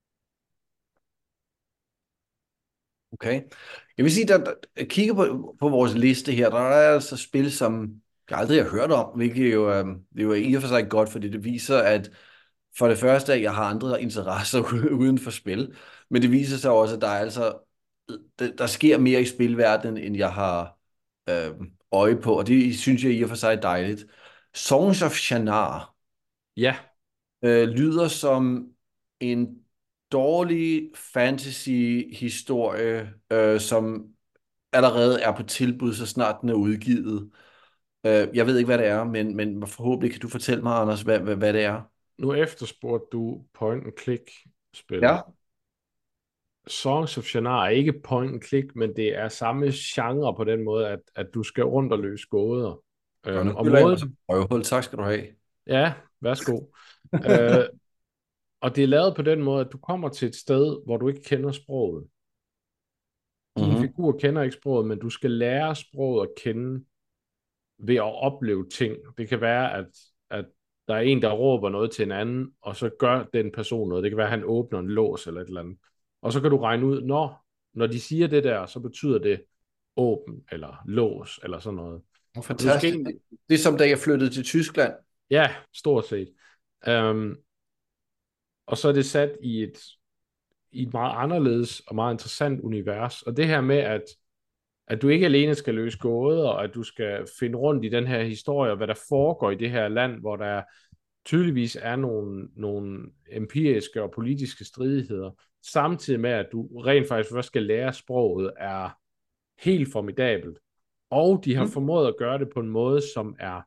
Okay. Jeg vil sige, der, der kigger på, på vores liste her, der er altså spil, som jeg aldrig har hørt om, hvilket jo, øh, det er jo i og for sig godt, fordi det viser, at for det første, at jeg har andre interesser uden for spil, men det viser sig også, at der er altså, der, der sker mere i spilverdenen, end jeg har øh, øje på, og det synes jeg i og for sig er dejligt. Songs of Shannara Ja, øh, lyder som en dårlig fantasy-historie, øh, som allerede er på tilbud, så snart den er udgivet. Øh, jeg ved ikke, hvad det er, men, men forhåbentlig kan du fortælle mig, Anders, hvad, hvad, hvad det er. nu efterspurgte du point-and-click-spil. Ja. Songs of Shannara er ikke point-and-click, men det er samme genre på den måde, at, at du skal rundt og løse gåder. Og Øhm, nu og føler jeg mig måden, som røvhul. Tak skal du have. ja, værsgo. øh, og det er lavet på den måde, at du kommer til et sted, hvor du ikke kender sproget. Din Mm-hmm. figur kender ikke sproget, men du skal lære sproget at kende ved at opleve ting. Det kan være, at, at der er en, der råber noget til en anden, og så gør den person noget. Det kan være, at han åbner en lås eller et eller andet. Og så kan du regne ud, når, når de siger det der, så betyder det åben eller lås eller sådan noget. Fantastisk. Egentlig... Det er som da jeg flyttede til Tyskland. Ja, stort set. Um, og så er det sat i et, i et meget anderledes og meget interessant univers. Og det her med, at, at du ikke alene skal løse gåder, og at du skal finde rundt i den her historie, og hvad der foregår i det her land, hvor der tydeligvis er nogle, nogle empiriske og politiske stridigheder, samtidig med, at du rent faktisk først skal lære sproget, er helt formidabelt. Og de har Mm. formået at gøre det på en måde, som er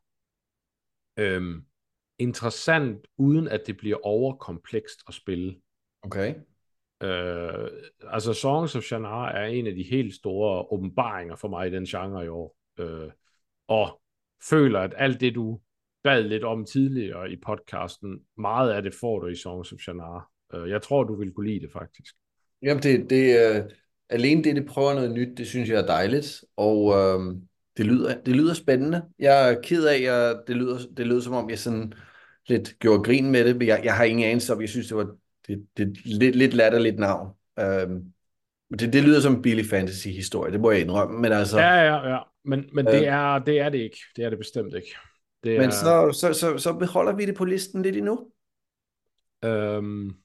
øhm, interessant, uden at det bliver overkomplekst at spille. Okay. Øh, altså Songs of Shannara er en af de helt store åbenbaringer for mig i den genre i år. Øh, og føler, at alt det, du bad lidt om tidligere i podcasten, meget af det får du i Songs of Shannara. Øh, jeg tror, du vil kunne lide det, faktisk. Jamen, det, det, øh, alene det, det prøver noget nyt, det synes jeg er dejligt, og øhm, det lyder, det lyder spændende. Jeg er ked af, at det lyder, det lyder som om, jeg sådan lidt gjorde grin med det, men jeg, jeg har ingen anelse om, jeg synes, det var det, det lidt, lidt latterligt navn. Øhm, men det, det lyder som en billig fantasy-historie, det må jeg indrømme, men altså, Ja, ja, ja. Men, men det, øh, er, det er det ikke. Det er det bestemt ikke. Det men er... så, så, så, så beholder vi det på listen lidt endnu. Øhm,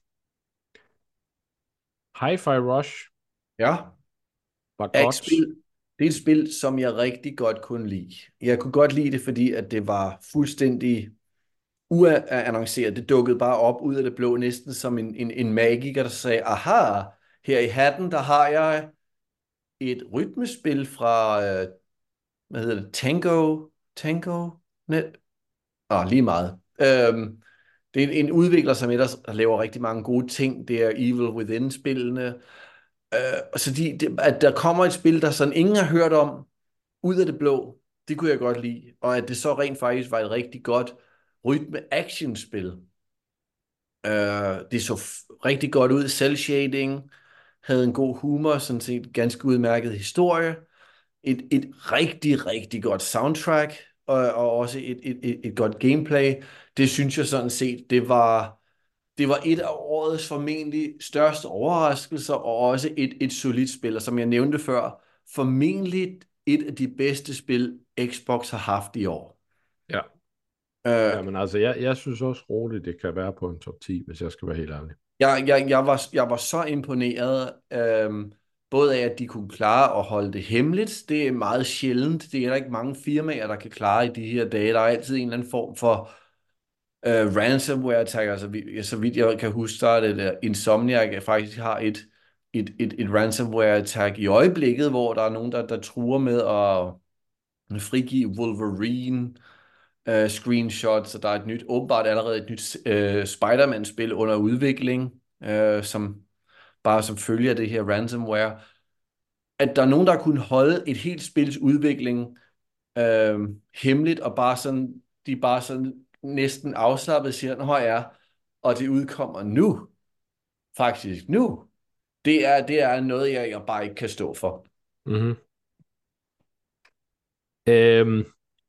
Hi-Fi Rush Ja. var Er et godt. spil, det er et spil, som jeg rigtig godt kunne lide. Jeg kunne godt lide det, fordi at det var fuldstændig uannonceret. Det dukkede bare op ud af det blå, næsten som en, en, en magiker, der sagde, aha, her i hatten, der har jeg et rytmespil fra, øh, hvad hedder det, Tango, Tango, net? Ah, lige meget. Øhm, det er en, en udvikler, som ellers laver rigtig mange gode ting. Det er Evil Within-spillene. Øh, så de, de, at der kommer et spil, der sådan ingen har hørt om, ud af det blå, det kunne jeg godt lide. Og at det så rent faktisk var et rigtig godt rytme-action-spil. Øh, det så f- rigtig godt ud, cel-shading, havde en god humor, sådan set ganske udmærket historie, et, et rigtig, rigtig godt soundtrack, og, og også et, et, et, et godt gameplay. Det synes jeg sådan set, det var, det var et af årets formentlig største overraskelser, og også et, et solidt spil, og som jeg nævnte før, formentlig et af de bedste spil, Xbox har haft i år. Ja. Øh, Ja, men altså, jeg, jeg synes også roligt, det kan være på en top ti, hvis jeg skal være helt ærlig. Jeg, jeg, jeg, var, jeg var så imponeret, øhm, både af, at de kunne klare at holde det hemmeligt. Det er meget sjældent. Det er der ikke mange firmaer, der kan klare i de her dage. Der er altid en eller anden form for øh, ransomware attack. Altså, vi, så vidt jeg kan huske, så er det der Insomniac faktisk har et, et, et, et ransomware attack i øjeblikket, hvor der er nogen, der, der truer med at frigive Wolverine uh, screenshots, og der er et nyt, åbenbart allerede et nyt uh, Spider-Man-spil under udvikling, uh, som bare som følge af det her ransomware. At der er nogen, der kunne holde et helt spils udvikling uh, hemmeligt, og bare sådan, de bare sådan næsten afslappet siger, nå ja, og det udkommer nu, faktisk nu. Det er, det er noget, jeg, jeg bare ikke kan stå for. Mm-hmm. Øhm.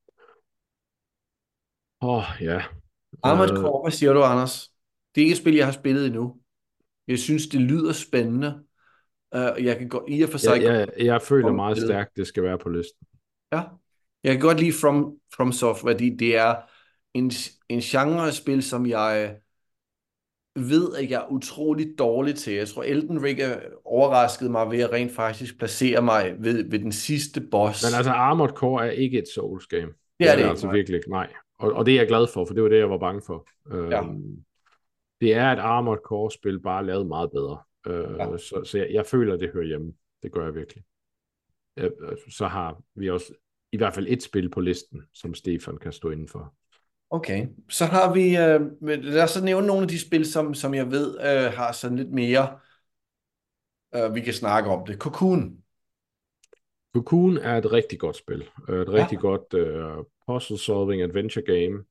Åh, oh, ja. Armored Øh, Core, hvad siger du, Anders? Det er ikke et spil, jeg har spillet endnu. Jeg synes, det lyder spændende. Uh, jeg kan godt i og for sig jeg, jeg, jeg føler om meget spillet. stærkt, det skal være på listen. Ja. Jeg kan godt lide From, From Software, fordi det er en, en genre af spil, som jeg ved, at jeg er utroligt dårlig til. Jeg tror, Elden Ring overraskede mig ved at rent faktisk placere mig ved, ved den sidste boss. Men altså, Armored Core er ikke et Souls game. Det, det er er det det ikke, altså nej. virkelig ikke, nej. Og, og det er jeg glad for, for det var det, jeg var bange for. Ja. Øhm, det er et Armored Core-spil, bare lavet meget bedre. Øh, Ja. Så, så jeg, jeg føler, det hører hjemme. Det gør jeg virkelig. Øh, så har vi også i hvert fald et spil på listen, som Stefan kan stå indenfor. Okay, så har vi, øh, lad os så nævne nogle af de spil, som, som jeg ved øh, har sådan lidt mere, øh, vi kan snakke om det. Cocoon. Cocoon er et rigtig godt spil. Et Ja. rigtig godt uh, puzzle-solving adventure game.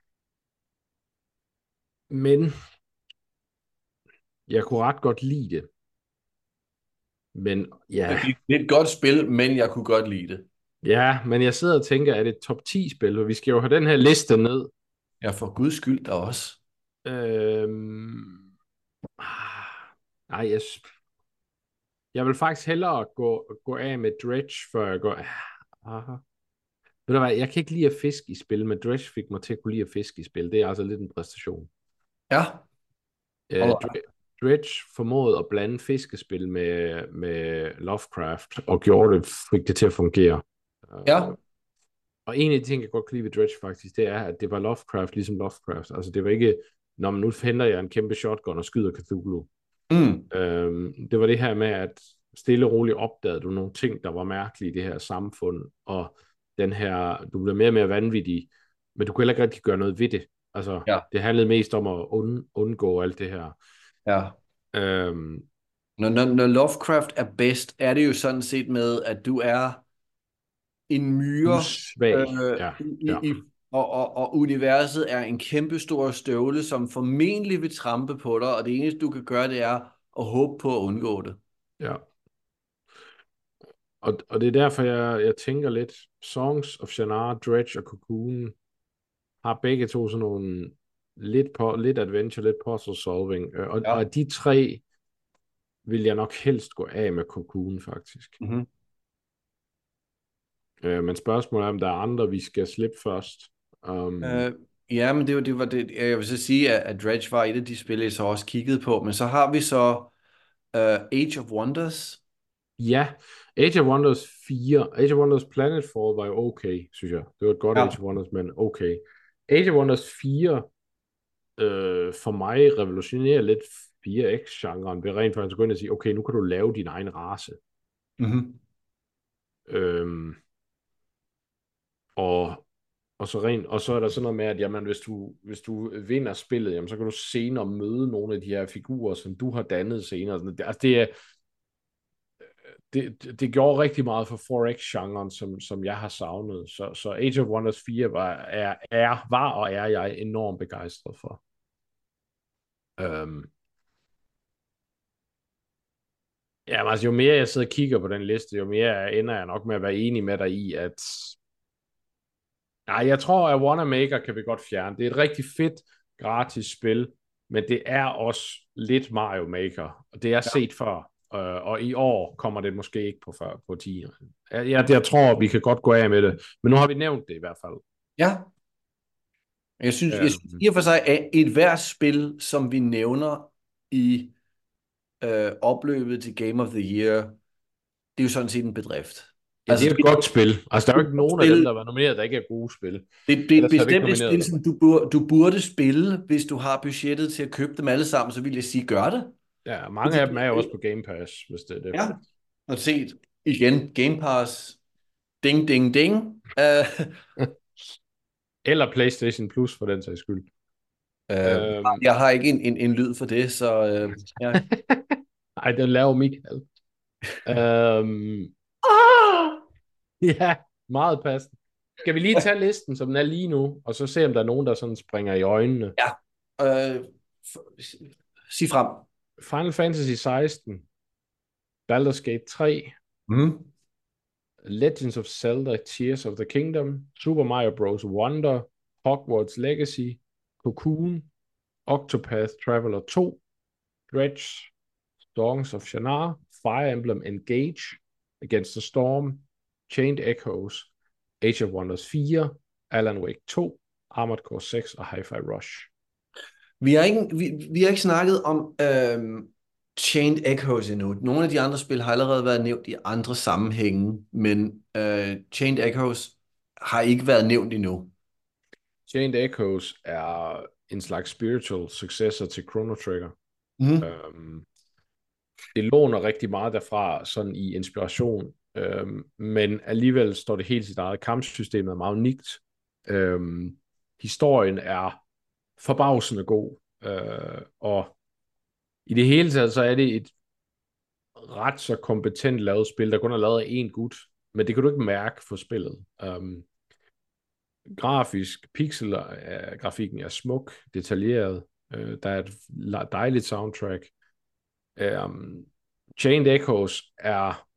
Men jeg kunne ret godt lide det. Men ja, Det er et godt spil, men jeg kunne godt lide det. ja, men jeg sidder og tænker, at det er et top ti spil, og vi skal jo have den her liste ned. Ja, for guds skyld der også. Øhm... ah, Nej, jeg, s- jeg vil faktisk hellere gå, gå af med Dredge, før jeg går... Ah, ved du hvad, jeg kan ikke lide at fiske i spil, men Dredge fik mig til at kunne lide at fiske i spil. Det er altså lidt en præstation. Ja, Uh, alright. Dredge formåede at blande fiskespil med, med Lovecraft, og gjorde det, fik det til at fungere. Ja, Uh, og en af de ting, jeg godt kan lide ved Dredge faktisk, det er, at det var Lovecraft ligesom Lovecraft. Altså det var ikke, når man nu henter jeg en kæmpe shotgun og skyder Cthulhu. mm. Uh, det var det her med, at stille og roligt opdagede du nogle ting, der var mærkelige i det her samfund, og den her, du blev mere og mere vanvittig, men du kunne heller ikke rigtig gøre noget ved det. Altså, Ja. det handlede mest om at und, undgå alt det her. Ja. Øhm, Når, når, når Lovecraft er bedst, er det jo sådan set med, at du er en du er myre, svag. øh, Ja, i, ja. i, og, og, og universet er en kæmpe stor støvle, som formentlig vil trampe på dig, og det eneste, du kan gøre, det er at håbe på at undgå det. Ja. Og, og det er derfor, jeg, jeg tænker lidt, Songs of Shannara, Dredge og Cocoon har begge to sådan nogle lidt, på, lidt adventure, lidt puzzle solving. Øh, Og, og Ja. af de tre vil jeg nok helst gå af med Cocoon, faktisk. Mm-hmm. Øh, men spørgsmålet er, om der er andre, vi skal slippe først. Um, Øh, ja, men det, var- det var det. Jeg vil så sige, at, at Dredge var et af de spil, jeg så også kiggede på. Men så har vi så uh, Age of Wonders. ja, Age of Wonders fire, Age of Wonders Planetfall var jo okay, synes jeg. Det var et godt Ja. Age of Wonders, men okay. Age of Wonders fire øh, for mig revolutionerer lidt fire X-genren ved rent faktisk at gå ind og sige, okay, nu kan du lave din egen race. Mm-hmm. Øhm, og, og, så rent, og så er der sådan noget med, at jamen, hvis, du, hvis du vinder spillet, jamen, så kan du senere møde nogle af de her figurer, som du har dannet senere. Sådan, det, altså, det, er, det, det, det gjorde rigtig meget for fire X-genren, som, som jeg har savnet. Så, så Age of Wonders fire var, er, er, var og er jeg enormt begejstret for. Øhm, Ja, men altså, jo mere jeg sidder og kigger på den liste, jo mere ender jeg nok med at være enig med dig i, at nej, jeg tror, at Wanamaker kan vi godt fjerne. Det er et rigtig fedt, gratis spil, men det er også lidt Mario Maker, og det er set før, øh, og i år kommer det måske ikke på, før, på ti. Jeg, jeg, jeg tror, vi kan godt gå af med det, men nu har vi nævnt det i hvert fald. Ja. Jeg synes, jeg synes Øhm, i og for sig, at et hvert spil, som vi nævner i øh, opløbet til Game of the Year, det er jo sådan set en bedrift. ja, det Altså, er et godt spil. Altså, der er jo ikke det, nogen af dem, der var nomineret, der ikke er gode spil. det, det er Ellers havde vi ikke bestemt et nomineret spil, dem. som du burde, du burde spille, hvis du har budgettet til at købe dem alle sammen, så vil jeg sige, gør det. Ja, mange Fordi, af dem er jo også på Game Pass, hvis det er det. ja, og set igen, Game Pass, ding, ding, ding. Uh, Eller PlayStation Plus, for den sags skyld. uh, Øhm, jeg har ikke en, en, en lyd for det, så uh, ja. Ej, den laver Michael. Øhm, Ah! ja, meget passende. Skal vi lige tage listen, som den er lige nu, og så se, om der er nogen, der sådan springer i øjnene? Ja, uh, sig frem. Final Fantasy seksten, Baldur's Gate tre, Mm. Legends of Zelda, Tears of the Kingdom, Super Mario Bros. Wonder, Hogwarts Legacy, Cocoon, Octopath Traveler to, Dredge, Songs of Shannara, Fire Emblem Engage, Against the Storm, Chained Echoes, Age of Wonders fire, Alan Wake to, Armored Core seks og Hi-Fi Rush. Vi har ikke, vi, vi har ikke snakket om øhm, Chained Echoes endnu. Nogle af de andre spil har allerede været nævnt i andre sammenhænge, men øh, Chained Echoes har ikke været nævnt endnu. Chained Echoes er en slags spiritual successor til Chrono Trigger. Mm. Øhm, det låner rigtig meget derfra, sådan i inspiration, øhm, men alligevel står det helt sit eget. Kampsystemet er meget unikt. Øhm, historien er forbavsende god, øh, og i det hele taget, så er det et ret så kompetent lavet spil, der kun er lavet af én gut, men det kan du ikke mærke for spillet. Um, grafisk, pixel uh, grafikken er smuk, detaljeret, uh, der er et dejligt soundtrack. Um, Chained Echoes er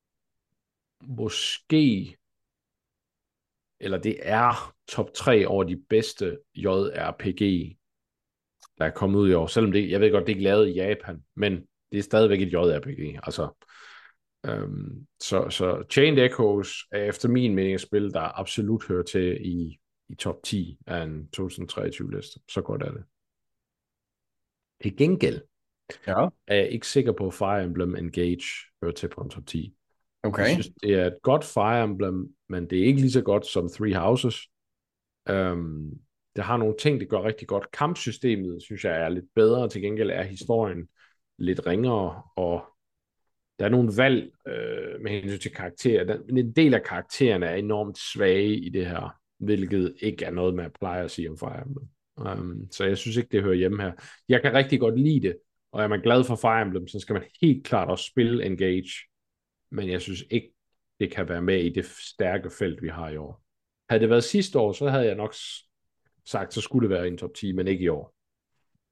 måske, eller det er top tre over de bedste J R P G, der er kommet ud i år, selvom det, jeg ved godt, det er ikke lavet i Japan, men det er stadigvæk et J R P G, altså. Um, så, så Chained Echoes er efter min mening et spil, der absolut hører til i, i top ti af en to tusind treogtyve liste. Så godt er det. Til gengæld Ja, er jeg ikke sikker på, at Fire Emblem Engage hører til på en top ti. okay. Jeg synes, det er et godt Fire Emblem, men det er ikke lige så godt som Three Houses. Um, det har nogle ting, det gør rigtig godt. Kampsystemet, synes jeg, er lidt bedre. Til gengæld er historien lidt ringere, og der er nogle valg øh, med hensyn til karakterer. Men en del af karaktererne er enormt svage i det her, hvilket ikke er noget, man plejer at sige om Fire Emblem. Um, så jeg synes ikke, det hører hjemme her. Jeg kan rigtig godt lide det, og er man glad for Fire Emblem, så skal man helt klart også spille Engage. Men jeg synes ikke, det kan være med i det stærke felt, vi har i år. Havde det været sidste år, så havde jeg nok sagt, så skulle det være i en top ti, men ikke i år.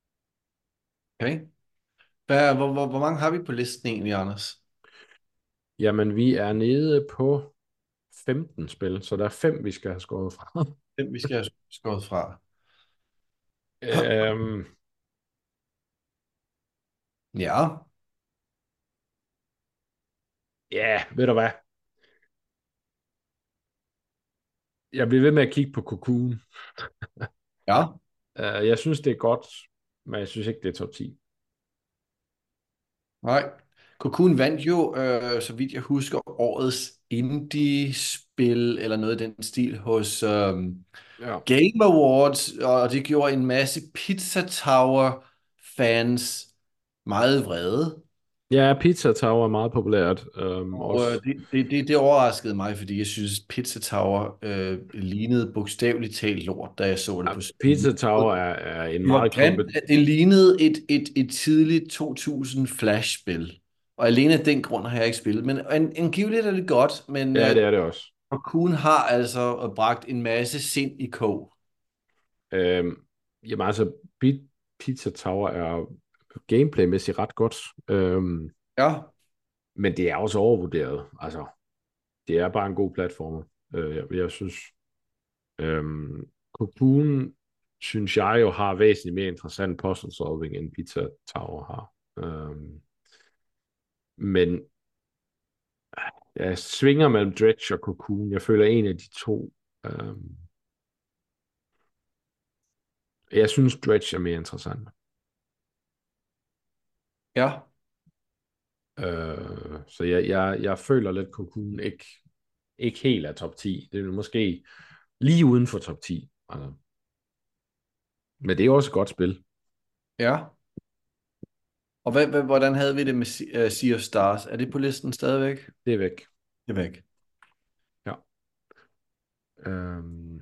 Okay. Hvad, hvor, hvor, hvor mange har vi på listen egentlig, Anders? Jamen, vi er nede på femten spil, så der er fem, vi skal have skåret fra. Den vi skal have skåret fra. øhm, Ja, ja, ved du hvad? Jeg bliver ved med at kigge på Cocoon. ja. Uh, jeg synes, det er godt, men jeg synes ikke, det er top ti. Nej. Cocoon vandt jo, øh, så vidt jeg husker, årets indie-spil, eller noget i den stil, hos øh, Ja. Game Awards, og det gjorde en masse Pizza Tower-fans meget vrede. Ja, Pizza Tower er meget populært. Um, Og også. øh, det, det, det, det overraskede mig, fordi jeg synes, Pizza Tower øh, lignede bogstaveligt talt lort, da jeg så det Ja, på Steam. Pizza Tower er, er en Det var meget grimt, kompet... at det lignede et, et, et tidligt to tusind Flash-spil. Og alene af den grund har jeg ikke spillet. Men an, angiveligt er det godt, men Ja, uh, det er det også. Cocoon har altså bragt en masse sind i kog. Um, jamen altså, Pi- Pizza Tower er gameplaymæssigt ret godt. Um, Ja, men det er også overvurderet. Altså, det er bare en god platformer. Uh, jeg, jeg synes, um, Cocoon, synes jeg jo har væsentligt mere interessant puzzle solving, end Pizza Tower har. Um, men jeg svinger mellem Dredge og Cocoon. Jeg føler en af de to. Um, jeg synes, Dredge er mere interessant. ja, Uh, så jeg, jeg, jeg føler lidt, Cocoon ikke, ikke helt er top ti. Det er måske lige uden for top ti. Altså. Men det er også et godt spil. ja. Og hvad, hvad, hvordan havde vi det med Se- uh, Sea of Stars? Er det på listen stadigvæk? Det er væk. Det er væk. Ja. Um,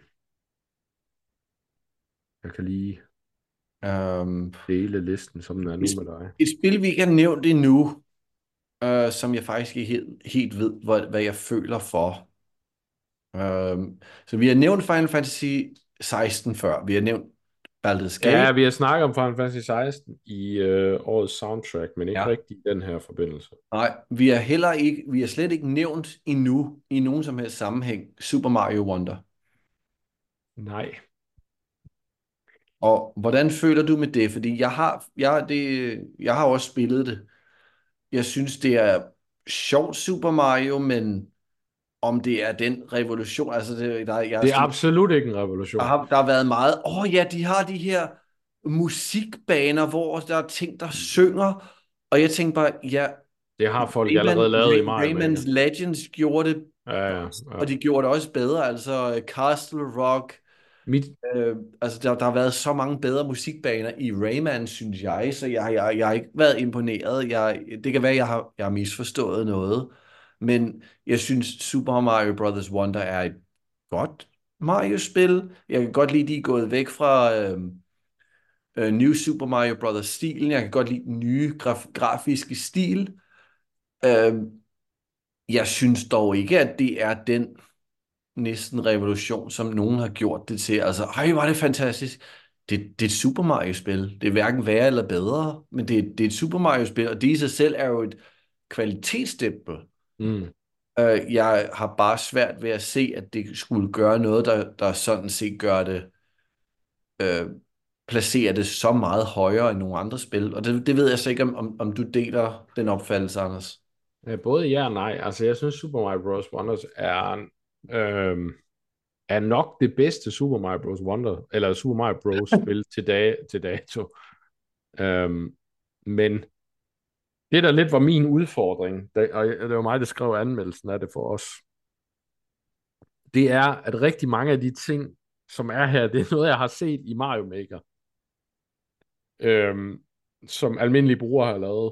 jeg kan lige Um, dele listen, som den er nu med dig. et spil, vi ikke har nævnt endnu, uh, som jeg faktisk ikke helt, helt ved, hvad, hvad jeg føler for. Um, så vi har nævnt Final Fantasy seksten før. Vi har nævnt Baldur's Ja, Gate. vi har snakket om Final Fantasy seksten i øh, årets soundtrack, men ikke Ja. rigtig i den her forbindelse. Nej, vi har heller ikke, vi har slet ikke nævnt endnu i nogen som helst sammenhæng Super Mario Wonder. Nej. Og hvordan føler du med det? Fordi jeg har, jeg, det, jeg har også spillet det. Jeg synes, det er sjovt Super Mario, men om det er den revolution, altså det, der, jeg, Det er sådan, absolut ikke en der, revolution. har, der har været meget, åh oh, ja, de har de her musikbaner, hvor der er ting, der synger, og jeg tænker bare, ja, Det har folk Rayman, allerede lavet i Ray, Mario Maker. Rayman's Legends gjorde det Ja, ja, godt, ja. og de gjorde det også bedre, altså Castle Rock, Mit, øh, altså der, der har været så mange bedre musikbaner i Rayman, synes jeg, så jeg, jeg, jeg har ikke været imponeret. Jeg, det kan være, jeg har, jeg har misforstået noget, men jeg synes Super Mario Bros. Wonder er et godt Mario-spil. Jeg kan godt lide, at de er gået væk fra øh, øh, New Super Mario Bros.-stilen. Jeg kan godt lide den nye graf- grafiske stil. Øh, jeg synes dog ikke, at det er den næsten revolution, som nogen har gjort det til. Altså, ej, var det fantastisk. Det, det er et Super Mario-spil. Det er hverken værre eller bedre, men det, det er et Super Mario-spil, og det i sig selv er jo et kvalitetsstempel. mm. Øh, jeg har bare svært ved at se, at det skulle gøre noget, der, der sådan set gør det, øh, placerer det så meget højere end nogle andre spil. Og det, det ved jeg så ikke, om, om, om du deler den opfattelse, Anders. Ja, både ja og nej. Altså, jeg synes, Super Mario Bros. Wonder er, øhm, er nok det bedste Super Mario Bros. Wonder, eller Super Mario Bros. Spil til, dag, til dato. Øhm, men det, der lidt var min udfordring, det, og det var mig, der skrev anmeldelsen af det for os, det er, at rigtig mange af de ting, som er her, det er noget, jeg har set i Mario Maker, øhm, som almindelige brugere har lavet.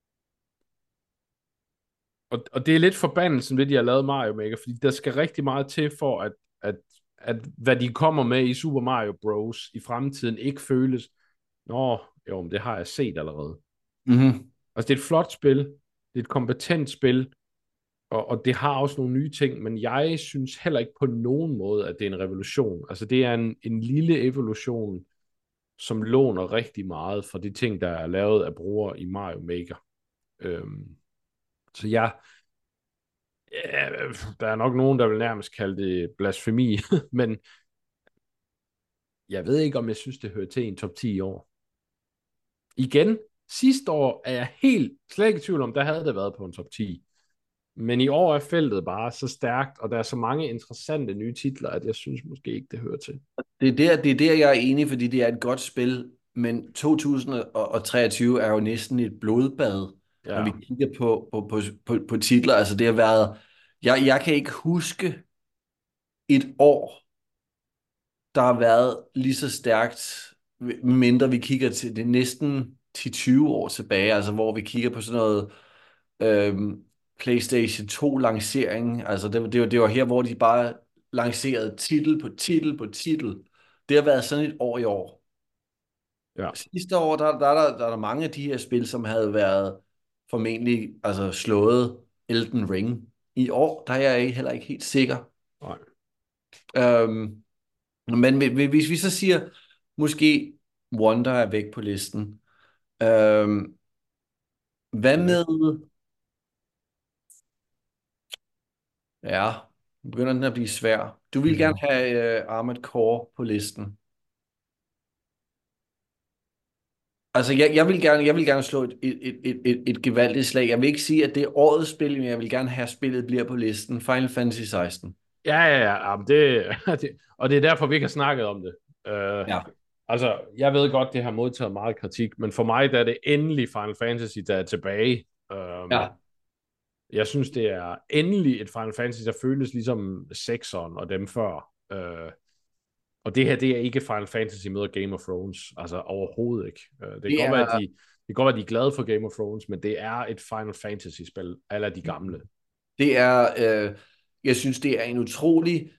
Og, og det er lidt forbandelsen ved, at de har lavet Mario Maker, fordi der skal rigtig meget til for, at, at, at hvad de kommer med i Super Mario Bros. I fremtiden ikke føles, nå, jo, men det har jeg set allerede. Mm-hmm. Altså, det er et flot spil, det er et kompetent spil, og, og det har også nogle nye ting, men jeg synes heller ikke på nogen måde, at det er en revolution. Altså, det er en, en lille evolution, som låner rigtig meget fra de ting, der er lavet af brugere i Mario Maker. Øhm, så jeg, Ja, der er nok nogen, der vil nærmest kalde det blasfemi, men jeg ved ikke, om jeg synes, det hører til en top ti i år. Igen, sidste år er jeg helt slet ikke i tvivl om, der havde det været på en top ti. Men i år er feltet bare så stærkt, og der er så mange interessante nye titler, at jeg synes måske ikke, det hører til. Det er der, det er der, jeg er enig, fordi det er et godt spil, men to tusind treogtyve er jo næsten et blodbad, når vi Ja, kigger på, på, på, på, på titler. Altså det har været, jeg, jeg kan ikke huske et år, der har været lige så stærkt, mindre vi kigger til det er næsten ti til tyve år tilbage, altså hvor vi kigger på sådan noget øhm, PlayStation to lancering, altså det, det, var, det var her, hvor de bare lancerede titel på titel på titel. Det har været sådan et år i år. ja. Sidste år, der, der, der, der er der mange af de her spil, som havde været formentlig altså slået Elden Ring. I år, der er jeg ikke- heller ikke helt sikker. Nej. Øhm, men hvi- hvis vi så siger, måske Wonder er væk på listen. Øhm, hvad Ja, det, med, ja, nu begynder den at blive svær. Du vil gerne have uh, Armored Core på listen. Altså, jeg, jeg vil gerne, jeg vil gerne slå et, et, et, et, et et gevaldigt slag. Jeg vil ikke sige, at det er årets spil, men jeg vil gerne have, at spillet bliver på listen. Final Fantasy seksten. ja, ja, ja. Jamen, det, det, og det er derfor, vi ikke har snakket om det. Uh, Ja. altså, jeg ved godt, det har modtaget meget kritik, men for mig der er det endelig Final Fantasy, der er tilbage. Um, Ja. jeg synes, det er endelig et Final Fantasy, der føles ligesom sekseren og dem før. Uh, og det her, det er ikke Final Fantasy møder Game of Thrones. Altså overhovedet ikke. Uh, det kan Det godt være, at er, de, det kan godt være, at de er glade for Game of Thrones, men det er et Final Fantasy-spil, eller de gamle. det er øh, jeg synes, det er en utrolig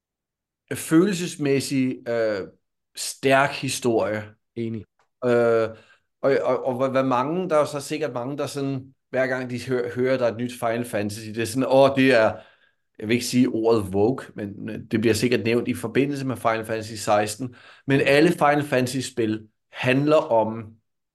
følelsesmæssig øh, stærk historie. Enig. Øh, og, og, og hvad hvad mange, der er jo så sikkert mange, der sådan, hver gang de hører, hører der er et nyt Final Fantasy, det er sådan, åh, det er, jeg vil ikke sige ordet Vogue, men øh, det bliver sikkert nævnt i forbindelse med Final Fantasy seksten, men alle Final Fantasy-spil handler om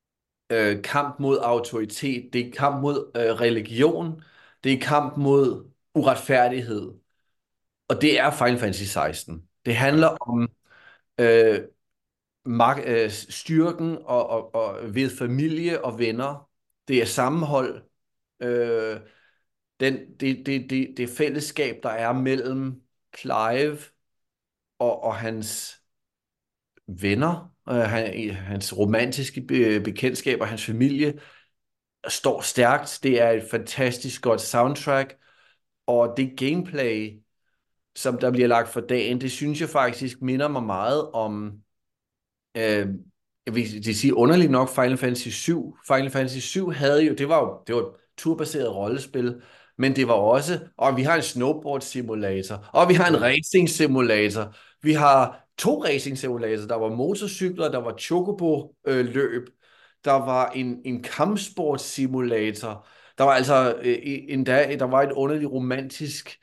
øh, kamp mod autoritet, det er kamp mod øh, religion, det er kamp mod uretfærdighed, og det er Final Fantasy seksten. Det handler Ja. om øh, mag- øh, styrken og, og, og ved familie og venner. Det er sammenhold. Øh, den, det, det, det, det fællesskab, der er mellem Clive og, og hans venner, øh, han, hans romantiske be, bekendtskaber, hans familie, står stærkt. Det er et fantastisk godt soundtrack, og det gameplay, som der bliver lagt for dagen, det synes jeg faktisk minder mig meget om øh, jeg vil det sige underligt nok Final Fantasy syv. Final Fantasy syv havde jo, det var jo, det var et turbaseret rollespil, men det var også, og vi har en snowboard simulator, og vi har en Jo. racing simulator, vi har to racing simulatorer, der var motorcykler, der var chocobo øh, løb, der var en, en kampsport simulator, der var altså øh, endda, der var et underligt romantisk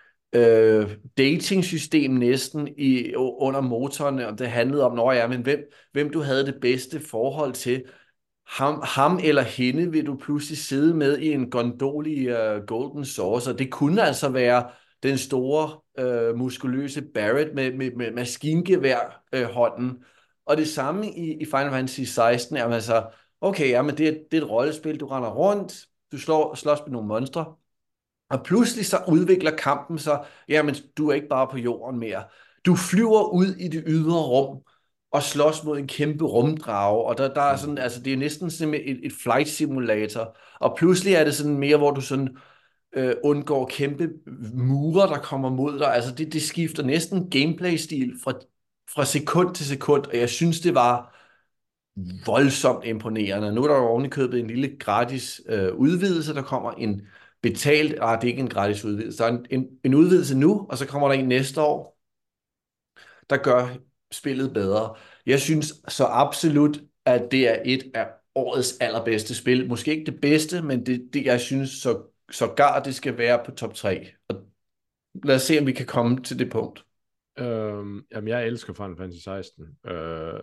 øh, dating-system næsten i, under motorerne, og det handlede om, når ja, men hvem, hvem du havde det bedste forhold til. Ham, ham eller hende vil du pludselig sidde med i en gondol i uh, Golden Saucer. Det kunne altså være den store, øh, muskuløse Barrett med, med, med maskingevær øh, hånden. Og det samme i, i Final Fantasy seksten er man altså, okay, ja, men det, er- det er et rollespil, du render rundt, du slår, slås med nogle monstre, og pludselig så udvikler kampen sig, jamen du er ikke bare på jorden mere. Du flyver ud i det ydre rum og slås mod en kæmpe rumdrage, og der, der er sådan, altså det er næsten simpelthen et, et flight simulator, og pludselig er det sådan mere, hvor du sådan øh, undgår kæmpe mure, der kommer mod dig. Altså det, det skifter næsten gameplay-stil fra, fra sekund til sekund, og jeg synes, det var voldsomt imponerende. Nu er der jo ovenikøbet en lille gratis øh, udvidelse, der kommer en betalt, ah, det er ikke en gratis udvidelse, der er en, en, en udvidelse nu, og så kommer der en næste år, der gør spillet bedre. Jeg synes så absolut, at det er et af årets allerbedste spil. Måske ikke det bedste, men det, det jeg synes så, sågar, det skal være på top tre. Og lad os se, om vi kan komme til det punkt. Øhm, jamen, jeg elsker Final Fantasy seksten. Øh,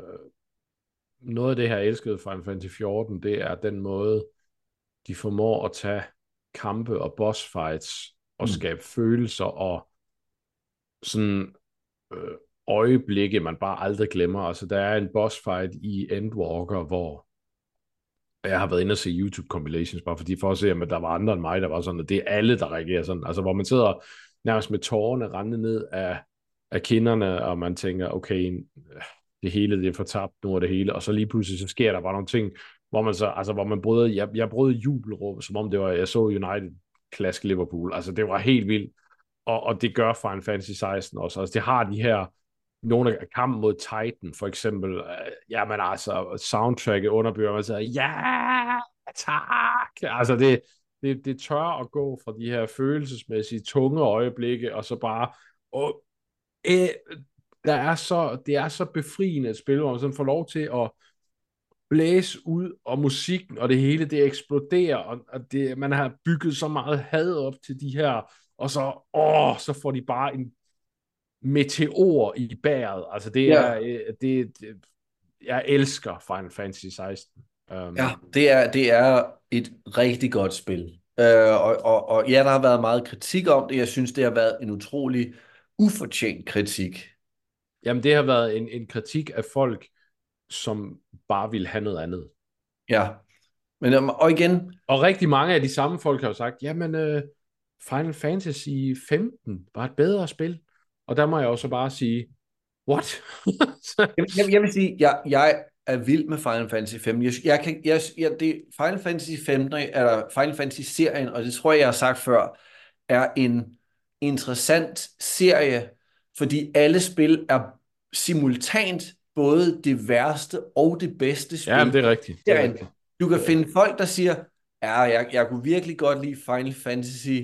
noget af det her, jeg elskede Final Fantasy fjorten, det er den måde, de formår at tage kampe og boss fights og Mm. skabe følelser og sådan øh, øjeblikke, man bare aldrig glemmer. Altså, der er en boss fight i Endwalker, hvor jeg har været inde og se YouTube compilations, bare fordi for at se, at der var andre end mig, der var sådan, at det er alle, der reagerer sådan. Altså, hvor man sidder nærmest med tårerne rendende ned af, af kinderne, og man tænker, okay, det hele, det er fortabt nu, er det hele, og så lige pludselig, så sker der bare nogle ting, hvor man så, altså, hvor man brød, jeg, jeg brød jubelråb, som om det var, jeg så United klask Liverpool. Altså, det var helt vildt. Og, og det gør Final Fantasy seksten også. Altså, det har de her nogle af kampen mod Titan, for eksempel, øh, jamen altså, soundtracket underbygger, man siger, ja, tak! Altså, det, det, det tør at gå fra de her følelsesmæssige, tunge øjeblikke, og så bare, og, øh, der er så, det er så befriende et spil, hvor man sådan får lov til at blæse ud, og musikken og det hele, det eksploderer, og, og det, man har bygget så meget had op til de her, og så, åh, så får de bare en meteor i bæret. Altså det er, Ja. det, det, jeg elsker Final Fantasy seksten. Um, Ja, det er, det er et rigtig godt spil. Øh, og, og, og ja, der har været meget kritik om det. Jeg synes, det har været en utrolig ufortjent kritik. Jamen det har været en, en kritik af folk, som bare vil have noget andet. Ja, men øhm, og igen, Og rigtig mange af de samme folk har jo sagt, jamen uh, Final Fantasy femten var et bedre spil. Og der må jeg også bare sige, what? jeg, jeg, jeg vil sige, jeg, jeg er vild med Final Fantasy femten. Jeg, jeg kan, jeg, jeg, det, Final Fantasy femten, eller Final Fantasy-serien, og det tror jeg, jeg har sagt før, er en interessant serie, fordi alle spil er simultant både det værste og det bedste spil. Jamen det er rigtigt. Det er serien. rigtigt. Du kan finde folk, der siger, ja, jeg, jeg kunne virkelig godt lide Final Fantasy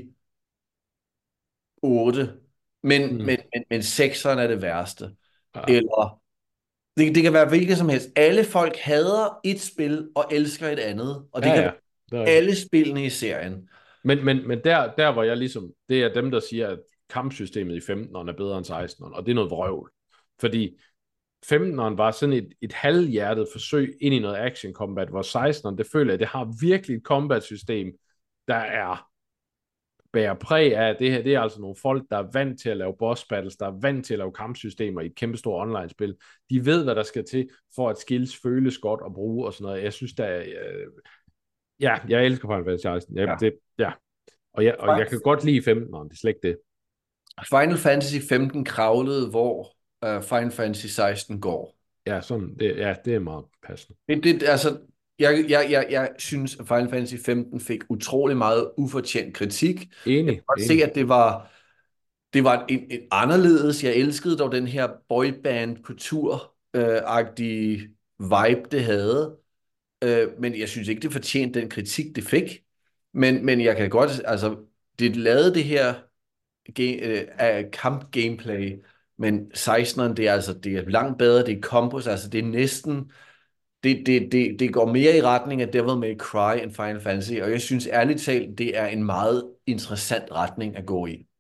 otte, men, Mm. men, men, men sekseren er det værste. Ja. Eller det, det kan være hvilket som helst. Alle folk hader et spil og elsker et andet, og det Ja, kan ja. være Det er rigtigt. alle spillene i serien. Men, men, men der, der, hvor jeg ligesom, det er dem, der siger, at kampsystemet i femteneren er bedre end seksteneren, og det er noget vrøvl. Fordi femteneren var sådan et, et halvhjertet forsøg ind i noget action combat, hvor seksteneren, det føler jeg, det har virkelig et combat-system, der er bærer præg af, det her, det er altså nogle folk, der er vant til at lave boss battles, der er vant til at lave kampsystemer i et kæmpestort online-spil. De ved, hvad der skal til, for at skills føles godt at bruge og sådan noget. Jeg synes, der er, øh, ja, jeg elsker Final Fantasy seksten. Jeg, Ja. det, ja. Og, jeg, og jeg kan godt lide femteneren, det er slet ikke det. Final Fantasy femten kravlede, hvor uh, Final Fantasy seksten går. Ja, sådan, det, ja, det er meget passende. Det, det, altså, jeg, jeg, jeg, jeg synes, at Final Fantasy femten fik utrolig meget ufortjent kritik. Jeg Enig. kan godt enig. se, at det var, det var en, en anderledes. Jeg elskede dog den her boyband på tur-agtige vibe, det havde. Øh, men jeg synes ikke, det fortjente den kritik, det fik. Men, men jeg kan godt, altså, det lavede det her game, øh, af kamp-gameplay, men seksteneren, det er altså, det er langt bedre, det er combos, altså det er næsten, det, det, det, det går mere i retning af Devil May Cry end Final Fantasy, og jeg synes ærligt talt, det er en meget interessant retning at gå i.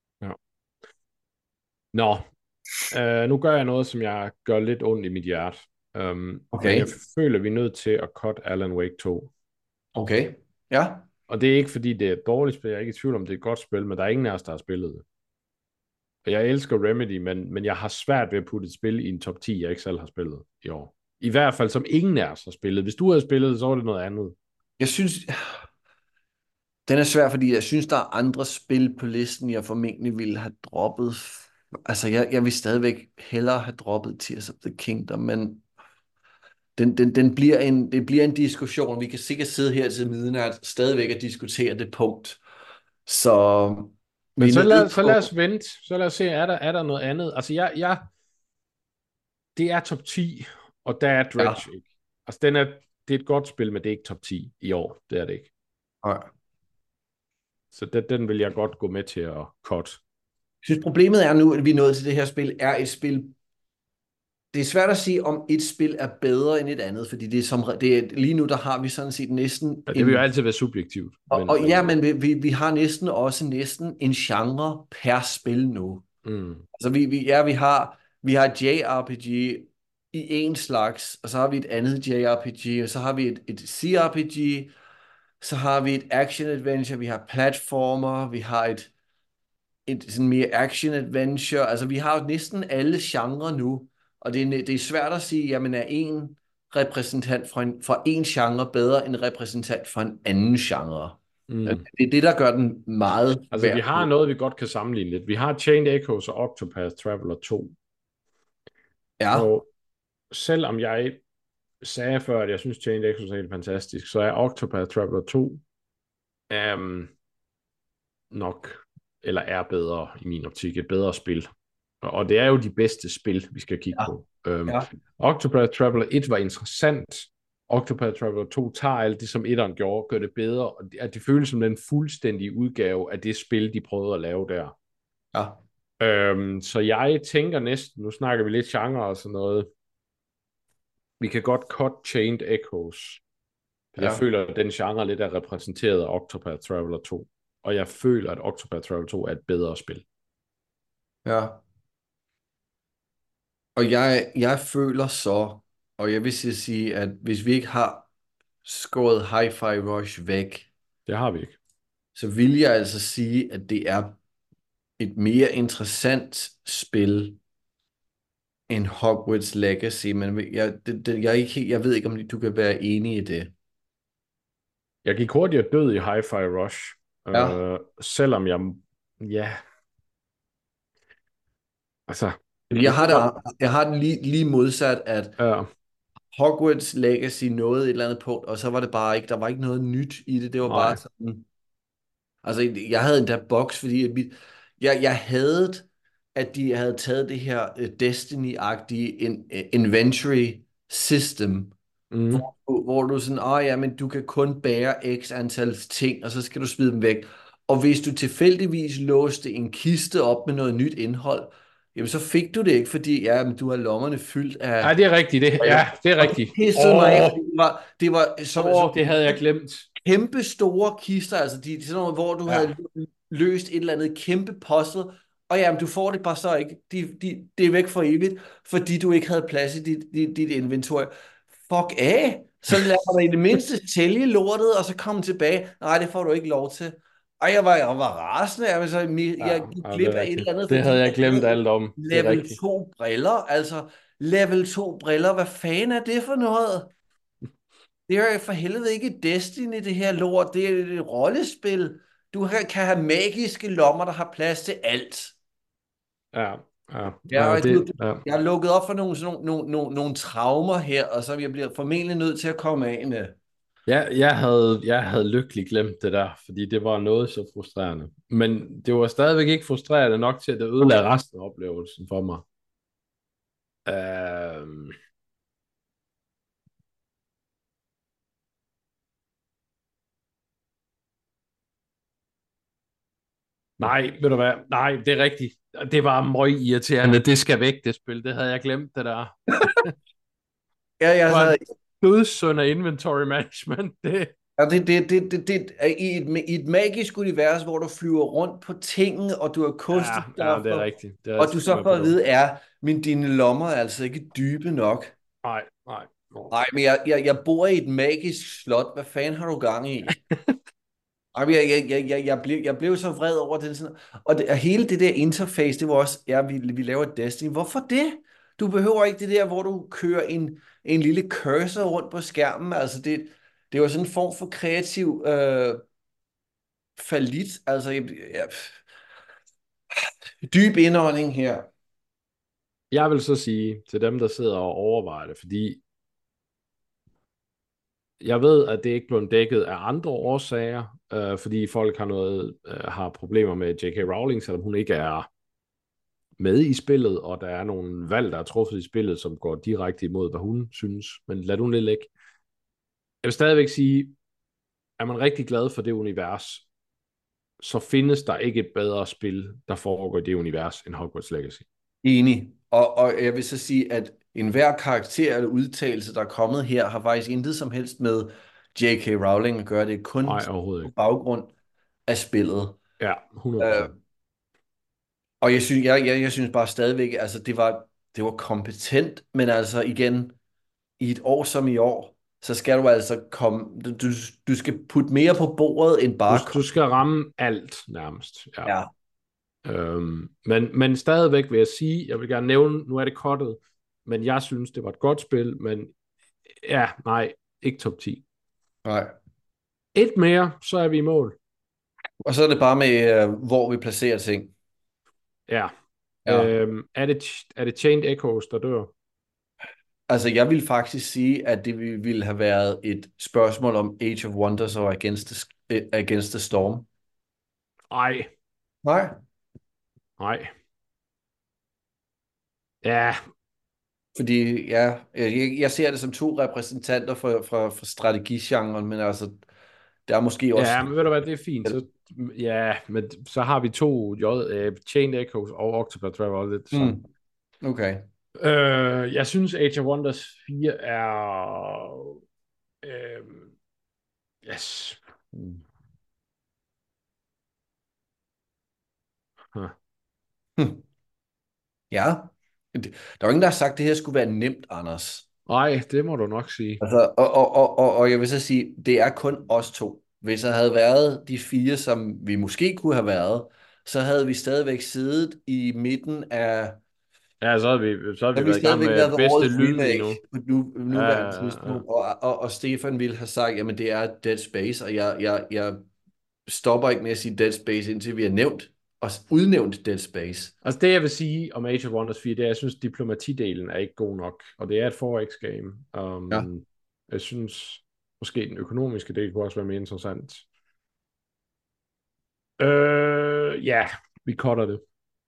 Nå, øh, nu gør jeg noget, som jeg gør lidt ondt i mit hjerte. Um, Okay. Men jeg føler, vi er nødt til at cut Alan Wake to. Okay, ja. Og det er ikke, fordi det er et dårligt spil. Jeg er ikke i tvivl om, det er et godt spil, men der er ingen af os, der har spillet det. Og jeg elsker Remedy, men, men jeg har svært ved at putte et spil i en top ti, jeg ikke selv har spillet i år. I hvert fald, som ingen af os har spillet. Hvis du havde spillet, så var det noget andet. Jeg synes, den er svær, fordi jeg synes, der er andre spil på listen, jeg formentlig ville have droppet. Altså, jeg, jeg vil stadigvæk hellere have droppet Tears of the Kingdom, men den, den, den bliver en, det bliver en diskussion. Vi kan sikkert sidde her til midnat stadigvæk og diskutere det punkt. Så vi Men er så nødt lad, så på- lad os vente. Så lad os se, er der, er der noget andet? Altså, jeg, jeg, det er top ti, og der er Dredge ikke. Altså, den er, det er et godt spil, men det er ikke top ti i år. Det er det ikke. Nej. Så den, den vil jeg godt gå med til at cut. Jeg synes, problemet er nu, at vi er nået til det her spil, er et spil. Det er svært at sige, om et spil er bedre end et andet, fordi det er som, det er, lige nu, der har vi sådan set næsten... Ja, det vil jo altid være subjektivt. Og, og ja, men vi, vi, vi har næsten også næsten en genre per spil nu. Mm. Altså vi, vi, ja, vi har, vi har J R P G i en slags, og så har vi et andet J R P G, og så har vi et, et C R P G, så har vi et action adventure, vi har platformer, vi har et et sådan mere action-adventure. Altså, vi har jo næsten alle genrer nu, og det er, det er svært at sige, jamen er en repræsentant fra en, fra en genre bedre end en repræsentant fra en anden genre. Mm. Det er det, der gør den meget Altså, vi værd. har noget, vi godt kan sammenligne lidt. Vi har Chained Echoes og Octopath Traveler to. Ja, Og selvom jeg sagde før, at jeg synes, Chained Echoes er helt fantastisk, så er Octopath Traveler to um, nok, eller er bedre i min optik, et bedre spil. Og og det er jo de bedste spil, vi skal kigge ja, på. Um, ja. Octopath Traveler et var interessant. Octopath Traveler to tager alt det, som etteren gjorde, gør det bedre, og det, at det føles som den fuldstændige udgave af det spil, de prøvede at lave der. Ja, Øhm, så jeg tænker næsten, nu snakker vi lidt genre og sådan noget, vi kan godt cut Chained Echoes. For jeg ja, føler, at den genre lidt er repræsenteret af Octopath Traveler to. Og jeg føler, at Octopath Traveler to er et bedre spil. ja. Og jeg, jeg føler så, og jeg vil så sige, at hvis vi ikke har skåret Hi-Fi Rush væk, Det har vi ikke. så vil jeg altså sige, at det er et mere interessant spil end Hogwarts Legacy, men jeg, det, det, jeg, er ikke, helt- jeg ved ikke, om du kan være enig i det. Jeg gik hurtigere død i Hi-Fi Rush. Ja. Øh, selvom jeg... Ja... Altså... Fordi Jeg har det, jeg har det lige, lige modsat, at Øh, Hogwarts Legacy nåede et eller andet punkt, og så var det bare ikke, der var ikke noget nyt i det. Det var bare nej. sådan, altså jeg havde endda boks, fordi at mit, jeg, jeg havde, at de havde taget det her uh, Destiny-agtige in, uh, inventory system, Mm. hvor, du- hvor du sådan, åh ja, men du kan kun bære x antal ting, og så skal du smide dem væk. Og hvis du tilfældigvis låste en kiste op med noget nyt indhold, jamen så fik du det ikke, fordi ja, men du har lommerne fyldt af... Ja, det er rigtigt. Det, ja, det er Og det rigtigt. pissede Åh, mig af, fordi det var, det var som, åh, som det havde jeg glemt. kæmpe store kister, altså de, sådan noget, hvor du Ja. havde løst et eller andet kæmpe puzzle, og jamen, du får det bare så ikke. De, de, det er væk for evigt, fordi du ikke havde plads i dit, dit, dit inventory. Fuck af! Så lad mig da i det mindste sælge lortet, og så komme tilbage. Nej, det får du ikke lov til. Og jeg var, jeg var rasende, jeg, altså, jeg, Ja, jeg gik ja, glip det er af et rigtigt. eller andet, Det fordi havde jeg jeg glemt havde alt om. Det er level rigtigt. to briller, altså level to briller, hvad fanden er det for noget? Det er jo for helvede ikke Destiny, det her lort. Det er et rollespil. Du kan kan have magiske lommer, der har plads til alt. Ja, ja, Ja, ja, og du, det, du, ja. jeg har lukket op for nogle, sådan nogle, nogle, nogle, nogle traumer her, og så jeg bliver formentlig nødt til at komme af med. Ja, jeg havde, jeg havde lykkeligt glemt det der, fordi det var noget så frustrerende. Men det var stadigvæk ikke frustrerende nok til, at det ødelagde resten af oplevelsen for mig. Øhm, nej, ved du hvad? Nej, det er rigtigt. Det var møg irriterende. Det skal væk, det spil. Det havde jeg glemt, det der. Ja, jeg Det var sad, en dødssynd af inventory management. Det, ja, det, det, det, det, det er i et, i et magisk univers, hvor du flyver rundt på tingene, og du har ja, ja, det er kunststoffer, rigtigt. Det er og du så med får på at det. vide, er, men dine lommer er altså ikke dybe nok. Nej, nej. Nej, men jeg, jeg, jeg bor i et magisk slot. Hvad fanden har du gang i? Ej, men jeg, jeg, jeg, jeg, jeg, blev, jeg blev så vred over det. Sådan, og, det, og hele det der interface, det var også, ja, vi, vi laver et Destiny. Hvorfor det? Du behøver ikke det der, hvor du kører en, en lille cursor rundt på skærmen. Altså, det, det var sådan en form for kreativ øh, fallit. Altså, jeg, jeg, dyb indånding her. Jeg vil så sige til dem, der sidder og overvejer det, fordi jeg ved, at det ikke blev dækket af andre årsager, øh, fordi folk har noget øh, har problemer med J K. Rowling, selvom hun ikke er med i spillet, og der er nogle valg, der er truffet i spillet, som går direkte imod, hvad hun synes. Men lad du det ligge. Jeg vil stadigvæk sige, er man rigtig glad for det univers, så findes der ikke et bedre spil, der foregår i det univers, end Hogwarts Legacy. Enig. Og, og jeg vil så sige, at enhver karakter eller udtalelse, der er kommet her, har faktisk intet som helst med J K. Rowling at gøre. Det er kun Nej, overhovedet på ikke. baggrund af spillet. Ja, hundrede Øh, procent. og jeg synes, jeg, jeg, jeg synes bare stadigvæk, altså det var, det var kompetent, men altså igen, i et år som i år, så skal du altså komme, du, du, du skal putte mere på bordet, end Du, bare du komme. skal ramme alt nærmest. Ja. Ja. Øhm, men, men stadigvæk vil jeg sige, jeg vil gerne nævne, nu er det cuttet, men jeg synes, det var et godt spil, men ja, nej, ikke top ti. Nej. Et mere, så er vi i mål. Og så er det bare med, øh, hvor vi placerer ting. Ja. Ja. Øhm, er det, er det Chained Echoes, der dør? Altså, jeg vil faktisk sige, at det vi- ville have været et spørgsmål om Age of Wonders og Against the, eh, Against the Storm. Nej, Nej. nej. Ja, Fordi, ja, jeg, jeg ser det som to repræsentanter for, for, for strategigenren, men altså, der er måske ja, også... men ved du hvad, det er fint. Så, ja, men så har vi to J, uh, Chained Echoes og Octopath Traveler lidt sammen. Mm, okay. Øh, jeg synes Age of Wonders fire er... Øh, yes. Huh. Hm. Ja. Det- Der er jo ingen, der har sagt, at det her skulle være nemt, Anders. Nej, det må du nok sige. Altså, og, og, og, og, og jeg vil så sige, det er kun os to. Hvis der havde været de fire, som vi måske kunne have været, så havde vi stadigvæk siddet i midten af... Ja, så har vi, så har Så vi havde vi været i gang stadigvæk været med ved bedste årets lyd lige remake nu. på nu, Ja, nuværende ja, ja. tidspunkt, og, og, og Stefan ville have sagt, jamen det er Dead Space, og jeg, jeg, jeg stopper ikke med at sige Dead Space, indtil vi har nævnt og udnævnt Dead Space. Altså det, jeg vil sige om Age of Wonders fire, det er, at jeg synes, diplomatidelen er ikke god nok. Og det er et four X game. Ja. Um, jeg synes, måske den økonomiske del kunne også være mere interessant. Øh, ja, vi cutter det.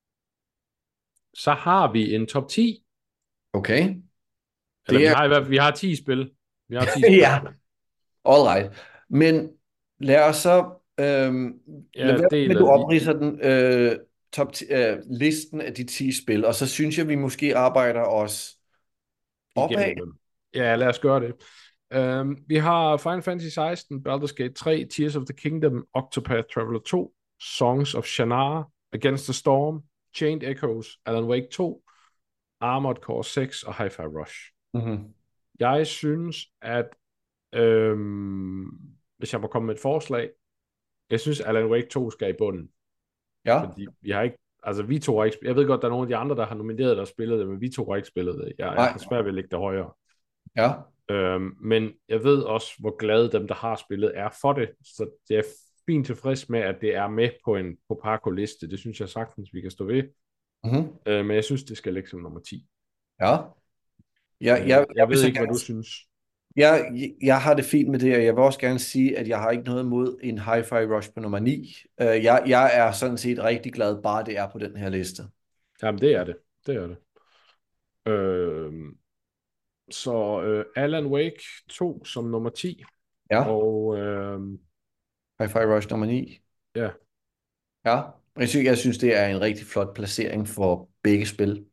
Så har vi en top ti. Okay. Eller Det vi er... har, i hvert fald- vi har ti spil. Vi har ti spil. Ja, all right. Men lad os så... Øhm, lad Jeg være med, at deler du lige opridser den øh, top ti, øh, listen af de ti spil, og så synes jeg, vi måske arbejder os opad. igennem dem. Ja, lad os gøre det. Um, vi har Final Fantasy seksten, Baldur's Gate tre, Tears of the Kingdom, Octopath Traveler to, Songs of Shannara, Against the Storm, Chained Echoes, Alan Wake to, Armored Core seks og Hi-Fi Rush. Mm-hmm. Jeg synes, at øhm, hvis jeg må komme med et forslag, jeg synes, Alan Wake to skal i bunden. Ja, Fordi vi har ikke, altså vi to har ikke, jeg ved godt, der er nogle af de andre, der har nomineret og spillet det, men vi to har ikke spillet det. Jeg, jeg nej, har svært ved at lægge det højere. ja. Øhm, men jeg ved også, hvor glade dem, der har spillet, er for det. Så det er fint tilfreds med, at det er med på en Popako-liste. Det synes jeg sagtens, vi kan stå ved. Mm-hmm. Øh, men jeg synes, det skal ligge som nummer ti. Ja. Jeg, Øh, jeg, jeg, jeg vil ved så ikke, hvad gerne, du synes. jeg, jeg har det fint med det, og jeg vil også gerne sige, at jeg har ikke noget imod en Hi-Fi Rush på nummer ni. Uh, jeg, jeg er sådan set rigtig glad, bare det er på den her liste. Jamen, det er det. Det er det. Øh, så øh, Alan Wake to som nummer ti. Ja, Og øh, Hi-Fi Rush nummer ni. ja, Ja, jeg synes, jeg synes, det er en rigtig flot placering for begge spil.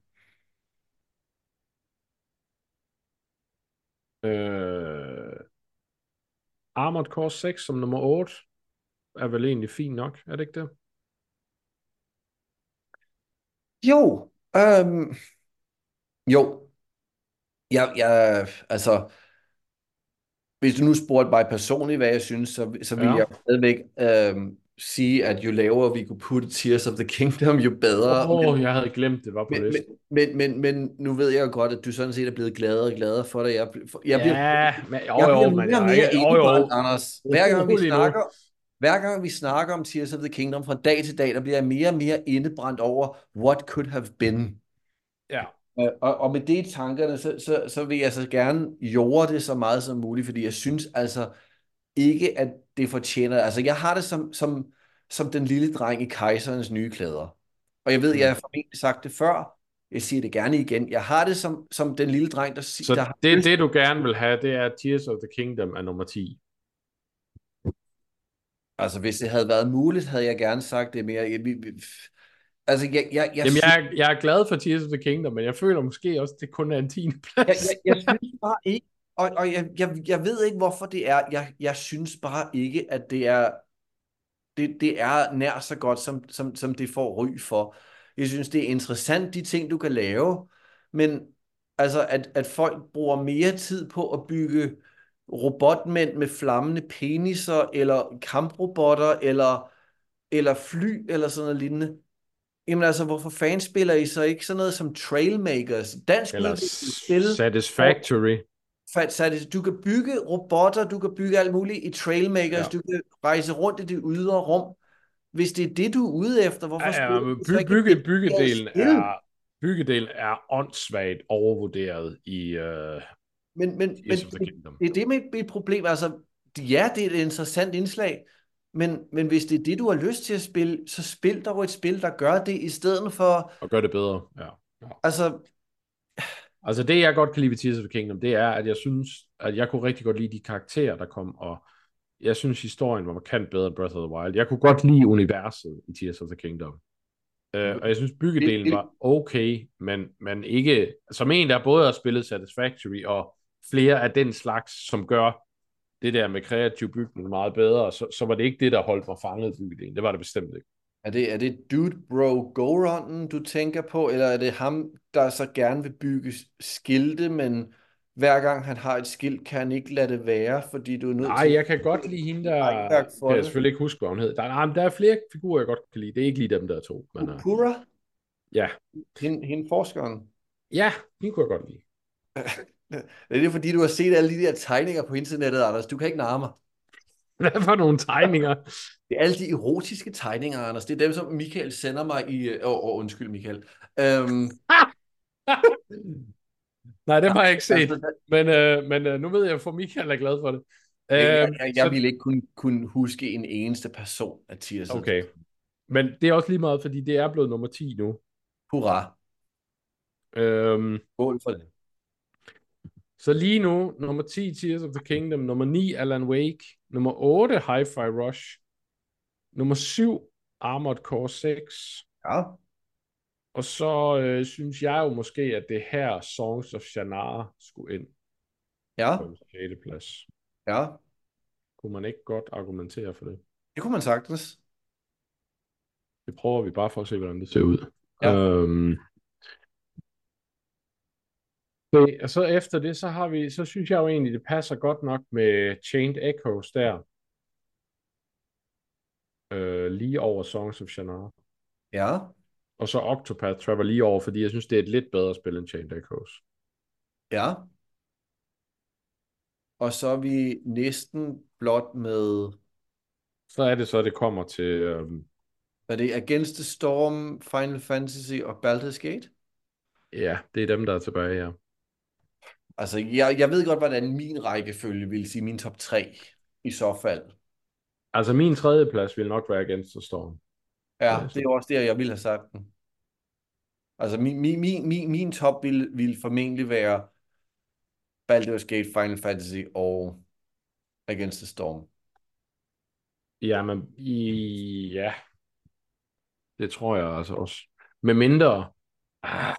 øh, Armored Core seks som nummer otte er vel egentlig fint nok, er det ikke det? Jo, øhm, jo. Jeg, jeg, altså, hvis du nu spurgte mig personligt, hvad jeg synes, så, så vil Ja. jeg stadigvæk øhm, sige, at jo lavere vi kunne putte Tears of the Kingdom, jo bedre. Åh, oh, jeg havde glemt, det var på Men, men, listen. men, men, men nu ved jeg jo godt, at du sådan set er blevet gladere og gladere for det. Jeg, jeg bliver, Ja, men, jo, jeg jo, bliver men mere og jeg er mere ikke, jo, indebrændt, jo, Anders. Hver gang vi rolig nu. snakker, hver gang vi snakker om Tears of the Kingdom fra dag til dag, der bliver jeg mere og mere indebrændt over, what could have been. Ja, Øh, Og, og med det i tankerne, så, så, så vil jeg så gerne jorde det så meget som muligt, fordi jeg synes altså ikke, at det fortjener... Altså, jeg har det som, som, som den lille dreng i kejserens nye klæder. Og jeg ved, jeg mm. har formentlig sagt det før, jeg siger det gerne igen. Jeg har det som, som den lille dreng, der, si- der Så har det, lyst. det, du gerne vil have, det er Tears of the Kingdom er nummer ti. Altså, hvis det havde været muligt, havde jeg gerne sagt det mere. Jeg, vi- vi- altså, jeg, jeg, jeg, Jamen, synes, jeg, er- jeg er glad for Tears of the Kingdom, men jeg føler måske også, at det kun er en tiende jeg, plads. jeg, jeg synes bare ikke, og, og jeg, jeg, jeg ved ikke, hvorfor det er. Jeg, jeg synes bare ikke, at det er det, det er nær så godt, som, som, som det får ry for. Jeg synes, det er interessant, de ting, du kan lave, men altså, at, at folk bruger mere tid på at bygge robotmænd med flammende peniser, eller kamprobotter, eller, eller fly, eller sådan noget lignende. Jamen altså, hvorfor fanden spiller I så ikke sådan noget som Trailmakers? Dansk Eller udviklet spil, hvor Satisfactory. fat- så er det- du kan bygge robotter, du kan bygge alt muligt i Trailmakers, Ja. du kan rejse rundt i det ydre rum. Hvis det er det, du er ude efter, hvorfor Ja, ja, spiller men du så by, ikke et bygge, dedikeret byggedelen spil? er byggedelen er åndssvagt overvurderet i uh, Men, men, men Tears of the det, Kingdom. det er det med mit problem. Altså, ja, det er et interessant indslag, men, men hvis det er det, du har lyst til at spille, så spil dog et spil, der gør det, i stedet for, Og gør det bedre, ja. ja. altså, Altså det, jeg godt kan lide ved Tears of the Kingdom, det er, at jeg synes, at jeg kunne rigtig godt lide de karakterer, der kom, og jeg synes, historien var markant bedre end Breath of the Wild. Jeg kunne godt lide universet i Tears of the Kingdom. Uh, og jeg synes, det, byggedelen det, var okay, men, men ikke... Som en, der både har spillet Satisfactory og flere af den slags, som gør det der med kreativ bygning meget bedre, så, så var det ikke det, der holdt mig fanget i byggedelen. Det var det bestemt ikke. er det, er det Dude Bro Goron, du tænker på, eller er det ham, der så gerne vil bygge skilte, men hver gang han har et skilt, kan han ikke lade det være, fordi du er nødt Nej, til jeg kan godt lide hende, der... regnværk for Kan jeg det? selvfølgelig ikke huske, hvad hun hed. Der, nej, men der er flere figurer, jeg godt kan lide. Det er ikke lige dem, der er to. Men, uh, Ukura? ja. Hende, hende forskeren. Ja, hende kunne jeg godt lide. Det er fordi, du har set alle de der tegninger på internettet, Anders. Du kan ikke narre mig. Hvad for nogle tegninger? Det er alle de erotiske tegninger, Anders. Det er dem, som Michael sender mig i... Åh, oh, oh, undskyld, Michael. Øhm, Nej, det har jeg ikke set. altså, Men, øh, men øh, nu ved jeg, for Michael er glad for det. jeg, Øh, jeg, jeg så, ville ikke kunne, kunne huske en eneste person af Tears of the okay. Men det er også lige meget, fordi det er blevet nummer ti nu. Hurra. Øhm, Mål for det. så lige nu, nummer ti, Tears of the Kingdom. Nummer ni, Alan Wake. Nummer otte, Hi-Fi Rush. Nummer syv, Armored Core seks. Ja. Og så øh, synes jeg jo måske, at det her Songs of Shannara skulle ind Ja. på en sjette plads. Ja. Kunne man ikke godt argumentere for det? Det kunne man sagtens. Det prøver vi bare for at se, hvordan det ser ud. Ja. Øhm, det, og så efter det, så har vi, så synes jeg jo egentlig, det passer godt nok med Chained Echoes der. Øh, lige over Songs of Shannara. Ja. Og så Octopath Traveler lige over, fordi jeg synes, det er et lidt bedre spil end Chained Echoes. Ja. Og så er vi næsten blot med... Så er det så, det kommer til... Øhm, Er det Against the Storm, Final Fantasy og Baldur's Gate? ja, det er dem, der er tilbage, ja. Altså, jeg, jeg ved godt, hvordan min rækkefølge vil sige min top tre i så fald. Altså, min tredje plads vil nok være Against the Storm. Ja, det er også der, jeg ville have sagt den. Altså, min, min, min, min, min top vil, vil formentlig være Baldur's Gate, Final Fantasy og Against the Storm. Ja, men i, ja, det tror jeg altså også. Med mindre, ah,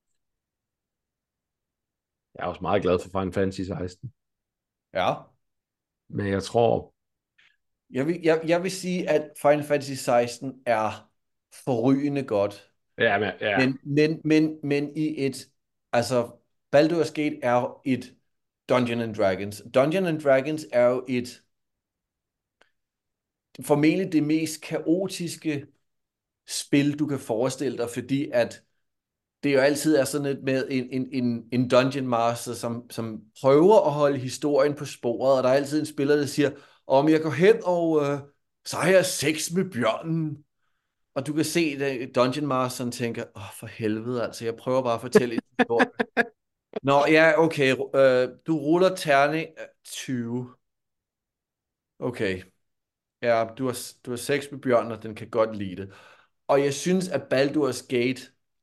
jeg er også meget glad for Final Fantasy seksten. Ja. Men jeg tror, Jeg vil, jeg, jeg vil sige, at Final Fantasy seksten er forrygende godt. ja, men, ja. Men, men, men, men i et... Altså, Baldur's Gate er jo et Dungeon and Dragons. Dungeon and Dragons er jo et... Formentlig det mest kaotiske spil, du kan forestille dig, fordi at det jo altid er sådan et med en, en, en, en Dungeon Master, som, som prøver at holde historien på sporet, og der er altid en spiller, der siger, om jeg går hen, og øh, så har jeg sex med bjørnen. Og du kan se, at Dungeon Masteren tænker, åh, oh, for helvede, altså, jeg prøver bare at fortælle en historie. Nå, ja, okay, øh, du ruller terning tyve. Okay. Ja, du har, du har sex med bjørnen, og den kan godt lide det. Og jeg synes, at Baldur's Gate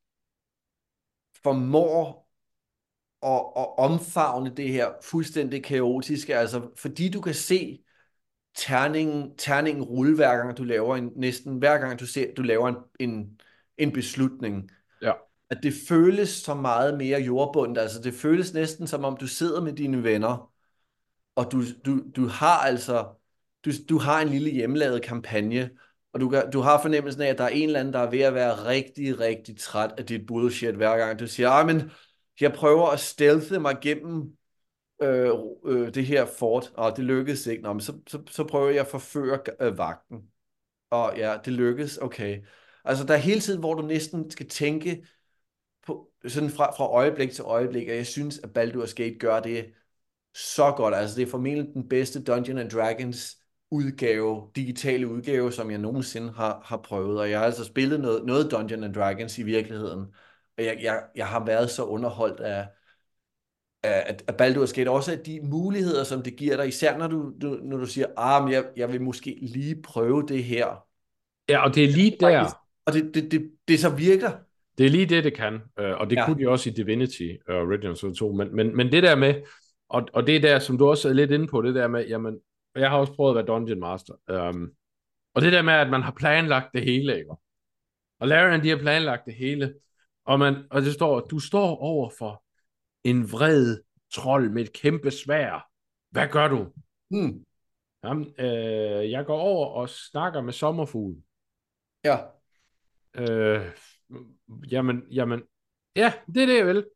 formår at, at omfavne det her fuldstændig kaotiske, altså fordi du kan se terningen, terningen rulle hver gang du laver en, næsten hver gang du ser, du laver en, en, en beslutning. Ja. At det føles så meget mere jordbundet, altså det føles næsten som om du sidder med dine venner, og du, du, du har altså, du, du har en lille hjemmelavet kampagne, og du, du har fornemmelsen af, at der er en eller anden, der er ved at være rigtig, rigtig træt af dit bullshit, hver gang du siger, ah, men jeg prøver at stealthe mig gennem øh, øh, det her fort, og det lykkedes ikke. Nå, men så, så, så prøver jeg at forføre øh, vagten. Og ja, det lykkedes, okay. Altså, der er hele tiden, hvor du næsten skal tænke på, sådan fra, fra øjeblik til øjeblik, og jeg synes, at Baldur's Gate gør det så godt. Altså, det er formentlig den bedste Dungeons and Dragons udgave, digitale udgave, som jeg nogensinde har, har prøvet, og jeg har altså spillet noget, noget Dungeons and Dragons i virkeligheden, og jeg, jeg, jeg har været så underholdt af, af, af Baldur's Gate, også af de muligheder, som det giver dig, især når du, du, når du siger, ah, men jeg, jeg vil måske lige prøve det her. Ja, og det er lige der. Og det, det, det, det så virker. Det er lige det, det kan. Øh, og det Ja. kunne de også i Divinity uh, Original Sin to. Men, men, men det der med, og, og det der, som du også er lidt inde på, det der med, jamen, jeg har også prøvet at være Dungeon Master. Um, og det der med, at man har planlagt det hele, ikke? Og Larian, de har planlagt det hele. Og, man, og det står, du står over for en vred trold med et kæmpe sværd. Hvad gør du? Hmm. Jamen, øh, jeg går over og snakker med sommerfugl. Ja. Øh, jamen, jamen, ja, det er det, jeg vil.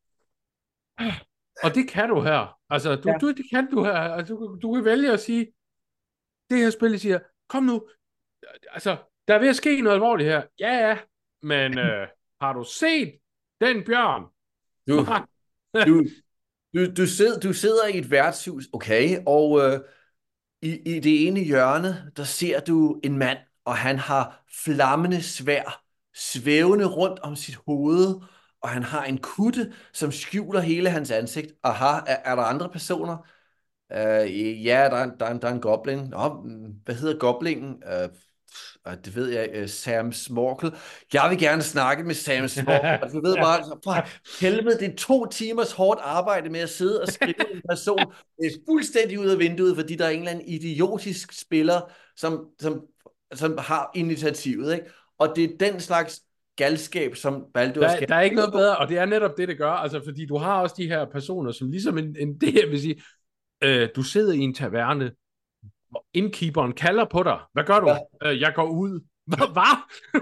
Ja. Og det kan du her. Altså, du, Ja. du, det kan du her. Altså, du, du kan vælge at sige, det her spil siger, kom nu, altså, der er ved at ske noget alvorligt her. Ja, ja, men øh, har du set den bjørn? Du, du, du, du, sidder, du sidder i et værtshus, okay, og øh, i, i det ene hjørne, der ser du en mand, og han har flammende sværd svævende rundt om sit hoved, og han har en kutte, som skjuler hele hans ansigt. Aha, er, er der andre personer? Uh, ja, der er, der, er, en- der er en goblin. Nå, mm, hvad hedder goblingen? Uh, det ved jeg, uh, Sam Smorkel. Jeg vil gerne snakke med Sam Smorkel. Og du ved bare, altså, for helvede, det er to timers hårdt arbejde med at sidde og skrive en person øh, fuldstændig ud af vinduet, fordi der er en eller anden idiotisk spiller, som, som, som har initiativet, ikke? Og det er den slags galskab, som Baldur's Der, Gate. der er ikke noget bedre, og det er netop det, det gør. Altså, fordi du har også de her personer, som ligesom en, en det, jeg vil sige, øh, du sidder i en taverne, og indkeeperen kalder på dig. Hvad gør du? Ja. Øh, jeg går ud. Hvad?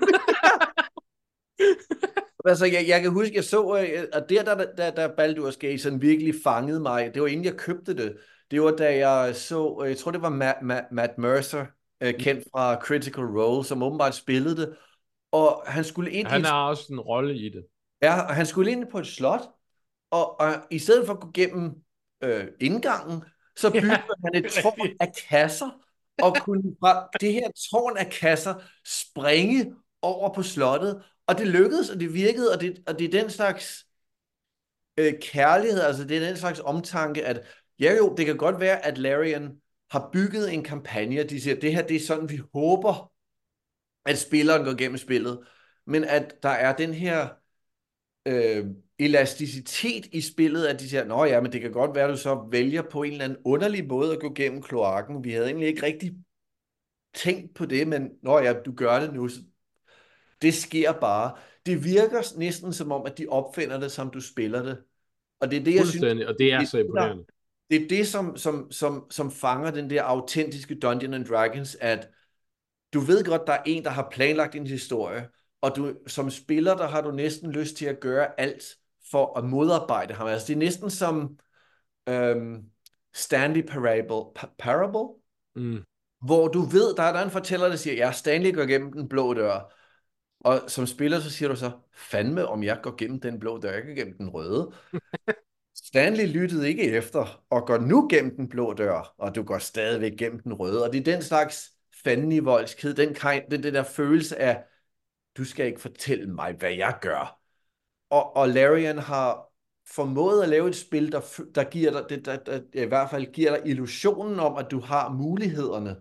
Altså, jeg, jeg kan huske, jeg så, øh, at der, der, der, der Baldur's Gate sådan virkelig fangede mig, det var inden jeg købte det. Det var, da jeg så, øh, jeg tror, det var Matt, Matt, Matt Mercer, øh, kendt fra Critical Role, som åbenbart spillede det. Og han skulle ind Han i et, har også en rolle i det. ja, og han skulle ind på et slot, og, og i stedet for at gå gennem øh, indgangen, så byggede Ja, han et det er tårn rigtigt. af kasser, og kunne fra det her tårn af kasser springe over på slottet, og det lykkedes, og det virkede, og det, og det er den slags øh, kærlighed, altså det er den slags omtanke, at ja jo, det kan godt være, at Larian har bygget en kampagne, de siger, det her, det er sådan, vi håber, at spilleren går gennem spillet, men at der er den her øh, elasticitet i spillet, at de siger, nå ja, men det kan godt være, at du så vælger på en eller anden underlig måde at gå gennem kloakken. Vi havde egentlig ikke rigtig tænkt på det, men nå ja, du gør det nu. Det sker bare. Det virker næsten som om, at de opfinder det, som du spiller det. Og det er det, jeg synes, Fuldstændig, og det er det, så der, imponerende. det er det, som, som, som, som fanger den der autentiske Dungeons and Dragons, at du ved godt, der er en, der har planlagt en historie, og du som spiller, der har du næsten lyst til at gøre alt for at modarbejde ham. Altså det er næsten som øhm, Stanley Parable, pa- Parable Mm. hvor du ved, der er, der er en fortæller, der siger, ja, Stanley går gennem den blå dør. Og som spiller, så siger du så, fandme, om jeg går gennem den blå dør, jeg går gennem den røde. Stanley lyttede ikke efter, og går nu gennem den blå dør, og du går stadigvæk gennem den røde. Og det er den slags fandenivoldskhed, den, den, den der følelse af, du skal ikke fortælle mig, hvad jeg gør. Og, og Larian har formået at lave et spil, der, der giver dig, det, der, der, der i hvert fald giver dig illusionen om, at du har mulighederne.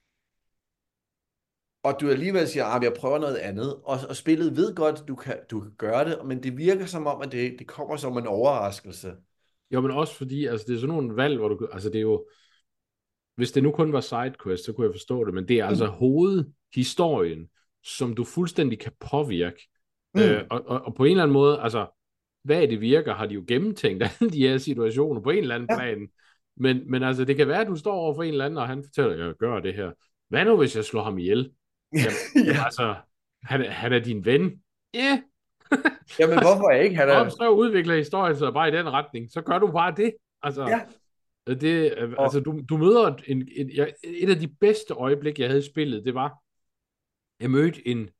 Og du alligevel siger, at jeg prøver noget andet. Og, og spillet ved godt, at du kan, du kan gøre det, men det virker som om, at det, det kommer som en overraskelse. Jo, men også fordi, altså det er sådan nogle valg, hvor du, altså det er jo, hvis det nu kun var sidequest, så kunne jeg forstå det, men det er altså hovedhistorien, som du fuldstændig kan påvirke. Mm. Øh, og, og, og på en eller anden måde, altså, hvad det virker, har de jo gennemtænkt alle de her situationer på en eller anden ja. plan. Men, men altså, det kan være, at du står over for en eller anden, og han fortæller, at jeg gør det her. Hvad nu, hvis jeg slår ham ihjel? Jamen, ja. jamen altså, han, han er din ven. Ja. Yeah. Jamen, hvorfor ikke? Han er... Så udvikler historien sig bare i den retning. Så gør du bare det. Altså, ja. det, altså du, du møder en, en, en, et af de bedste øjeblik, jeg havde i spillet, det var, jeg mødte en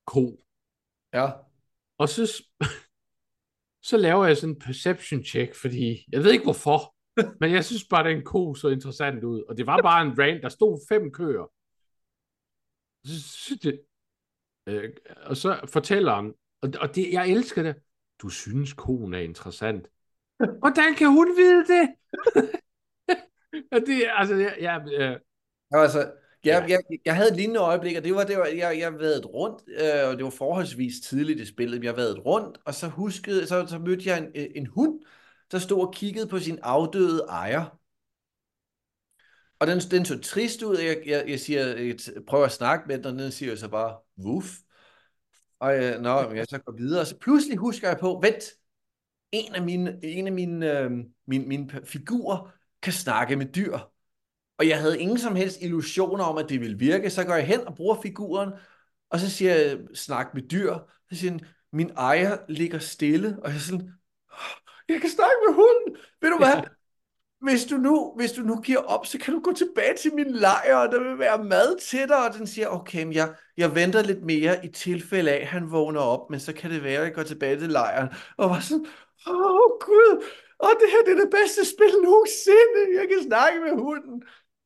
ko. Ja. Og så, så laver jeg sådan en perception check, fordi jeg ved ikke hvorfor, men jeg synes bare, den ko så interessant ud. Og det var bare en rand, der stod fem køer. Så, så det, øh, og så fortæller han, og, og det, jeg elsker det, du synes koen er interessant. Hvordan kan hun vide det? Og det, altså, jeg, jeg, øh, Altså, ja. jeg, jeg, jeg havde et lignende øjeblik, og det var, det var jeg, jeg været rundt, øh, og det var forholdsvis tidligt i spillet, jeg været rundt, og så huskede, så, så mødte jeg en, en hund, der stod og kiggede på sin afdøde ejer. Og den, den så trist ud, og jeg, jeg, jeg siger, jeg prøver at snakke med den, og den siger så bare, wuff. Og øh, nå, jeg så går videre, og så pludselig husker jeg på, vent, en af mine, en af mine, øh, mine, mine figurer kan snakke med dyr. Og jeg havde ingen som helst illusioner om, at det ville virke. Så går jeg hen og bruger figuren, og så siger jeg, snak med dyr. Så siger den, min ejer ligger stille, og jeg er sådan, jeg kan snakke med hunden. Ved du hvad? Hvis du, nu, hvis du nu giver op, så kan du gå tilbage til min lejr, og der vil være mad til dig. Og den siger, okay, men jeg, jeg venter lidt mere i tilfælde af, at han vågner op, men så kan det være, at jeg går tilbage til lejren. Og var sådan, åh oh, gud, og det her det er det bedste spil nogensinde. Jeg kan snakke med hunden.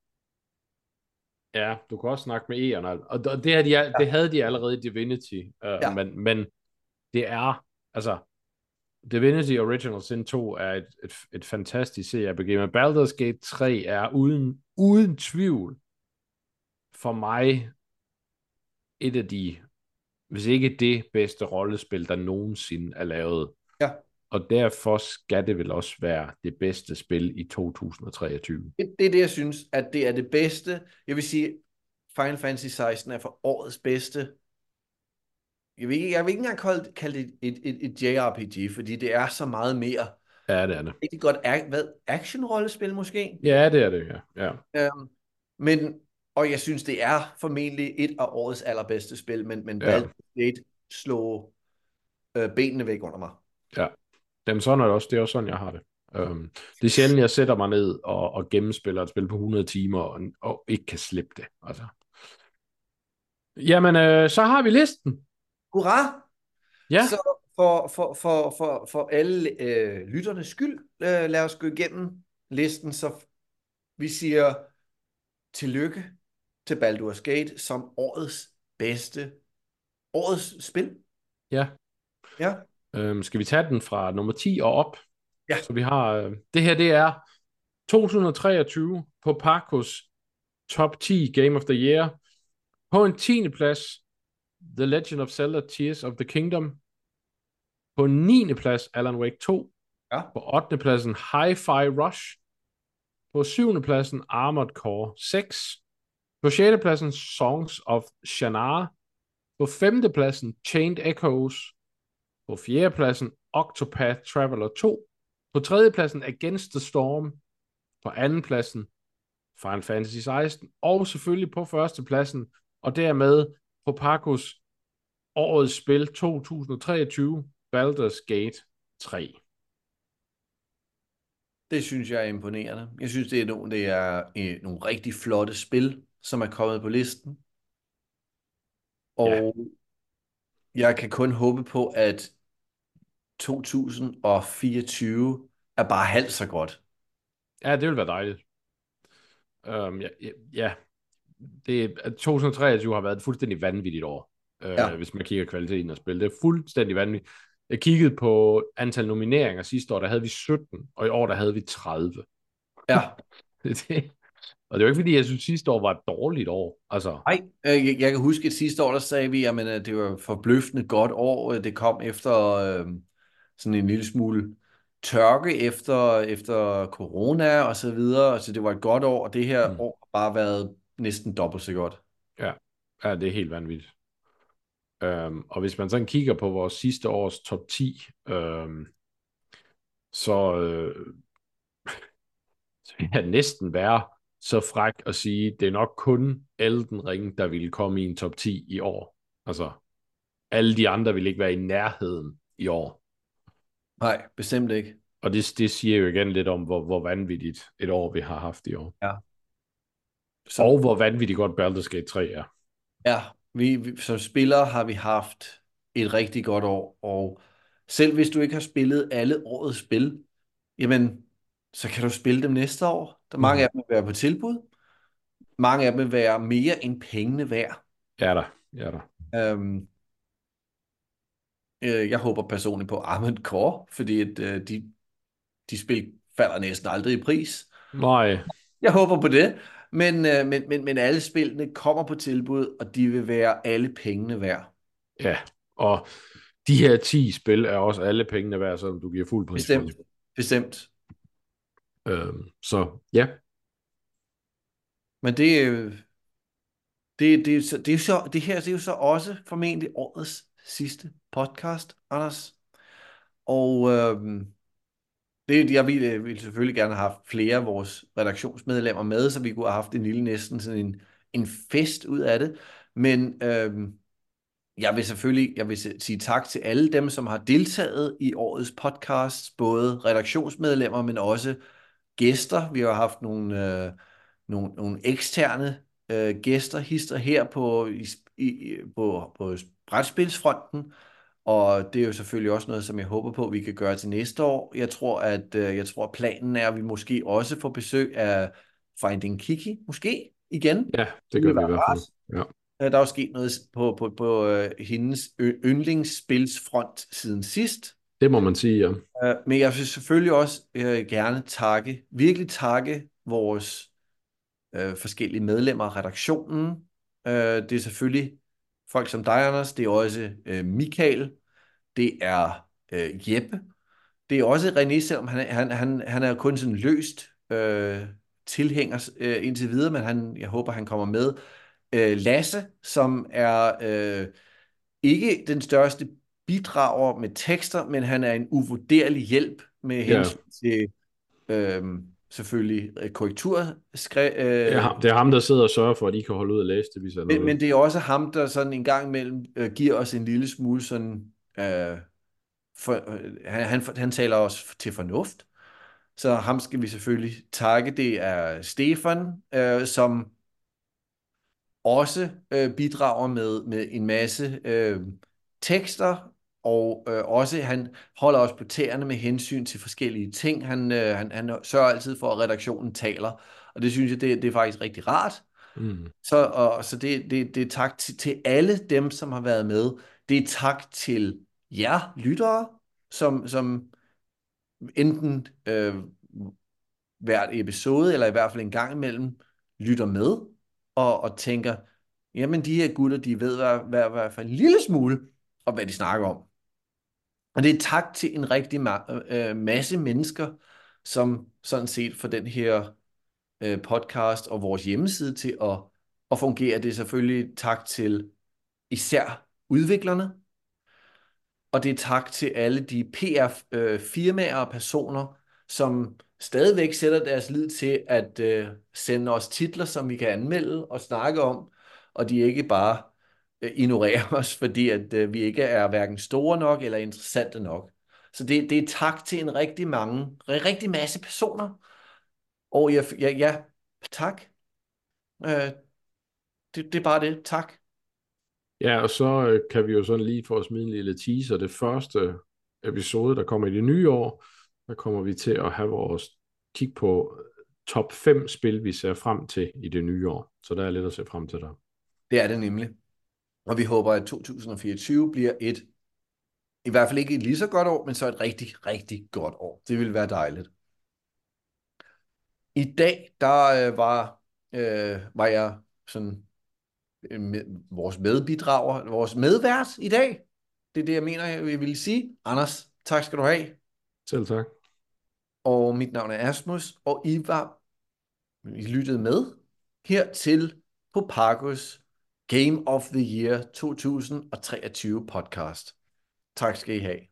Ja, du kan også snakke med E'erne. Og og det, havde de, det havde de allerede i Divinity. Uh, Ja. men, men det er, altså, Divinity Original Sin to er et, et, et fantastisk C R P G, men Baldur's Gate tre er uden, uden tvivl for mig et af de, hvis ikke det bedste rollespil, der nogensinde er lavet. Ja. Og derfor skal det vel også være det bedste spil i to tusind og treogtyve. Det, det er det, jeg synes, at det er det bedste. Jeg vil sige, Final Fantasy seksten er for årets bedste. Jeg vil ikke, jeg vil ikke engang kalde, kalde det et, et, et J R P G, fordi det er så meget mere. Ja, det er det. Rigtig godt ac- hvad, action-rollespil måske. Ja, det er det, ja. ja. Um, men, og jeg synes, det er formentlig et af årets allerbedste spil, men, men Ja. Baldur's Gate slog øh, benene væk under mig. Ja, Jamen, sådan er det også. Det er også sådan, jeg har det. Um, det er sjældent, jeg sætter mig ned og, og gennemspiller et spil på hundrede timer og, og ikke kan slippe det. Altså. Jamen, øh, så har vi listen. Hurra! Ja, Så for, for, for, for, for alle øh, lytternes skyld, øh, lad os gå igennem listen, så vi siger tillykke til Baldur's Gate som årets bedste, årets spil. ja. Ja, Um, skal vi tage den fra nummer ti og op? Ja. Så vi har, øh, det her, det er to tusind og treogtyve på Pacos top ti Game of the Year. På en tiende plads, The Legend of Zelda Tears of the Kingdom. På en niende plads, Alan Wake to. Ja. På ottende pladsen, Hi-Fi Rush. På syvende pladsen, Armored Core seks. På sjette pladsen, Songs of Shannara. På femte pladsen, Chained Echoes. På fjerde pladsen, Octopath Traveler to. På tredje pladsen, Against the Storm. På anden pladsen, Final Fantasy seksten. Og selvfølgelig på første pladsen, og dermed på Pacos årets spil to tusind og treogtyve, Baldur's Gate tre. det synes jeg er imponerende. Jeg synes, det er nogle, det er øh, nogle rigtig flotte spil, som er kommet på listen. Og jeg kan kun håbe på, at to tusind og fireogtyve er bare halvt så godt. Ja, det vil være dejligt. Um, ja, ja, ja. Det, to tusind og treogtyve har været et fuldstændig vanvittigt år, øh, Ja. hvis man kigger kvaliteten af spil. Det er fuldstændig vanvittigt. Jeg kiggede på antal nomineringer sidste år, der havde vi sytten, og i år der havde vi tredive. Ja. Det, det, og det er jo ikke fordi, jeg synes sidste år var et dårligt år. Altså, Nej, øh, jeg, jeg kan huske, at sidste år, der sagde vi, at det var et forbløffende godt år. Det kom efter øh, sådan en lille smule tørke efter, efter corona og så videre. Altså, det var et godt år, og det her Mm. år har bare været næsten dobbelt så godt. ja, ja, det er helt vanvittigt. Um, og hvis man sådan kigger på vores sidste års top ti, um, så, øh, så vil jeg næsten være så fræk at sige, det er nok kun Elden Ring, der ville komme i en top ti i år. Altså, alle de andre vil ikke være i nærheden i år. Nej, bestemt ikke. Og det, det siger jo igen lidt om, hvor, hvor vanvittigt et år vi har haft i år. Ja. Så, Og hvor vanvittigt godt Baldur's Gate tre er. ja, Vi, vi, som spillere har vi haft et rigtig godt år, og selv hvis du ikke har spillet alle årets spil, jamen, så kan du spille dem næste år. Der mange Mm. af dem vil være på tilbud. Mange af dem vil være mere end pengene værd. Ja da, ja da. Øhm, øh, jeg håber personligt på Armored Core, fordi at, øh, de, de spil falder næsten aldrig i pris. Nej, Jeg håber på det, men, øh, men, men, men alle spillene kommer på tilbud, og de vil være alle pengene værd. ja. Og de her ti spil er også alle pengene værd, selvom du giver fuld pris for Bestemt. dem. Bestemt. Øhm, så ja, Men det, øh, det, det, er så- det, er jo så, det her det er jo så også formentlig årets sidste podcast, Anders. Og øh, det, jeg ville, øh, ville selvfølgelig gerne have haft flere af vores redaktionsmedlemmer med, så vi kunne have haft en lille næsten sådan en, en fest ud af det. Men øh, jeg vil selvfølgelig jeg vil sige tak til alle dem, som har deltaget i årets podcast, både redaktionsmedlemmer, men også gæster. Vi har haft nogle, øh, nogle, nogle eksterne øh, gæster, hister her på, i, i, på, på brætspilsfronten, og det er jo selvfølgelig også noget, som jeg håber på, vi kan gøre til næste år. Jeg tror, at øh, jeg tror, at planen er, at vi måske også får besøg af Finding Kiki, måske igen. ja, det Det gør vil vi i være hvert fald. rart. Ja. Øh, Der er jo sket noget på, på, på øh, hendes ø- yndlingsspilsfront siden sidst. Det må man sige, ja. Øh, Men jeg vil selvfølgelig også øh, gerne takke, virkelig takke vores øh, forskellige medlemmer af redaktionen. Øh, det er selvfølgelig folk som dig, Anders. Det er også øh, Michael. Det er øh, Jeppe. Det er også René, selvom han, han, han, han er kun sådan løst øh, tilhænger øh, indtil videre, men han, jeg håber, han kommer med. Øh, Lasse, som er øh, ikke den største bidrager med tekster, men han er en uvurderlig hjælp med Ja, hensyn til øh, selvfølgelig øh, korrekturskre, det er, øh, ham, det er ham, der sidder og sørger for, at I kan holde ud og læse det, hvis der er men, noget. men det er også ham, der sådan en gang imellem øh, giver os en lille smule sådan, øh, for, øh, han, han, han taler os til fornuft, så ham skal vi selvfølgelig takke. Det er Stefan, øh, som også øh, bidrager med, med en masse øh, tekster, og øh, også han holder os på tæerne med hensyn til forskellige ting. Han, øh, han, han sørger altid for, at redaktionen taler, og det synes jeg, det, det er faktisk rigtig rart. Mm. Så, og, så det, det, det er tak til, til alle dem, som har været med. Det er tak til jer lyttere, som, som enten øh, hvert episode, eller i hvert fald en gang imellem, lytter med og, og tænker, jamen de her gutter, de ved hvad, hvad, i hvert fald en lille smule om, hvad de snakker om. Og det er tak til en rigtig ma- øh, masse mennesker, som sådan set får den her øh, podcast og vores hjemmeside til at, at fungere. Det er selvfølgelig tak til især udviklerne, og det er tak til alle de P R-firmaer og personer, som stadigvæk sætter deres lid til at øh, sende os titler, som vi kan anmelde og snakke om, og de ikke bare øh, ignorerer os, fordi at øh, vi ikke er hverken store nok eller interessante nok. Så det, det er tak til en rigtig mange, en rigtig masse personer. Og ja, ja, ja tak. Øh, det, det er bare det. Tak. Ja, og så øh, kan vi jo sådan lige få at smide en lille teaser. Det første episode, der kommer i det nye år, der kommer vi til at have vores kig på top fem spil, vi ser frem til i det nye år. Så der er lidt at se frem til der. Det er det nemlig. Og vi håber, at to tusind fireogtyve bliver et, i hvert fald ikke et lige så godt år, men så et rigtig, rigtig godt år. Det vil være dejligt. I dag, der øh, var, øh, var jeg sådan øh, med, vores medbidrager, vores medvært i dag. Det er det, jeg mener, jeg vil sige. Anders, tak skal du have. Selv tak. Og mit navn er Asmus, og I var, I lyttede med her til Popagos Game of the Year to tusind treogtyve podcast. Tak skal I have.